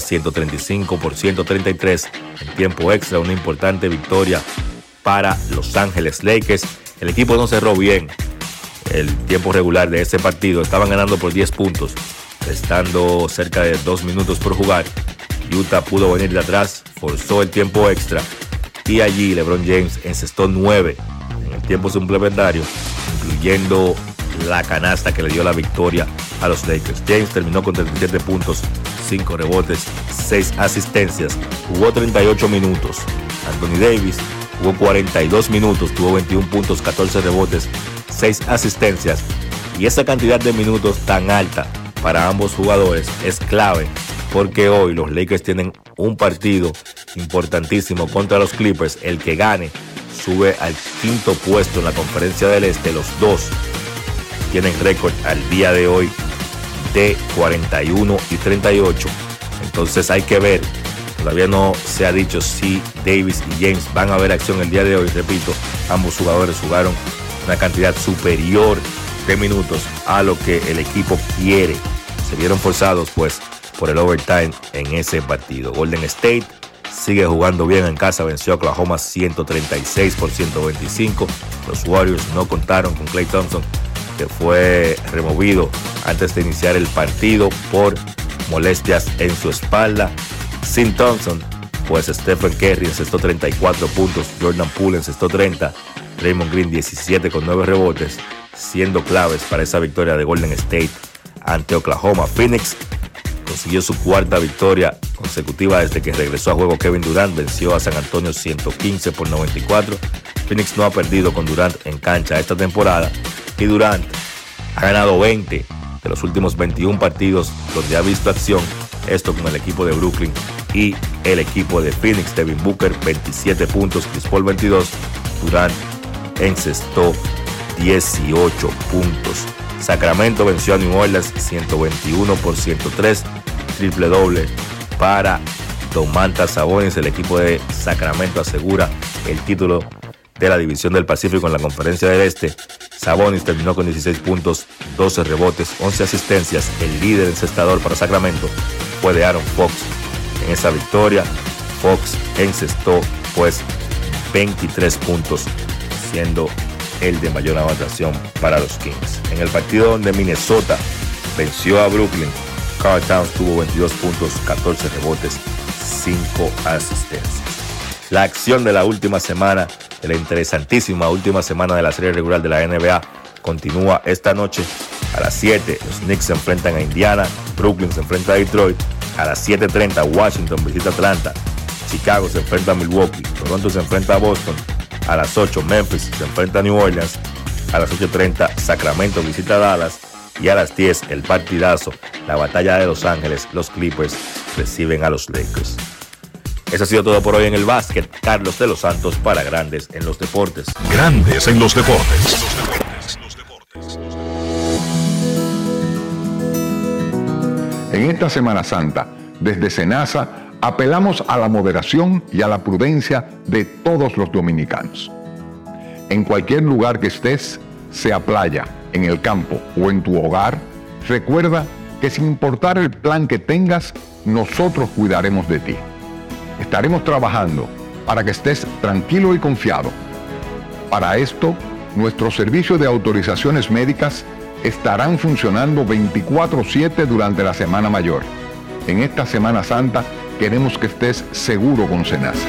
135-133 en tiempo extra, una importante victoria para Los Ángeles Lakers. El equipo no cerró bien el tiempo regular de ese partido, estaban ganando por 10 puntos, estando cerca de 2 minutos por jugar. Utah pudo venir de atrás, forzó el tiempo extra y allí LeBron James encestó 9 en el tiempo suplementario, incluyendo la canasta que le dio la victoria a los Lakers. James terminó con 37 puntos, 5 rebotes, 6 asistencias, jugó 38 minutos. Anthony Davis jugó 42 minutos, tuvo 21 puntos, 14 rebotes, 6 asistencias. Y esa cantidad de minutos tan alta para ambos jugadores es clave, porque hoy los Lakers tienen un partido importantísimo contra los Clippers. El que gane sube al 5º puesto en la Conferencia del Este. Los dos tienen récord al día de hoy de 41-38. Entonces hay que ver, todavía no se ha dicho si Davis y James van a ver acción el día de hoy. Repito, ambos jugadores jugaron una cantidad superior de minutos a lo que el equipo quiere. Se vieron forzados pues por el overtime en ese partido. Golden State sigue jugando bien en casa, venció a Oklahoma 136-125. Los Warriors no contaron con Klay Thompson, que fue removido antes de iniciar el partido por molestias en su espalda. Sin Thompson, pues Stephen Curry encestó 34 puntos, Jordan Poole encestó 30, Draymond Green 17 con 9 rebotes, siendo claves para esa victoria de Golden State ante Oklahoma. Phoenix consiguió su 4ª victoria consecutiva desde que regresó a juego Kevin Durant, venció a San Antonio 115-94. Phoenix no ha perdido con Durant en cancha esta temporada y Durant ha ganado 20 de los últimos 21 partidos donde ha visto acción, esto con el equipo de Brooklyn y el equipo de Phoenix. Devin Booker 27 puntos, Chris Paul 22, Durant encestó 18 puntos. Sacramento venció a New Orleans 121-103, triple doble para Domantas Sabonis, el equipo de Sacramento asegura el título de la División del Pacífico en la Conferencia del Este. Sabonis terminó con 16 puntos, 12 rebotes, 11 asistencias. El líder encestador para Sacramento fue de Aaron Fox. En esa victoria, Fox encestó pues 23 puntos, siendo el de mayor anotación para los Kings. En el partido donde Minnesota venció a Brooklyn, Karl Towns tuvo 22 puntos, 14 rebotes, 5 asistencias. La acción de la última semana, de la interesantísima última semana de la serie regular de la NBA, continúa esta noche. A las 7 los Knicks se enfrentan a Indiana, Brooklyn se enfrenta a Detroit. A las 7:30 Washington visita Atlanta, Chicago se enfrenta a Milwaukee, Toronto se enfrenta a Boston. A las 8 Memphis se enfrenta a New Orleans. A las 8:30 Sacramento visita a Dallas. Y a las 10 el partidazo, la batalla de Los Ángeles, los Clippers reciben a los Lakers. Eso ha sido todo por hoy en el básquet. Carlos de los Santos para Grandes en los Deportes. Grandes en los Deportes. En esta Semana Santa, desde Senasa, apelamos a la moderación y a la prudencia de todos los dominicanos. En cualquier lugar que estés, sea playa, en el campo o en tu hogar, recuerda que sin importar el plan que tengas, nosotros cuidaremos de ti. Estaremos trabajando para que estés tranquilo y confiado. Para esto, nuestros servicios de autorizaciones médicas estarán funcionando 24/7 durante la Semana Mayor. En esta Semana Santa queremos que estés seguro con Senasa.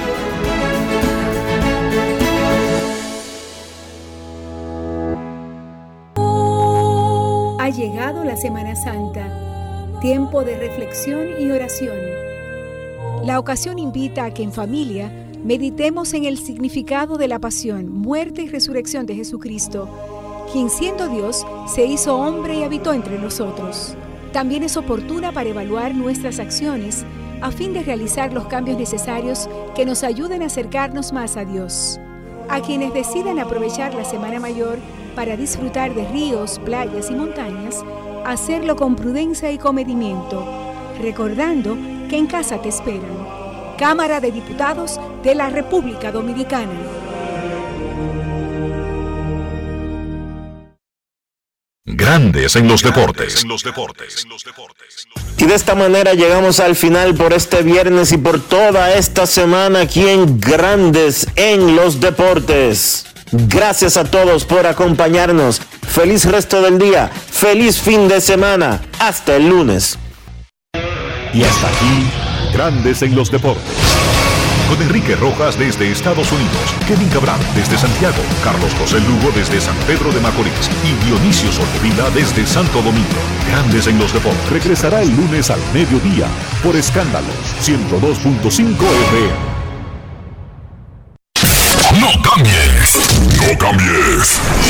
Ha llegado la Semana Santa, tiempo de reflexión y oración. La ocasión invita a que en familia meditemos en el significado de la pasión, muerte y resurrección de Jesucristo, quien siendo Dios se hizo hombre y habitó entre nosotros. También es oportuna para evaluar nuestras acciones a fin de realizar los cambios necesarios que nos ayuden a acercarnos más a Dios. A quienes decidan aprovechar la Semana Mayor para disfrutar de ríos, playas y montañas, hacerlo con prudencia y comedimiento, recordando que en casa te esperan. Cámara de Diputados de la República Dominicana. Grandes en los Deportes. Y de esta manera llegamos al final por este viernes y por toda esta semana aquí en Grandes en los Deportes. Gracias a todos por acompañarnos. Feliz resto del día. Feliz fin de semana. Hasta el lunes. Y hasta aquí, Grandes en los Deportes. Con Enrique Rojas desde Estados Unidos, Kevin Cabral desde Santiago, Carlos José Lugo desde San Pedro de Macorís y Dionisio Soldevila desde Santo Domingo. Grandes en los Deportes regresará el lunes al mediodía por Escándalo 102.5 FM. No cambies, no cambies.